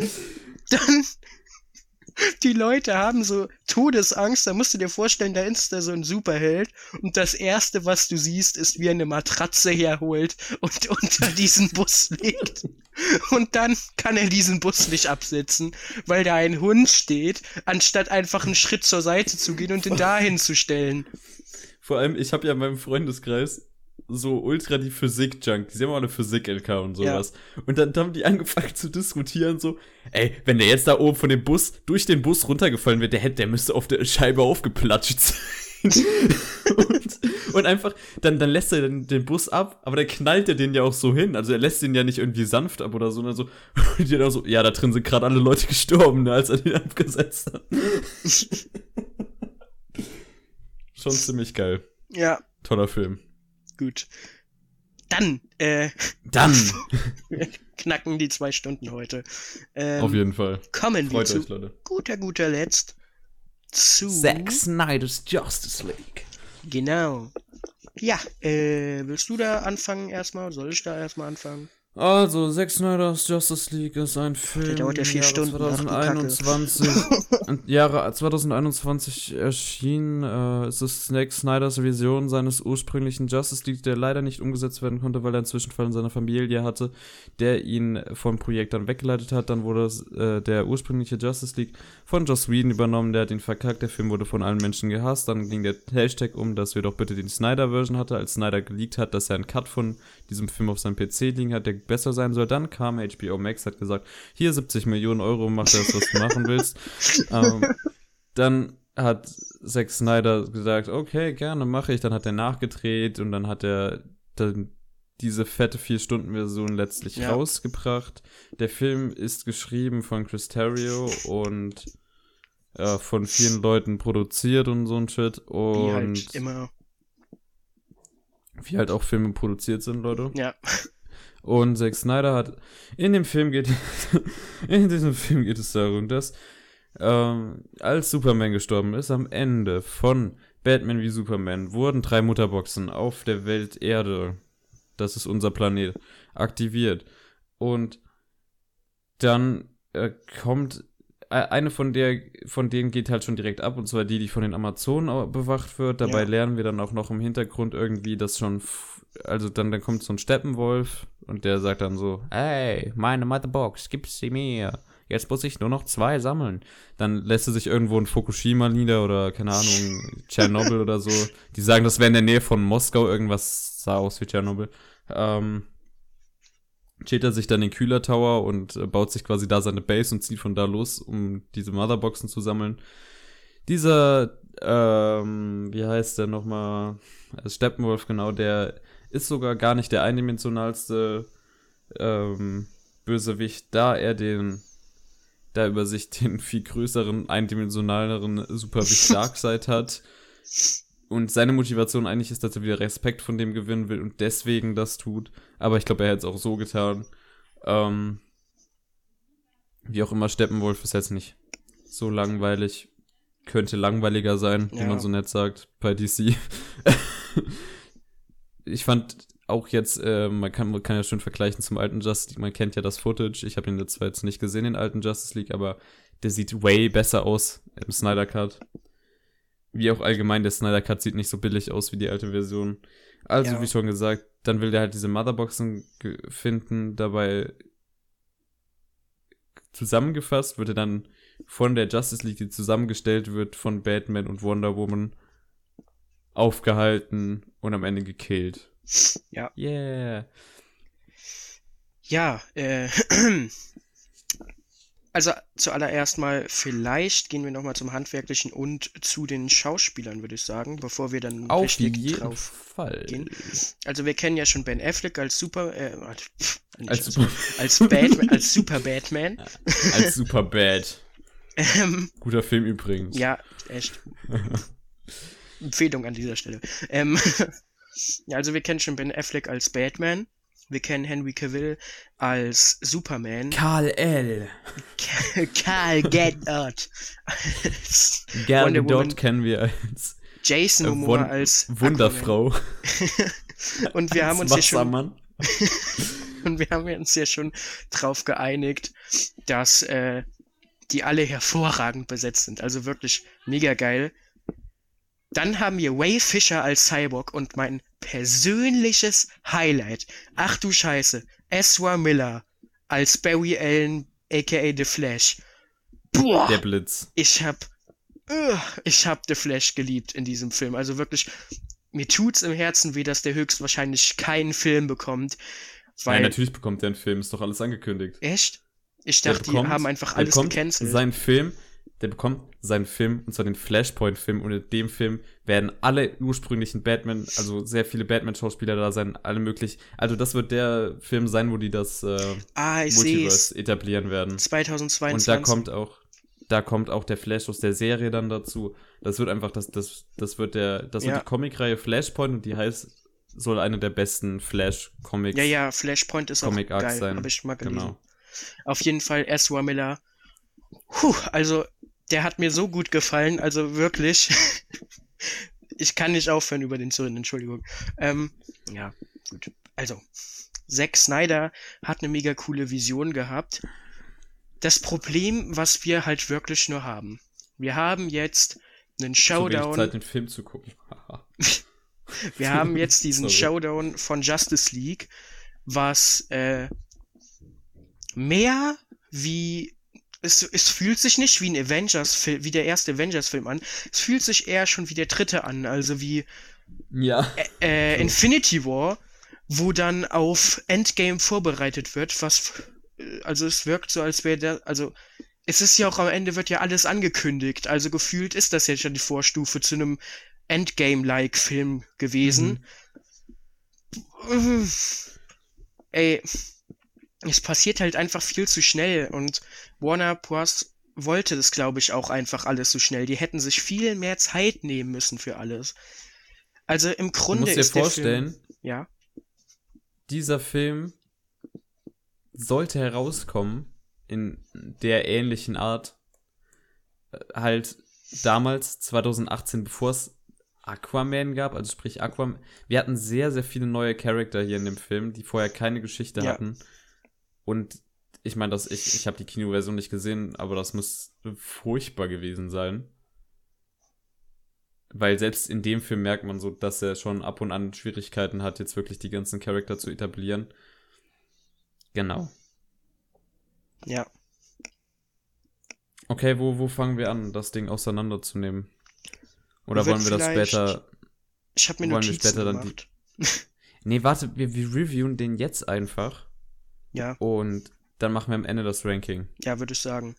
die Leute haben so Todesangst, da musst du dir vorstellen, da ist da so ein Superheld und das Erste, was du siehst, ist, wie er eine Matratze herholt und unter diesen Bus legt. Und dann kann er diesen Bus nicht absetzen, weil da ein Hund steht, anstatt einfach einen Schritt zur Seite zu gehen und ihn dahin zu stellen. Vor allem, ich habe ja in meinem Freundeskreis so ultra die Physik-Junk, die haben auch eine Physik-LK und sowas. Ja. Und dann haben die angefangen zu diskutieren, so, ey, wenn der jetzt da oben von dem Bus, durch den Bus runtergefallen wird, der müsste auf der Scheibe aufgeplatscht sein. und einfach, dann lässt er den Bus ab, aber dann knallt er den ja auch so hin. Also er lässt den ja nicht irgendwie sanft ab oder so, sondern so, und die dann so, ja, da drin sind gerade alle Leute gestorben, ne, als er den abgesetzt hat. Schon ziemlich geil. Ja. Toller Film. Gut. Dann, wir knacken die 2 Stunden heute. Auf jeden Fall. Kommen wir zu euch, Leute. guter Letzt zu Zack Snyder's Justice League. Genau. Ja, willst du da anfangen erstmal? Soll ich da erstmal anfangen? Also, Zack Snyder's Justice League ist ein Film Der dauert ja 4 Jahre Stunden. Ach, du Kacke. 2021. Im Jahre 2021 erschien. Es ist Zack Snyders Vision seines ursprünglichen Justice League, der leider nicht umgesetzt werden konnte, weil er einen Zwischenfall in seiner Familie hatte, der ihn vom Projekt dann weggeleitet hat. Dann wurde der ursprüngliche Justice League von Joss Whedon übernommen, der hat ihn verkackt. Der Film wurde von allen Menschen gehasst. Dann ging der Hashtag um, dass wir doch bitte den Snyder-Version hatten, als Snyder geleakt hat, dass er einen Cut von diesem Film auf seinem PC liegen hat, der besser sein soll. Dann kam HBO Max, hat gesagt, hier 70 Millionen Euro, mach das, was du machen willst. Dann hat Zack Snyder gesagt, okay, gerne, mache ich. Dann hat er nachgedreht und dann hat er dann diese fette 4-Stunden-Version letztlich rausgebracht. Der Film ist geschrieben von Chris Terrio und von vielen Leuten produziert und so ein Shit. Und Wie halt immer. Wie halt auch Filme produziert sind, Leute. Ja. Und Zack Snyder hat, in diesem Film geht es darum, dass als Superman gestorben ist, am Ende von Batman wie Superman wurden 3 Mutterboxen auf der Welt Erde, das ist unser Planet, aktiviert. Und dann kommt eine von denen geht halt schon direkt ab, und zwar die von den Amazonen bewacht wird. Dabei lernen wir dann auch noch im Hintergrund irgendwie, dass schon, also dann kommt so ein Steppenwolf und der sagt dann so, hey, meine Motherbox, gib sie mir. Jetzt muss ich nur noch 2 sammeln. Dann lässt er sich irgendwo in Fukushima nieder oder, keine Ahnung, Tschernobyl oder so. Die sagen, das wäre in der Nähe von Moskau, irgendwas sah aus wie Tschernobyl. Steht er sich dann in den Kühler Tower und baut sich quasi da seine Base und zieht von da los, um diese Motherboxen zu sammeln. Dieser, wie heißt der nochmal? Steppenwolf, genau, der ist sogar gar nicht der eindimensionalste Bösewicht, da über sich den viel größeren, eindimensionaleren Superwicht Darkseid hat. Und seine Motivation eigentlich ist, dass er wieder Respekt von dem gewinnen will und deswegen das tut. Aber ich glaube, er hätte es auch so getan. Wie auch immer, Steppenwolf ist jetzt nicht so langweilig. Könnte langweiliger sein, wie man so nett sagt, bei DC. Ich fand auch jetzt, man kann ja schon vergleichen zum alten Justice League. Man kennt ja das Footage. Ich habe ihn zwar jetzt nicht gesehen, den alten Justice League, aber der sieht way besser aus im Snyder Cut. Wie auch allgemein, der Snyder Cut sieht nicht so billig aus wie die alte Version. Also, wie schon gesagt, dann will der halt diese Motherboxen finden. Dabei zusammengefasst wird er dann von der Justice League, die zusammengestellt wird, von Batman und Wonder Woman, aufgehalten und am Ende gekillt. Ja. Yeah. Ja, also zuallererst mal, vielleicht gehen wir nochmal zum Handwerklichen und zu den Schauspielern, würde ich sagen, bevor wir dann Auf richtig jeden drauf Fall gehen. Also wir kennen ja schon Ben Affleck als Super Batman. Als Superbad. Guter Film übrigens. Ja, echt. Empfehlung an dieser Stelle. Ja, also wir kennen schon Ben Affleck als Batman. Wir kennen Henry Cavill als Superman. Karl L. Karl Gadot. Gal Gadot kennen wir als Jason Momoa als Wunderfrau. Und wir haben uns ja schon drauf geeinigt, dass die alle hervorragend besetzt sind. Also wirklich mega geil. Dann haben wir Ray Fisher als Cyborg und mein persönliches Highlight. Ach du Scheiße. Ezra Miller als Barry Allen, aka The Flash. Boah. Der Blitz. Ich hab The Flash geliebt in diesem Film. Also wirklich, mir tut's im Herzen weh, dass der höchstwahrscheinlich keinen Film bekommt. Weil, nein, natürlich bekommt der einen Film. Ist doch alles angekündigt. Echt? Ich dachte, die haben einfach alles gecancelt. Der bekommt seinen Film, und zwar den Flashpoint-Film, und in dem Film werden alle ursprünglichen Batman, also sehr viele Batman-Schauspieler da sein, alle möglich. Also das wird der Film sein, wo die das Multiverse etablieren werden. 2022. Und da kommt auch der Flash aus der Serie dann dazu. Das wird einfach, das wird die Comicreihe Flashpoint, und die soll eine der besten Flash-Comics. Ja, Flashpoint ist Comic auch geil, sein. Habe ich mal gelesen. Genau. Auf jeden Fall Ezra Miller. Also der hat mir so gut gefallen, also wirklich. Ich kann nicht aufhören, über den zu reden, Entschuldigung. Ja, gut. also, Zack Snyder hat eine mega coole Vision gehabt. Das Problem, was wir halt wirklich nur haben. Wir haben jetzt einen So wenig Showdown. Zeit, den Film zu gucken. Wir haben jetzt diesen Sorry. Showdown von Justice League, was mehr wie es fühlt sich nicht wie ein Avengers-Film, wie der erste Avengers-Film an. Es fühlt sich eher schon wie der dritte an, also wie Ja. Infinity War, wo dann auf Endgame vorbereitet wird, also es wirkt so, als wäre also es ist ja auch am Ende wird ja alles angekündigt, also gefühlt ist das jetzt schon die Vorstufe zu einem Endgame-like Film gewesen. Ey, es passiert halt einfach viel zu schnell und Warner Bros. Wollte das, glaube ich, auch einfach alles so schnell. Die hätten sich viel mehr Zeit nehmen müssen für alles. Also im Du Grunde musst dir ist der vorstellen, Film, ja, dieser Film sollte herauskommen in der ähnlichen Art, halt damals, 2018, bevor es Aquaman gab, also sprich Aquaman. Wir hatten sehr, sehr viele neue Charakter hier in dem Film, die vorher keine Geschichte Ja. hatten. Und ich meine, ich habe die Kinoversion nicht gesehen, aber das muss furchtbar gewesen sein. Weil selbst in dem Film merkt man so, dass er schon ab und an Schwierigkeiten hat, jetzt wirklich die ganzen Charakter zu etablieren. Genau. ja. Okay, wo fangen wir an, das Ding auseinanderzunehmen? Oder Wird wollen wir das vielleicht- später... Ich habe mir Wollen wir Notizen später dann gemacht. Nee, warte, wir reviewen den jetzt einfach Ja, und dann machen wir am Ende das Ranking. ja, würde ich sagen.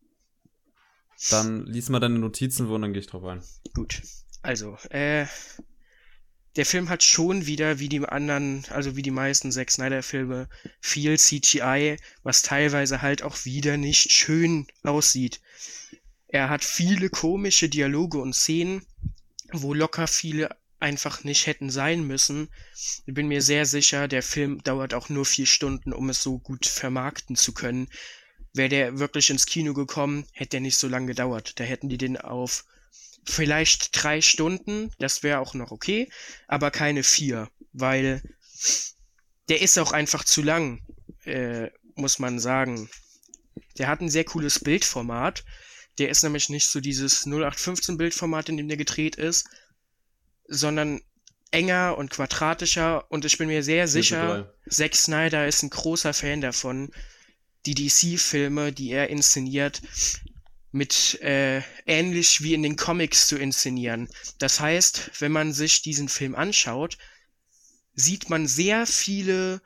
Dann lies mal deine Notizen vor und dann gehe ich drauf ein. Gut. Also, der Film hat schon wieder, wie die anderen, also wie die meisten Zack Snyder-Filme, viel CGI, was teilweise halt auch wieder nicht schön aussieht. Er hat viele komische Dialoge und Szenen, wo locker viele einfach nicht hätten sein müssen. Ich bin mir sehr sicher, der Film dauert auch nur 4 Stunden, um es so gut vermarkten zu können. Wäre der wirklich ins Kino gekommen, hätte der nicht so lange gedauert. Da hätten die den auf vielleicht 3 Stunden, das wäre auch noch okay, aber keine 4, weil der ist auch einfach zu lang, muss man sagen. Der hat ein sehr cooles Bildformat. Der ist nämlich nicht so dieses 0815 Bildformat, in dem der gedreht ist, sondern enger und quadratischer, und ich bin mir sehr sicher, 4:3. Zack Snyder ist ein großer Fan davon, die DC-Filme, die er inszeniert, mit ähnlich wie in den Comics zu inszenieren. Das heißt, wenn man sich diesen Film anschaut, sieht man sehr viele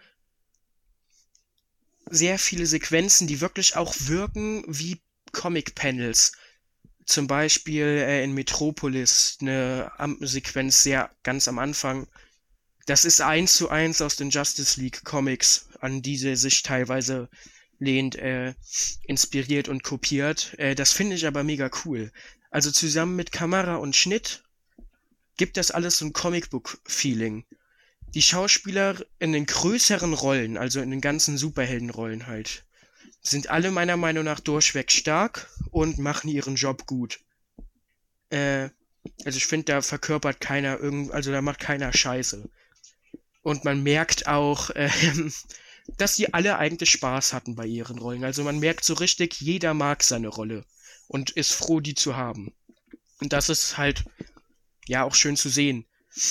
Sequenzen, die wirklich auch wirken wie Comic-Panels. Zum Beispiel in Metropolis eine Sequenz ganz am Anfang. Das ist 1:1 aus den Justice League Comics, an die sie sich teilweise lehnt, inspiriert und kopiert. Das finde ich aber mega cool. Also zusammen mit Kamera und Schnitt gibt das alles so ein Comicbook-Feeling. Die Schauspieler in den größeren Rollen, also in den ganzen Superheldenrollen halt, sind alle meiner Meinung nach durchweg stark und machen ihren Job gut. Also ich finde, da verkörpert keiner also da macht keiner Scheiße. Und man merkt auch, dass die alle eigentlich Spaß hatten bei ihren Rollen. Also man merkt so richtig, jeder mag seine Rolle und ist froh, die zu haben. Und das ist halt, ja, auch schön zu sehen.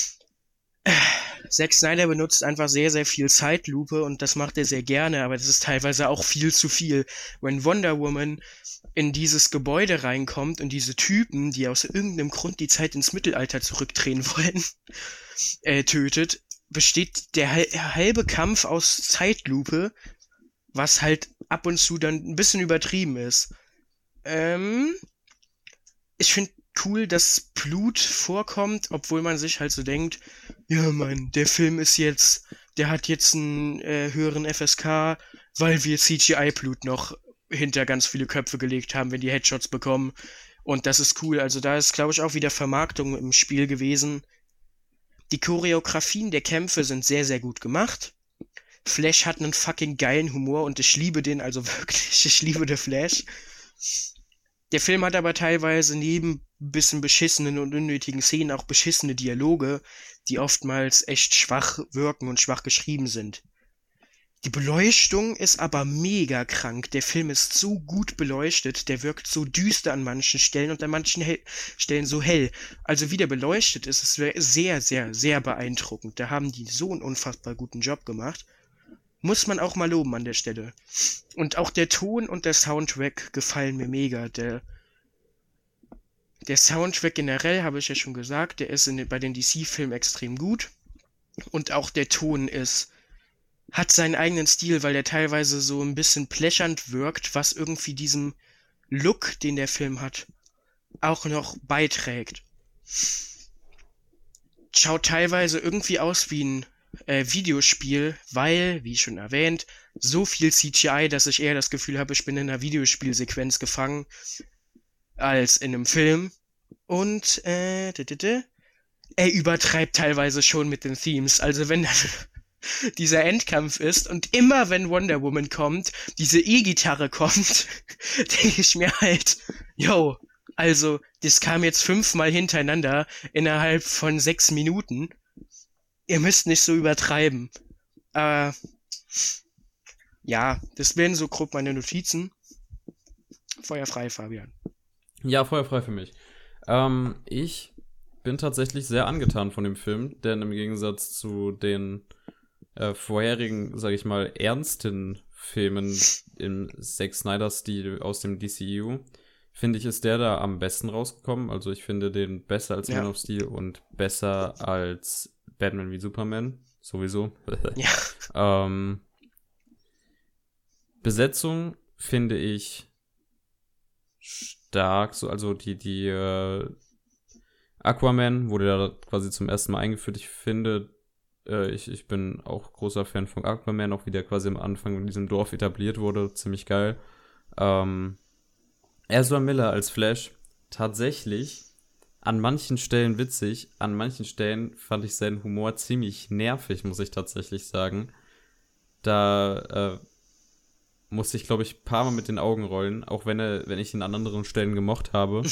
Zack Snyder benutzt einfach sehr, sehr viel Zeitlupe und das macht er sehr gerne, aber das ist teilweise auch viel zu viel. Wenn Wonder Woman in dieses Gebäude reinkommt und diese Typen, die aus irgendeinem Grund die Zeit ins Mittelalter zurückdrehen wollen, tötet, besteht der halbe Kampf aus Zeitlupe, was halt ab und zu dann ein bisschen übertrieben ist. Ich finde cool, dass Blut vorkommt, obwohl man sich halt so denkt, ja Mann, der Film der hat jetzt einen höheren FSK, weil wir CGI-Blut noch hinter ganz viele Köpfe gelegt haben, wenn die Headshots bekommen. Und das ist cool. Also da ist, glaube ich, auch wieder Vermarktung im Spiel gewesen. Die Choreografien der Kämpfe sind sehr, sehr gut gemacht. Flash hat einen fucking geilen Humor und ich liebe den, also wirklich, ich liebe The Flash. Der Film hat aber teilweise neben ein bisschen beschissenen und unnötigen Szenen auch beschissene Dialoge, die oftmals echt schwach wirken und schwach geschrieben sind. Die Beleuchtung ist aber mega krank. Der Film ist so gut beleuchtet, der wirkt so düster an manchen Stellen und an manchen Stellen so hell. Also wie der beleuchtet ist, ist sehr, sehr, sehr beeindruckend. Da haben die so einen unfassbar guten Job gemacht. Muss man auch mal loben an der Stelle. Und auch der Ton und der Soundtrack gefallen mir mega. Der Soundtrack generell, habe ich ja schon gesagt, der ist bei den DC-Filmen extrem gut. Und auch der Ton hat seinen eigenen Stil, weil der teilweise so ein bisschen plätschernd wirkt, was irgendwie diesem Look, den der Film hat, auch noch beiträgt. Schaut teilweise irgendwie aus wie ein Videospiel, weil, wie schon erwähnt, so viel CGI, dass ich eher das Gefühl habe, ich bin in einer Videospielsequenz gefangen, als in einem Film. Und, er übertreibt teilweise schon mit den Themes. Also wenn dieser Endkampf ist und immer wenn Wonder Woman kommt, diese E-Gitarre kommt, denke ich mir halt, yo, also das kam jetzt 5-mal hintereinander innerhalb von 6 Minuten. Ihr müsst nicht so übertreiben. Ja, das wären so grob meine Notizen. Feuer frei, Fabian. Ja, feuerfrei für mich. Ich bin tatsächlich sehr angetan von dem Film, denn im Gegensatz zu den vorherigen, sag ich mal, ernsten Filmen im Zack Snyder-Stil aus dem DCEU, finde ich, ist der da am besten rausgekommen. Also ich finde den besser als Man of Steel und besser als Batman wie Superman. Sowieso. Ja. Besetzung finde ich stark. So, also die Aquaman wurde da quasi zum ersten Mal eingeführt. Ich finde, ich bin auch großer Fan von Aquaman, auch wie der quasi am Anfang in diesem Dorf etabliert wurde. Ziemlich geil. Ezra Miller als Flash, tatsächlich an manchen Stellen witzig, an manchen Stellen fand ich seinen Humor ziemlich nervig, muss ich tatsächlich sagen. Da musste ich, glaube ich, ein paar Mal mit den Augen rollen, auch wenn ich ihn an anderen Stellen gemocht habe.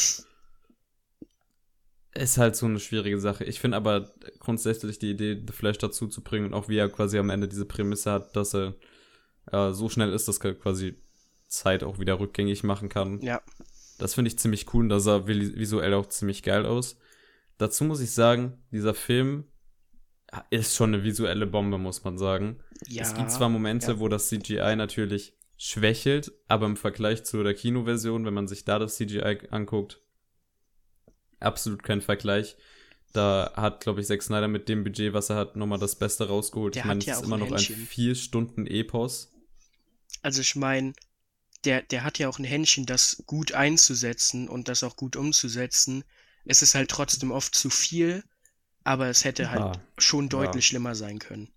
Ist halt so eine schwierige Sache. Ich finde aber grundsätzlich die Idee, The Flash dazu zu bringen und auch wie er quasi am Ende diese Prämisse hat, dass er so schnell ist, dass er quasi Zeit auch wieder rückgängig machen kann. Ja. Das finde ich ziemlich cool und das sah visuell auch ziemlich geil aus. Dazu muss ich sagen, dieser Film ist schon eine visuelle Bombe, muss man sagen. Ja. Es gibt zwar Momente, wo das CGI natürlich schwächelt, aber im Vergleich zu der Kinoversion, wenn man sich da das CGI anguckt, absolut kein Vergleich. Da hat, glaube ich, Zack Snyder mit dem Budget, was er hat, nochmal das Beste rausgeholt. Ich meine, es ist immer noch ein 4-Stunden-Epos. Also ich meine, der hat ja auch ein Händchen, das gut einzusetzen und das auch gut umzusetzen. Es ist halt trotzdem oft zu viel, aber es hätte halt schon deutlich schlimmer sein können.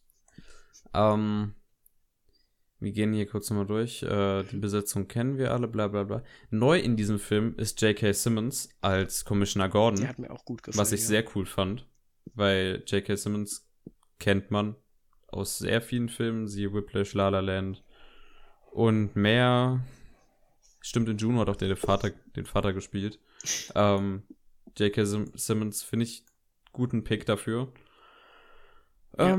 Wir gehen hier kurz nochmal durch. Die Besetzung kennen wir alle, bla bla bla. Neu in diesem Film ist J.K. Simmons als Commissioner Gordon. Der hat mir auch gut gefallen. Was ich sehr cool fand, weil J.K. Simmons kennt man aus sehr vielen Filmen, siehe Whiplash, La La Land und mehr. Stimmt, in Juno hat auch den Vater gespielt. J.K. Simmons finde ich guten Pick dafür. Ja.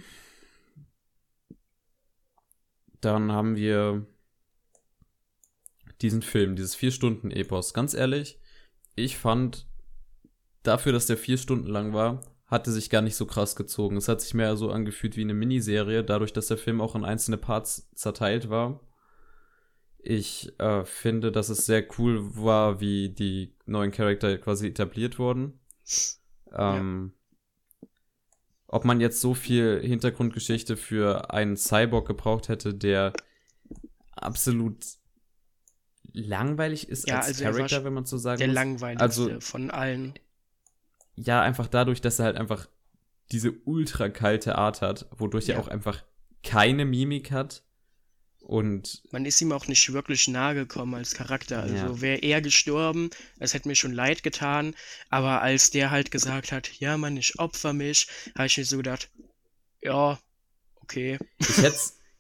Dann haben wir diesen Film, dieses 4-Stunden-Epos. Ganz ehrlich, ich fand, dafür, dass der 4 Stunden lang war, hatte sich gar nicht so krass gezogen. Es hat sich mehr so angefühlt wie eine Miniserie, dadurch, dass der Film auch in einzelne Parts zerteilt war. Ich finde, dass es sehr cool war, wie die neuen Charakter quasi etabliert wurden. Ob man jetzt so viel Hintergrundgeschichte für einen Cyborg gebraucht hätte, der absolut langweilig ist als Charakter, wenn man so sagen muss. Der langweiligste von allen. Ja, einfach dadurch, dass er halt einfach diese ultra kalte Art hat, wodurch er auch einfach keine Mimik hat. Und man ist ihm auch nicht wirklich nahe gekommen als Charakter. Also wäre er gestorben, es hätte mir schon leid getan. Aber als der halt gesagt hat, ja Mann, ich opfer mich, habe ich mir so gedacht, ja, okay.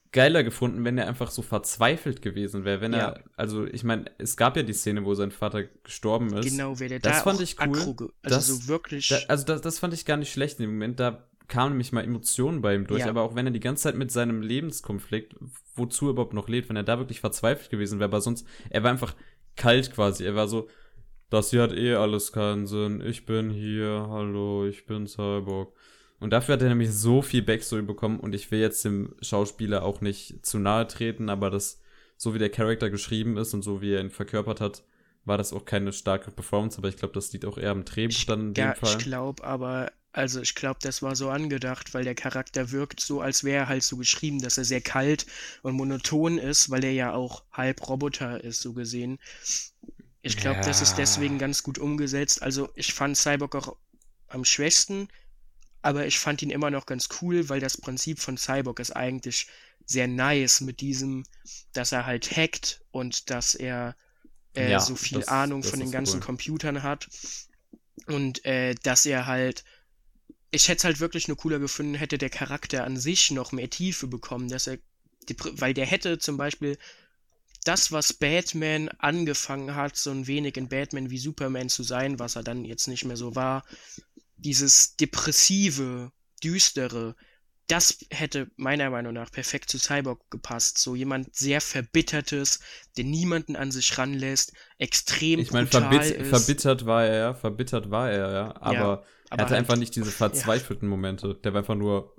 geiler gefunden, wenn er einfach so verzweifelt gewesen wäre, wenn Ja. er, also ich meine, es gab ja die Szene, wo sein Vater gestorben ist. Genau, wäre der Das da fand auch ich cool. aggro, also Das, so wirklich. das fand ich gar nicht schlecht in dem Moment. Da kamen nämlich mal Emotionen bei ihm durch. Ja. Aber auch wenn er die ganze Zeit mit seinem Lebenskonflikt, wozu er überhaupt noch lebt, wenn er da wirklich verzweifelt gewesen wäre, aber sonst, er war einfach kalt quasi. Er war so, das hier hat eh alles keinen Sinn. Ich bin hier, hallo, ich bin Cyborg. Und dafür hat er nämlich so viel Backstory bekommen und ich will jetzt dem Schauspieler auch nicht zu nahe treten, aber das, so wie der Charakter geschrieben ist und so wie er ihn verkörpert hat, war das auch keine starke Performance, aber ich glaube, das liegt auch eher am Drehbuch dann in dem Ja, Fall. ich glaube, das war so angedacht, weil der Charakter wirkt so, als wäre er halt so geschrieben, dass er sehr kalt und monoton ist, weil er ja auch halb Roboter ist, so gesehen. Ich glaube, das ist deswegen ganz gut umgesetzt. Also, ich fand Cyborg auch am schwächsten, aber ich fand ihn immer noch ganz cool, weil das Prinzip von Cyborg ist eigentlich sehr nice mit diesem, dass er halt hackt und dass er Ja, so viel das- Ahnung das von den ist ganzen cool. Computern hat und dass er halt, ich hätte es halt wirklich nur cooler gefunden, hätte der Charakter an sich noch mehr Tiefe bekommen, dass er, weil der hätte zum Beispiel das, was Batman angefangen hat, so ein wenig in Batman wie Superman zu sein, was er dann jetzt nicht mehr so war, dieses depressive, düstere, das hätte meiner Meinung nach perfekt zu Cyborg gepasst. So jemand sehr Verbittertes, der niemanden an sich ranlässt, extrem Ich meine, brutal ist. verbittert war er, ja, aber er aber hatte halt- einfach nicht diese verzweifelten Momente. Der war einfach nur,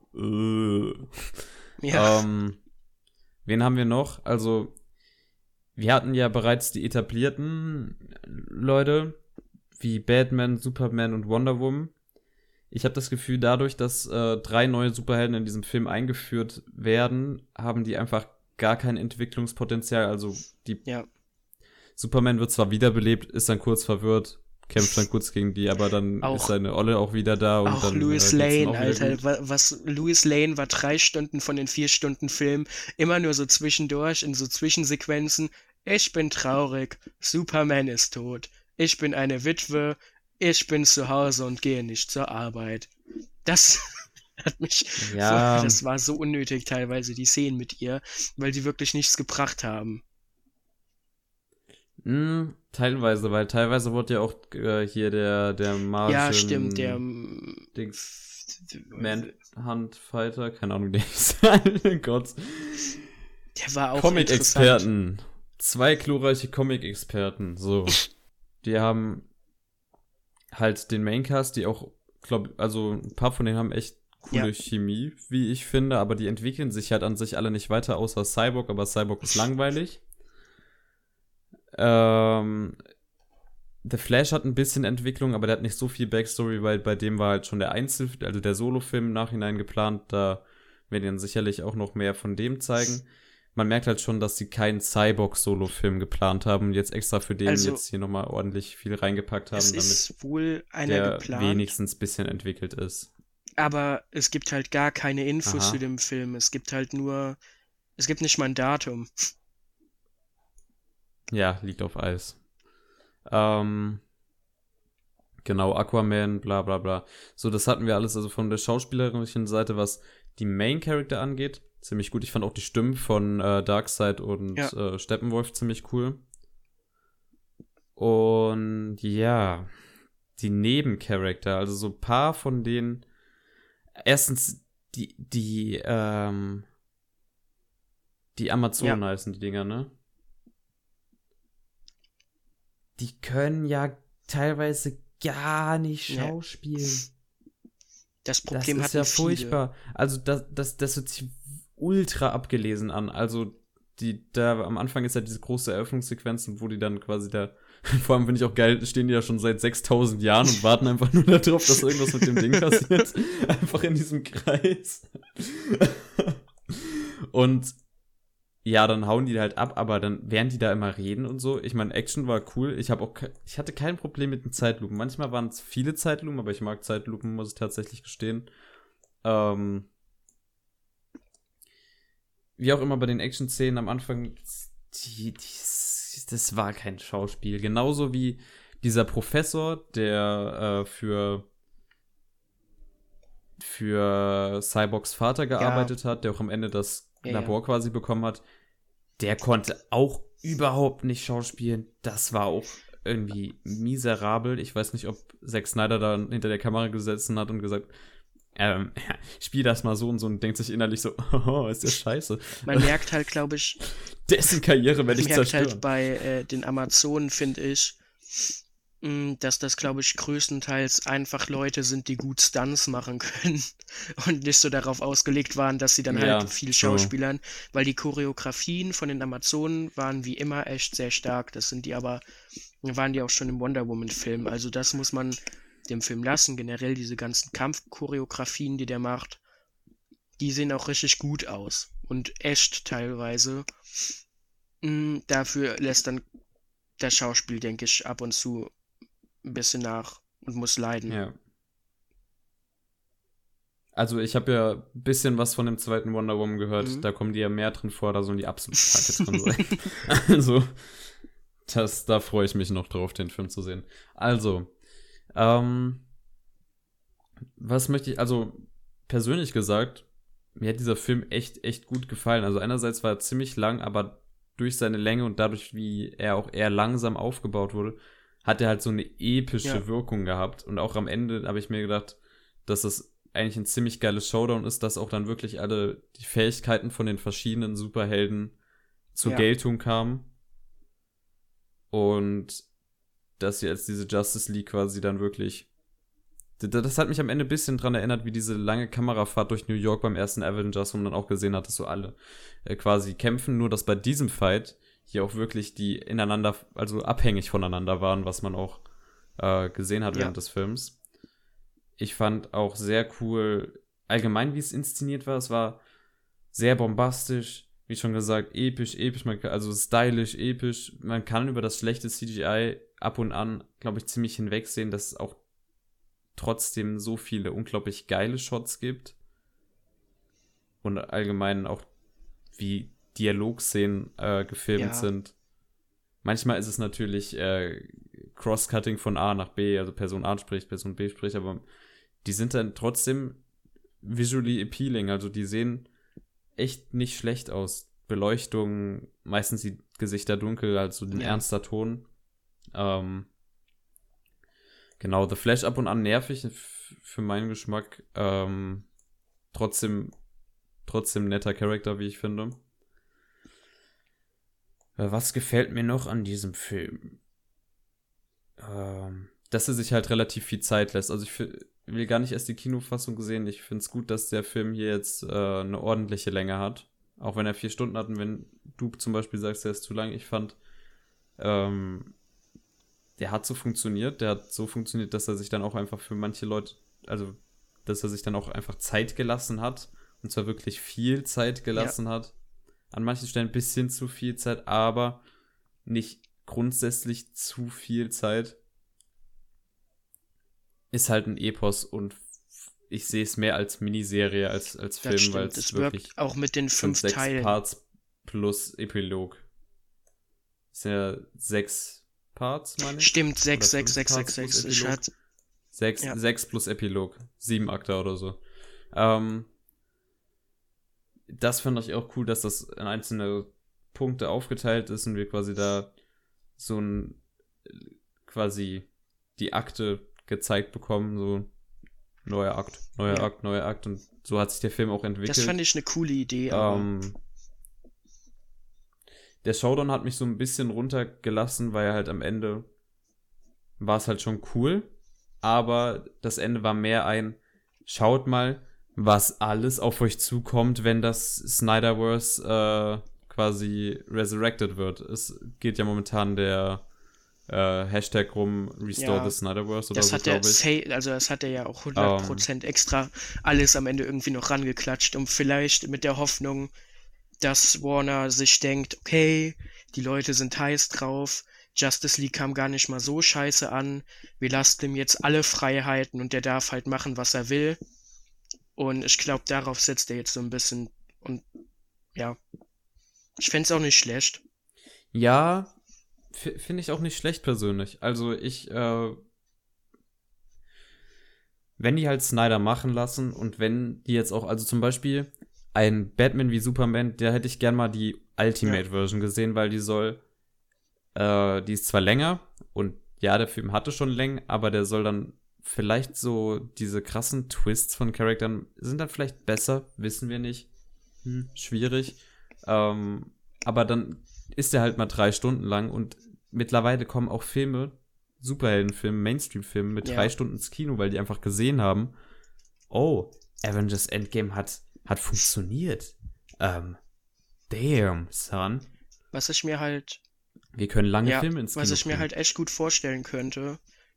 Ja, wen haben wir noch? Also, wir hatten ja bereits die etablierten Leute, wie Batman, Superman und Wonder Woman. Ich habe das Gefühl, dadurch, dass 3 neue Superhelden in diesem Film eingeführt werden, haben die einfach gar kein Entwicklungspotenzial. Also, ja. Superman wird zwar wiederbelebt, ist dann kurz verwirrt, kämpft dann kurz gegen die, aber dann Auch- ist seine Olle auch wieder da und Auch dann Louis geht's ihm Lane, auch wieder Alter. gut. Was Louis Lane war 3 Stunden von den 4 Stunden Film immer nur so zwischendurch in so Zwischensequenzen. Ich bin traurig, Superman ist tot. Ich bin eine Witwe, ich bin zu Hause und gehe nicht zur Arbeit. Das hat mich, Ja. das war so unnötig teilweise, die Szenen mit ihr, weil die wirklich nichts gebracht haben. Teilweise, weil teilweise wurde ja auch hier der Martian Ja, stimmt, der Dings Manhunt Fighter, keine Ahnung, der ist. Oh Gott. der war auch interessant. Comic-Experten. 2 glorreiche Comic-Experten. So. Die haben halt den Maincast, die auch, also ein paar von denen haben echt coole Ja. Chemie, wie ich finde, aber die entwickeln sich halt an sich alle nicht weiter, außer Cyborg, aber Cyborg ist langweilig. The Flash hat ein bisschen Entwicklung, aber der hat nicht so viel Backstory, weil bei dem war halt schon also der Solofilm im Nachhinein geplant, da werden die dann sicherlich auch noch mehr von dem zeigen. Man merkt halt schon, dass sie keinen Cyborg-Solo-Film geplant haben und jetzt extra für den Also, jetzt hier nochmal ordentlich viel reingepackt haben, Es damit ist wohl einer der geplant. wenigstens ein bisschen entwickelt ist. Aber es gibt halt gar keine Infos Aha. zu dem Film. Es gibt nicht mal ein Datum. Ja, liegt auf Eis. Genau, Aquaman, bla bla bla. So, das hatten wir alles, also von der schauspielerischen Seite, was die Main Character angeht, ziemlich gut. Ich fand auch die Stimmen von Darkseid und Ja. Steppenwolf ziemlich cool. Und ja, die Nebencharakter, also so ein paar von denen, erstens die Amazonen heißen die Dinger, ne? Die können ja teilweise gar nicht Nee. schauspielen. Das Das Problem ist hatten ja viele. furchtbar. Also das hört sich ultra abgelesen an. Also da am Anfang ist ja diese große Eröffnungssequenz, wo die dann quasi da, vor allem finde ich auch geil, stehen die da schon seit 6000 Jahren und warten einfach nur darauf, dass irgendwas mit dem Ding passiert. Einfach in diesem Kreis. Und ja, dann hauen die halt ab, aber dann während die da immer reden und so. Ich meine, Action war cool. Ich hatte kein Problem mit den Zeitlupen. Manchmal waren es viele Zeitlupen, aber ich mag Zeitlupen, muss ich tatsächlich gestehen. Wie auch immer bei den Action-Szenen am Anfang, das war kein Schauspiel. Genauso wie dieser Professor, der für Cyborgs Vater gearbeitet hat, der auch am Ende das Labor quasi bekommen hat, der konnte auch überhaupt nicht schauspielen. Das war auch irgendwie miserabel. Ich weiß nicht, ob Zack Snyder da hinter der Kamera gesessen hat und gesagt, spiel das mal so und denkt sich innerlich so, oh, ist das scheiße. Man merkt halt, glaube ich, dessen Karriere werde ich zerstören. halt bei den Amazonen, finde ich, dass das, glaube ich, größtenteils einfach Leute sind, die gut Stunts machen können und nicht so darauf ausgelegt waren, dass sie dann halt viel schauspielern, weil die Choreografien von den Amazonen waren wie immer echt sehr stark. Waren die auch schon im Wonder Woman-Film. Also das muss man dem Film lassen. Generell diese ganzen Kampfchoreografien, die der macht, die sehen auch richtig gut aus und echt teilweise. Dafür lässt dann das Schauspiel, denke ich, ab und zu ein bisschen nach und muss leiden. Ja. Also ich habe ja ein bisschen was von dem zweiten Wonder Woman gehört. Da kommen die ja mehr drin vor, da sollen die absolut kacke drin sein. Also, da freue ich mich noch drauf, den Film zu sehen. Also, was möchte ich, also persönlich gesagt, mir hat dieser Film echt gut gefallen. Also einerseits war er ziemlich lang, aber durch seine Länge und dadurch, wie er auch eher langsam aufgebaut wurde, hat er halt so eine epische Wirkung gehabt. Und auch am Ende habe ich mir gedacht, dass das eigentlich ein ziemlich geiles Showdown ist, dass auch dann wirklich alle die Fähigkeiten von den verschiedenen Superhelden zur Geltung kamen. Und dass jetzt diese Justice League quasi dann wirklich... Das hat mich am Ende ein bisschen dran erinnert, wie diese lange Kamerafahrt durch New York beim ersten Avengers, wo man dann auch gesehen hat, dass so alle quasi kämpfen. Nur, dass bei diesem Fight hier auch wirklich die ineinander, also abhängig voneinander waren, was man auch gesehen hat während des Films. Ich fand auch sehr cool, allgemein, wie es inszeniert war. Es war sehr bombastisch, wie schon gesagt, episch, also stylisch, episch. Man kann über das schlechte CGI ab und an, glaube ich, ziemlich hinwegsehen, dass es auch trotzdem so viele unglaublich geile Shots gibt. Und allgemein auch, wie Dialogszenen gefilmt sind. Manchmal ist es natürlich Cross-Cutting von A nach B, also Person A spricht, Person B spricht, aber die sind dann trotzdem visually appealing, also die sehen echt nicht schlecht aus. Beleuchtung, meistens die Gesichter dunkel, also ein ernster Ton. Genau, The Flash ab und an nervig für meinen Geschmack. Trotzdem netter Charakter, wie ich finde. Was gefällt mir noch an diesem Film? Dass er sich halt relativ viel Zeit lässt. Also ich will gar nicht erst die Kinofassung sehen. Ich finde es gut, dass der Film hier jetzt eine ordentliche Länge hat. Auch wenn er 4 Stunden hat und wenn du zum Beispiel sagst, der ist zu lang. Ich fand, der hat so funktioniert. Der hat so funktioniert, dass er sich dann auch einfach für manche Leute, also dass er sich dann auch einfach Zeit gelassen hat. Und zwar wirklich viel Zeit gelassen hat. An manchen Stellen ein bisschen zu viel Zeit, aber nicht grundsätzlich zu viel Zeit. Ist halt ein Epos und ich sehe es mehr als Miniserie als Film, weil es wirklich wirkt auch mit den 5 Teilen. 6 Parts plus Epilog. Das sind ja 6 Parts, meine ich. Stimmt, 6. 6 plus Epilog. 7 Akte oder so. Das fand ich auch cool, dass das in einzelne Punkte aufgeteilt ist und wir quasi da so quasi die Akte gezeigt bekommen, so neuer Akt und so hat sich der Film auch entwickelt. Das fand ich eine coole Idee. Der Showdown hat mich so ein bisschen runtergelassen, weil halt am Ende war es halt schon cool, aber das Ende war mehr schaut mal, was alles auf euch zukommt, wenn das Snyderverse quasi resurrected wird. Es geht ja momentan der Hashtag rum, Restore the Snyderverse oder so, glaube ich. Das hat er ja auch 100% extra alles am Ende irgendwie noch rangeklatscht, um vielleicht mit der Hoffnung, dass Warner sich denkt, okay, die Leute sind heiß drauf, Justice League kam gar nicht mal so scheiße an, wir lassen ihm jetzt alle Freiheiten und der darf halt machen, was er will. Und ich glaube, darauf setzt er jetzt so ein bisschen und ja, ich fände es auch nicht schlecht. Ja, finde ich auch nicht schlecht persönlich. Also wenn die halt Snyder machen lassen und wenn die jetzt auch, also zum Beispiel ein Batman wie Superman, da hätte ich gern mal die Ultimate-Version gesehen, weil die ist zwar länger und ja, der Film hatte schon Längen, aber der soll dann vielleicht so, diese krassen Twists von Charakteren sind dann vielleicht besser, wissen wir nicht. Schwierig. Aber dann ist der halt mal 3 Stunden lang und mittlerweile kommen auch Filme, Superheldenfilme, Mainstream-Filme mit 3 Stunden ins Kino, weil die einfach gesehen haben, oh, Avengers Endgame hat funktioniert. Damn, son. Was ich mir halt Wir können lange Filme ins Kino was ich mir bringen. halt echt gut vorstellen könnte,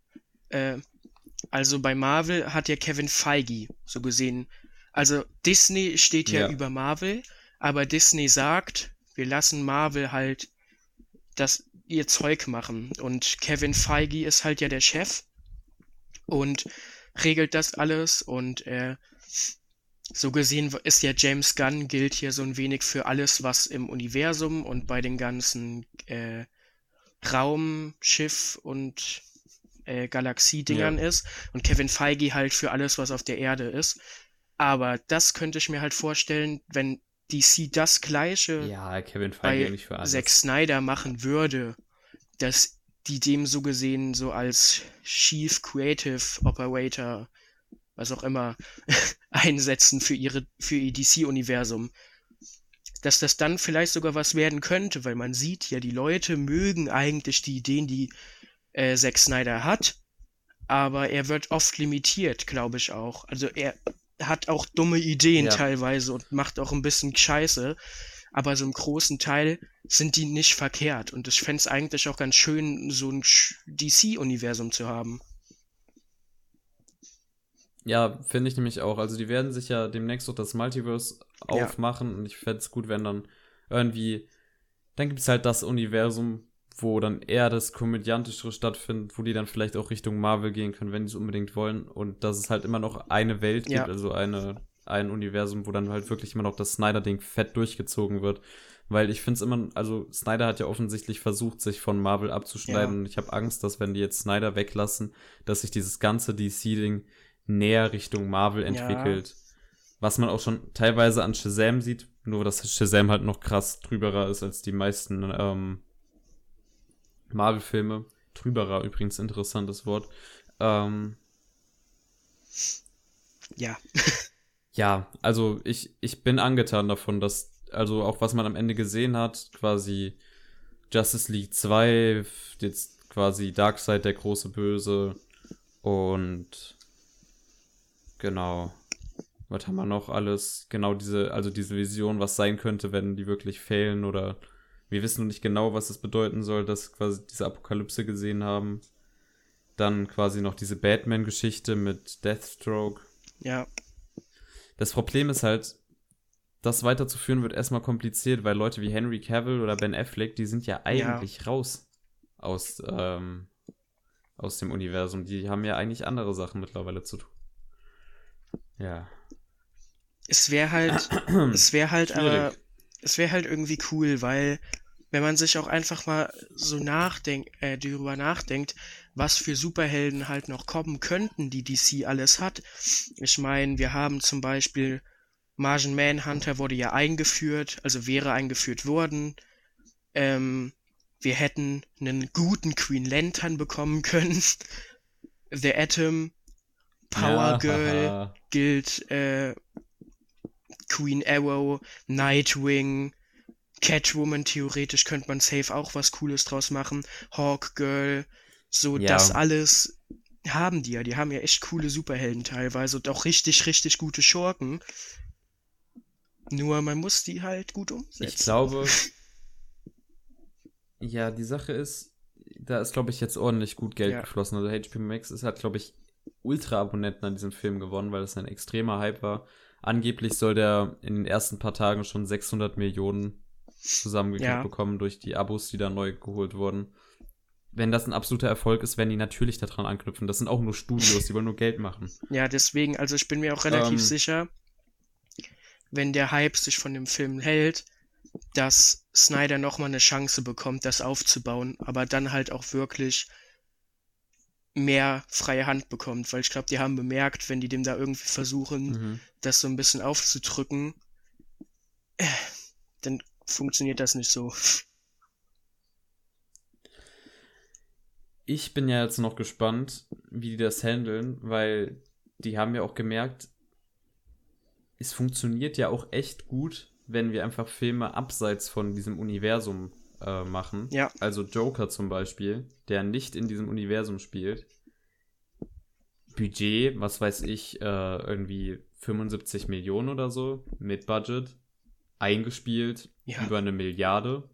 also bei Marvel hat ja Kevin Feige so gesehen, also Disney steht ja über Marvel, aber Disney sagt, wir lassen Marvel halt ihr Zeug machen und Kevin Feige ist halt ja der Chef und regelt das alles und so gesehen ist ja James Gunn gilt hier so ein wenig für alles, was im Universum und bei den ganzen Raumschiff und Galaxiedingern ist und Kevin Feige halt für alles, was auf der Erde ist. Aber das könnte ich mir halt vorstellen, wenn DC das Gleiche Kevin Feige bei nicht für alles. Zack Snyder machen würde, dass die dem so gesehen so als Chief Creative Operator, was auch immer, einsetzen für ihr DC-Universum. Dass das dann vielleicht sogar was werden könnte, weil man sieht ja, die Leute mögen eigentlich die Ideen, die Zack Snyder hat, aber er wird oft limitiert, glaube ich auch. Also er hat auch dumme Ideen teilweise und macht auch ein bisschen Scheiße, aber so im großen Teil sind die nicht verkehrt und ich fände es eigentlich auch ganz schön, so ein DC-Universum zu haben. Ja, finde ich nämlich auch. Also die werden sich ja demnächst auch das Multiverse aufmachen und ich fände es gut, wenn dann irgendwie, dann gibt es halt das Universum, wo dann eher das Komödiantischere stattfindet, wo die dann vielleicht auch Richtung Marvel gehen können, wenn die es unbedingt wollen und dass es halt immer noch eine Welt gibt, also ein Universum, wo dann halt wirklich immer noch das Snyder-Ding fett durchgezogen wird. Weil ich finde es immer, also Snyder hat ja offensichtlich versucht, sich von Marvel abzuschneiden und ich habe Angst, dass wenn die jetzt Snyder weglassen, dass sich dieses ganze DC-Ding näher Richtung Marvel entwickelt. Was man auch schon teilweise an Shazam sieht, nur dass Shazam halt noch krass drüberer ist als die meisten Marvel-Filme. Trüberer übrigens, interessantes Wort. Ja, also ich bin angetan davon, dass, also auch was man am Ende gesehen hat, quasi Justice League 2, jetzt quasi Darkseid, der große Böse und genau, was haben wir noch alles? Genau diese Vision, was sein könnte, wenn die wirklich fehlen oder wir wissen noch nicht genau, was es bedeuten soll, dass quasi diese Apokalypse gesehen haben. Dann quasi noch diese Batman-Geschichte mit Deathstroke. Ja. Das Problem ist halt, das weiterzuführen wird erstmal kompliziert, weil Leute wie Henry Cavill oder Ben Affleck, die sind ja eigentlich raus aus dem Universum. Die haben ja eigentlich andere Sachen mittlerweile zu tun. Ja. Es wäre halt irgendwie cool, weil wenn man sich auch einfach mal so darüber nachdenkt, was für Superhelden halt noch kommen könnten, die DC alles hat. Ich meine, wir haben zum Beispiel Martian Manhunter wurde ja eingeführt, also wäre eingeführt worden. Wir hätten einen guten Green Lantern bekommen können. The Atom, Power Girl, gilt Queen Arrow, Nightwing, Catwoman, theoretisch könnte man safe auch was Cooles draus machen. Hawkgirl, das alles haben die ja. Die haben ja echt coole Superhelden teilweise und auch richtig, richtig gute Schurken. Nur man muss die halt gut umsetzen. Ich glaube, ja, die Sache ist, da ist, glaube ich, jetzt ordentlich gut Geld geflossen. Also HBO Max hat, glaube ich, Ultra-Abonnenten an diesem Film gewonnen, weil das ein extremer Hype war. Angeblich soll der in den ersten paar Tagen schon 600 Millionen zusammengekriegt bekommen durch die Abos, die da neu geholt wurden. Wenn das ein absoluter Erfolg ist, werden die natürlich daran anknüpfen. Das sind auch nur Studios, die wollen nur Geld machen. Ja, deswegen, also ich bin mir auch relativ sicher, wenn der Hype sich von dem Film hält, dass Snyder nochmal eine Chance bekommt, das aufzubauen, aber dann halt auch wirklich mehr freie Hand bekommt, weil ich glaube, die haben bemerkt, wenn die dem da irgendwie versuchen, das so ein bisschen aufzudrücken, dann funktioniert das nicht so. Ich bin ja jetzt noch gespannt, wie die das handeln, weil die haben ja auch gemerkt, es funktioniert ja auch echt gut, wenn wir einfach Filme abseits von diesem Universum machen. Ja. Also Joker zum Beispiel, der nicht in diesem Universum spielt. Budget, was weiß ich, irgendwie 75 Millionen oder so mit Budget. Eingespielt, über 1 Milliarde.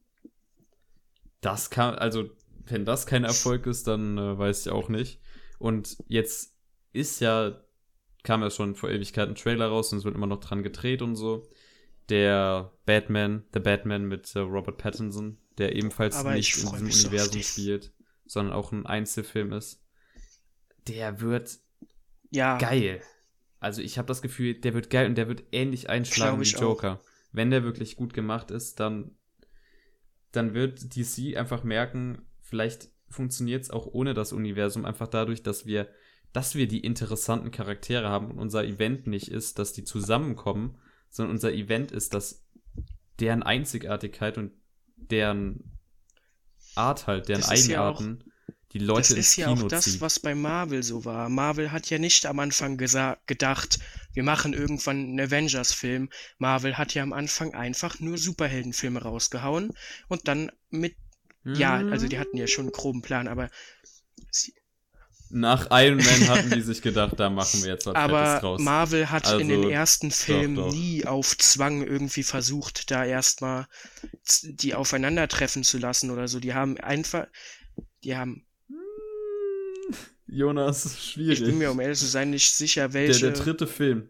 Das kann, also wenn das kein Erfolg ist, dann weiß ich auch nicht. Und jetzt kam ja schon vor Ewigkeit ein Trailer raus und es wird immer noch dran gedreht und so. The Batman mit Robert Pattinson, der ebenfalls Aber nicht in diesem so Universum spielt, sondern auch ein Einzelfilm ist. Der wird geil. Also ich habe das Gefühl, der wird geil und der wird ähnlich einschlagen wie Joker. Auch. Wenn der wirklich gut gemacht ist, dann wird DC einfach merken, vielleicht funktioniert es auch ohne das Universum, einfach dadurch, dass wir die interessanten Charaktere haben und unser Event nicht ist, dass die zusammenkommen, sondern unser Event ist, dass deren Einzigartigkeit und deren Art halt, deren Eigenarten die Leute ins Kino ziehen. Das ist ja auch das, was bei Marvel so war. Marvel hat ja nicht am Anfang gedacht, wir machen irgendwann einen Avengers-Film. Marvel hat ja am Anfang einfach nur Superheldenfilme rausgehauen und dann also die hatten ja schon einen groben Plan, aber nach Iron Man hatten die sich gedacht, da machen wir jetzt was Fettes draus. Aber Marvel hat in den ersten Filmen nie auf Zwang irgendwie versucht, da erstmal die aufeinandertreffen zu lassen oder so. Jonas, schwierig. Ich bin mir, um ehrlich zu sein, nicht sicher, welche... Der dritte Film.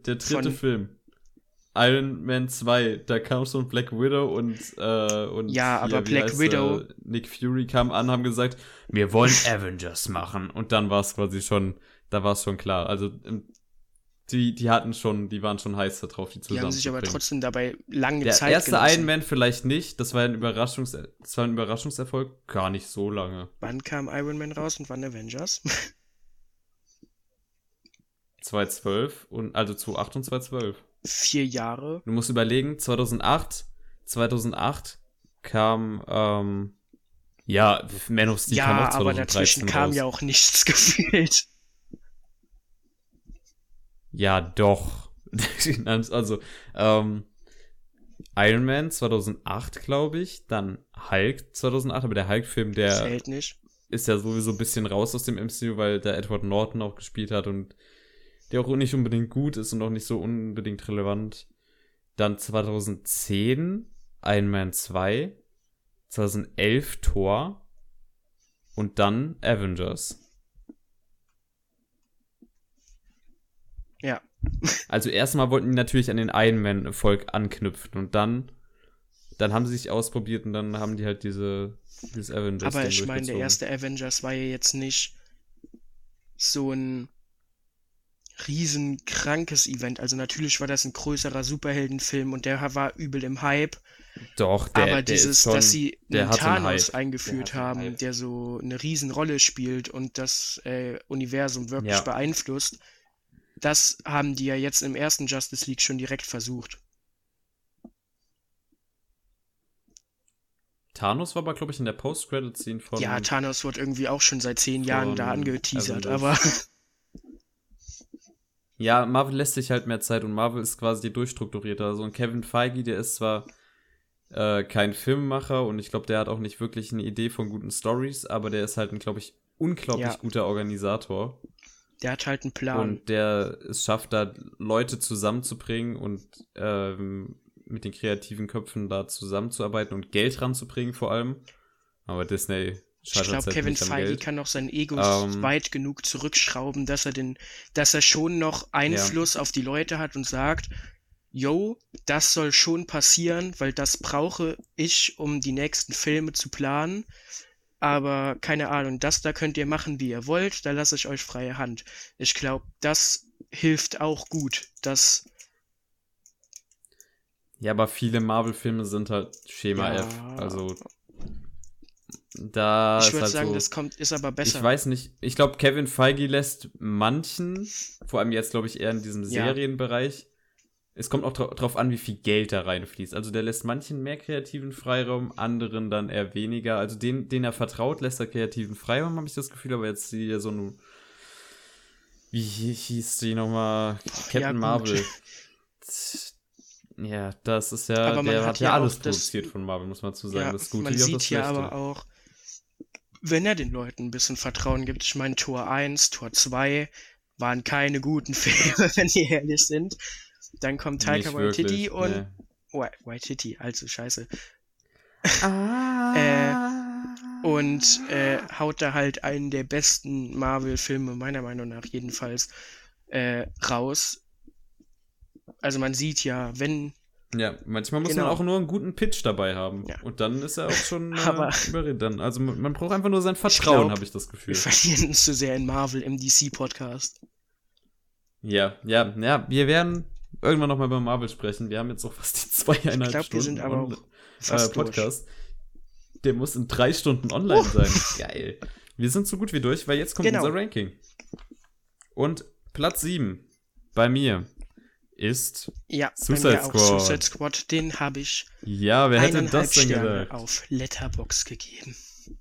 Iron Man 2, da kam schon Black Widow und aber Black Widow... Nick Fury kam an, haben gesagt, wir wollen Avengers machen. Und dann war es quasi schon, da war es schon klar. Also die waren schon heiß darauf, die zusammenzubringen. Die haben sich aber trotzdem dabei lange Zeit gelassen. Der erste Iron Man vielleicht nicht, das war ein Überraschungserfolg, gar nicht so lange. Wann kam Iron Man raus und wann Avengers? 2012 und also 2008 und 2012. 4 Jahre. Du musst überlegen, 2008 kam, Man of Steel kam auch 2013 aber dazwischen kam ja auch nichts gefühlt. Ja, doch. Also, Iron Man 2008, glaube ich, dann Hulk 2008, aber der Hulk-Film, der zählt nicht. Ist ja sowieso ein bisschen raus aus dem MCU, weil der Edward Norton auch gespielt hat und der auch nicht unbedingt gut ist und auch nicht so unbedingt relevant. Dann 2010 Iron Man 2, 2011 Thor und dann Avengers. Ja. Also erstmal wollten die natürlich an den Iron Man-Erfolg anknüpfen und dann haben sie sich ausprobiert und dann haben die halt dieses Avengers. Aber ich meine, der erste Avengers war ja jetzt nicht so ein riesen krankes Event. Also natürlich war das ein größerer Superheldenfilm und der war übel im Hype. Doch, dass sie einen Thanos eingeführt haben, der so eine riesen Rolle spielt und das Universum wirklich beeinflusst, das haben die ja jetzt im ersten Justice League schon direkt versucht. Thanos war aber, glaube ich, in der Post-Credit-Scene von... Ja, Thanos wird irgendwie auch schon seit 10 Jahren da angeteasert, aber... Ja, Marvel lässt sich halt mehr Zeit und Marvel ist quasi durchstrukturierter. Also ein Kevin Feige, der ist zwar kein Filmemacher und ich glaube, der hat auch nicht wirklich eine Idee von guten Stories, aber der ist halt ein, glaube ich, unglaublich guter Organisator. Der hat halt einen Plan. Und der es schafft, da Leute zusammenzubringen und mit den kreativen Köpfen da zusammenzuarbeiten und Geld ranzubringen vor allem. Aber Disney scheitert. Ich glaube, Kevin Feige kann auch sein Ego weit genug zurückschrauben, dass er schon noch Einfluss auf die Leute hat und sagt, yo, das soll schon passieren, weil das brauche ich, um die nächsten Filme zu planen. Aber keine Ahnung, das da könnt ihr machen, wie ihr wollt, da lasse ich euch freie Hand. Ich glaube, das hilft auch gut. Ja, aber viele Marvel-Filme sind halt Schema F. Also da ich würde halt sagen, so, das ist aber besser. Ich weiß nicht. Ich glaube, Kevin Feige lässt manchen, vor allem jetzt, glaube ich, eher in diesem Serienbereich, es kommt auch drauf an, wie viel Geld da reinfließt. Also der lässt manchen mehr kreativen Freiraum, anderen dann eher weniger. Also den er vertraut, lässt er kreativen Freiraum, habe ich das Gefühl. Aber jetzt hier so ein, wie hieß die nochmal? Captain Marvel. Ja, das ist ja, Aber der hat ja alles auch produziert von Marvel, muss man zu sagen. Ja, Das Gute man wie auch sieht das ja Schlechte. aber auch, wenn er den Leuten ein bisschen Vertrauen gibt. Ich meine, Tor 1, Tor 2 waren keine guten Filme, wenn die ehrlich sind. Dann kommt Taika Nicht Waititi wirklich, und... nee. Waititi, also scheiße. Ah. Und haut da halt einen der besten Marvel-Filme, meiner Meinung nach jedenfalls, raus. Also man sieht ja, wenn... Ja, manchmal muss Genau. man auch nur einen guten Pitch dabei haben. Ja. Und dann ist er auch schon Aber- überredet. Dann. Also man braucht einfach nur sein Vertrauen, glaub, habe ich das Gefühl. Wir verlieren uns zu sehr in Marvel im DC-Podcast. Ja, wir werden irgendwann nochmal über Marvel sprechen. Wir haben jetzt noch fast die 2,5 Ich glaube, wir Stunden sind aber auch fast Podcast. Der muss in 3 Stunden online sein. Geil. Wir sind so gut wie durch, weil jetzt kommt Genau. unser Ranking. Und Platz 7 bei mir ist... Ja, Suicide bei mir auch Squad. Suicide Squad. Den habe ich Ja, wer hätte 1,5 das denn Sterne gedacht? auf Letterboxd gegeben.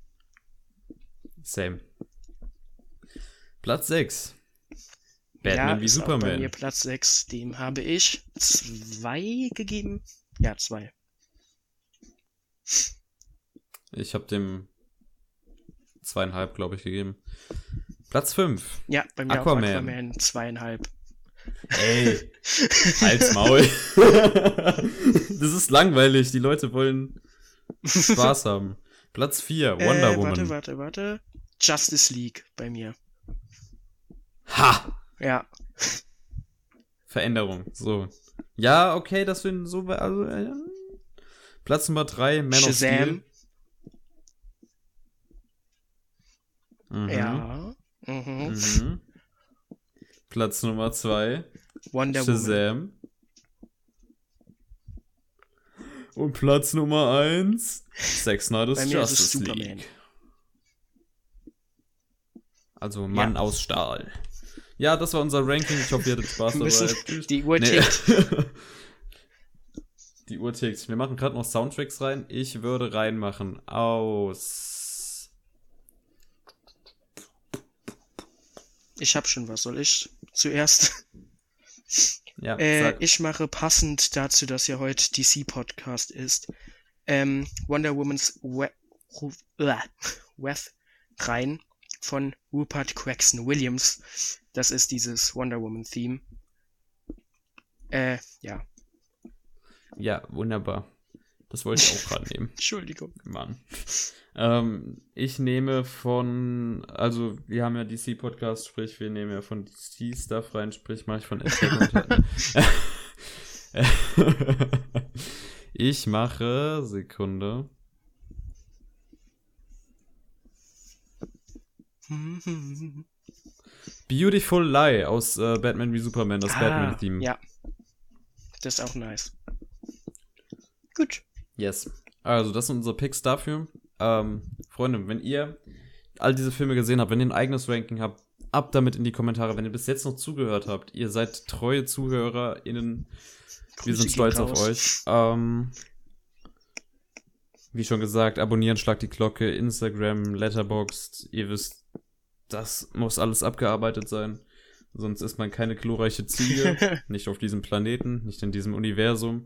Same. Platz 6. Batman wie ist auch bei mir Superman. Platz 6. Dem habe ich 2 gegeben. Ja, 2. Ich habe dem 2,5, glaube ich, gegeben. Platz 5. Ja, bei mir Aquaman. auch Aquaman 2,5. Ey, halt's Maul. Das ist langweilig. Die Leute wollen Spaß haben. Platz 4. Wonder Woman. Warte. Justice League bei mir. Ha! Ja, Veränderung. So. Ja, okay, das sind so... Also, Platz Nummer 3. Man of Steel. Shazam. Mhm. Ja. Mhm. Platz Nummer 2. Wonder Woman. Shazam. Und Platz Nummer 1. Zack Snyder's Bei mir ist es Justice Superman. League. Also Mann aus Stahl. Ja, das war unser Ranking. Ich hoffe, ihr hattet Spaß dabei. Tschüss. Die Uhr Nee. tickt. Die Uhr tickt. Wir machen gerade noch Soundtracks rein. Ich würde reinmachen aus... Ich habe schon was. Soll ich zuerst? Ja, sag. Ich mache passend dazu, dass ja heute DC-Podcast ist, Wonder Woman's Wrath rein von Rupert Gregson Williams. Das ist dieses Wonder Woman-Theme. Ja. Ja, wunderbar. Das wollte ich auch gerade nehmen. Entschuldigung. Mann. Ich nehme von, also wir haben ja DC-Podcast, sprich wir nehmen ja von DC-Stuff rein, sprich mache ich von Attack on Titan. Ich mache, Sekunde. Beautiful Lie aus Batman wie Superman, das Batman-Theme. Ja. Das ist auch nice. Gut. Yes. Also, das sind unsere Picks dafür. Freunde, wenn ihr all diese Filme gesehen habt, wenn ihr ein eigenes Ranking habt, ab damit in die Kommentare. Wenn ihr bis jetzt noch zugehört habt, ihr seid treue ZuhörerInnen. Wir sind stolz auf euch. Wie schon gesagt, abonnieren, schlagt die Glocke, Instagram, Letterboxd. Ihr wisst, das muss alles abgearbeitet sein. Sonst ist man keine glorreiche Ziege. Nicht auf diesem Planeten, nicht in diesem Universum.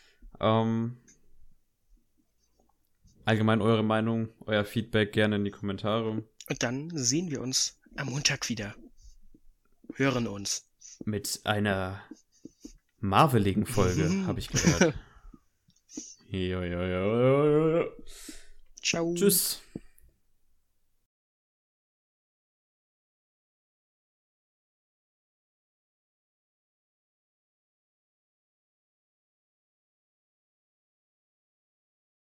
Allgemein eure Meinung, euer Feedback gerne in die Kommentare. Und dann sehen wir uns am Montag wieder. Hören uns. Mit einer marveligen Folge, habe ich gehört. Ja. Ciao. Tschüss.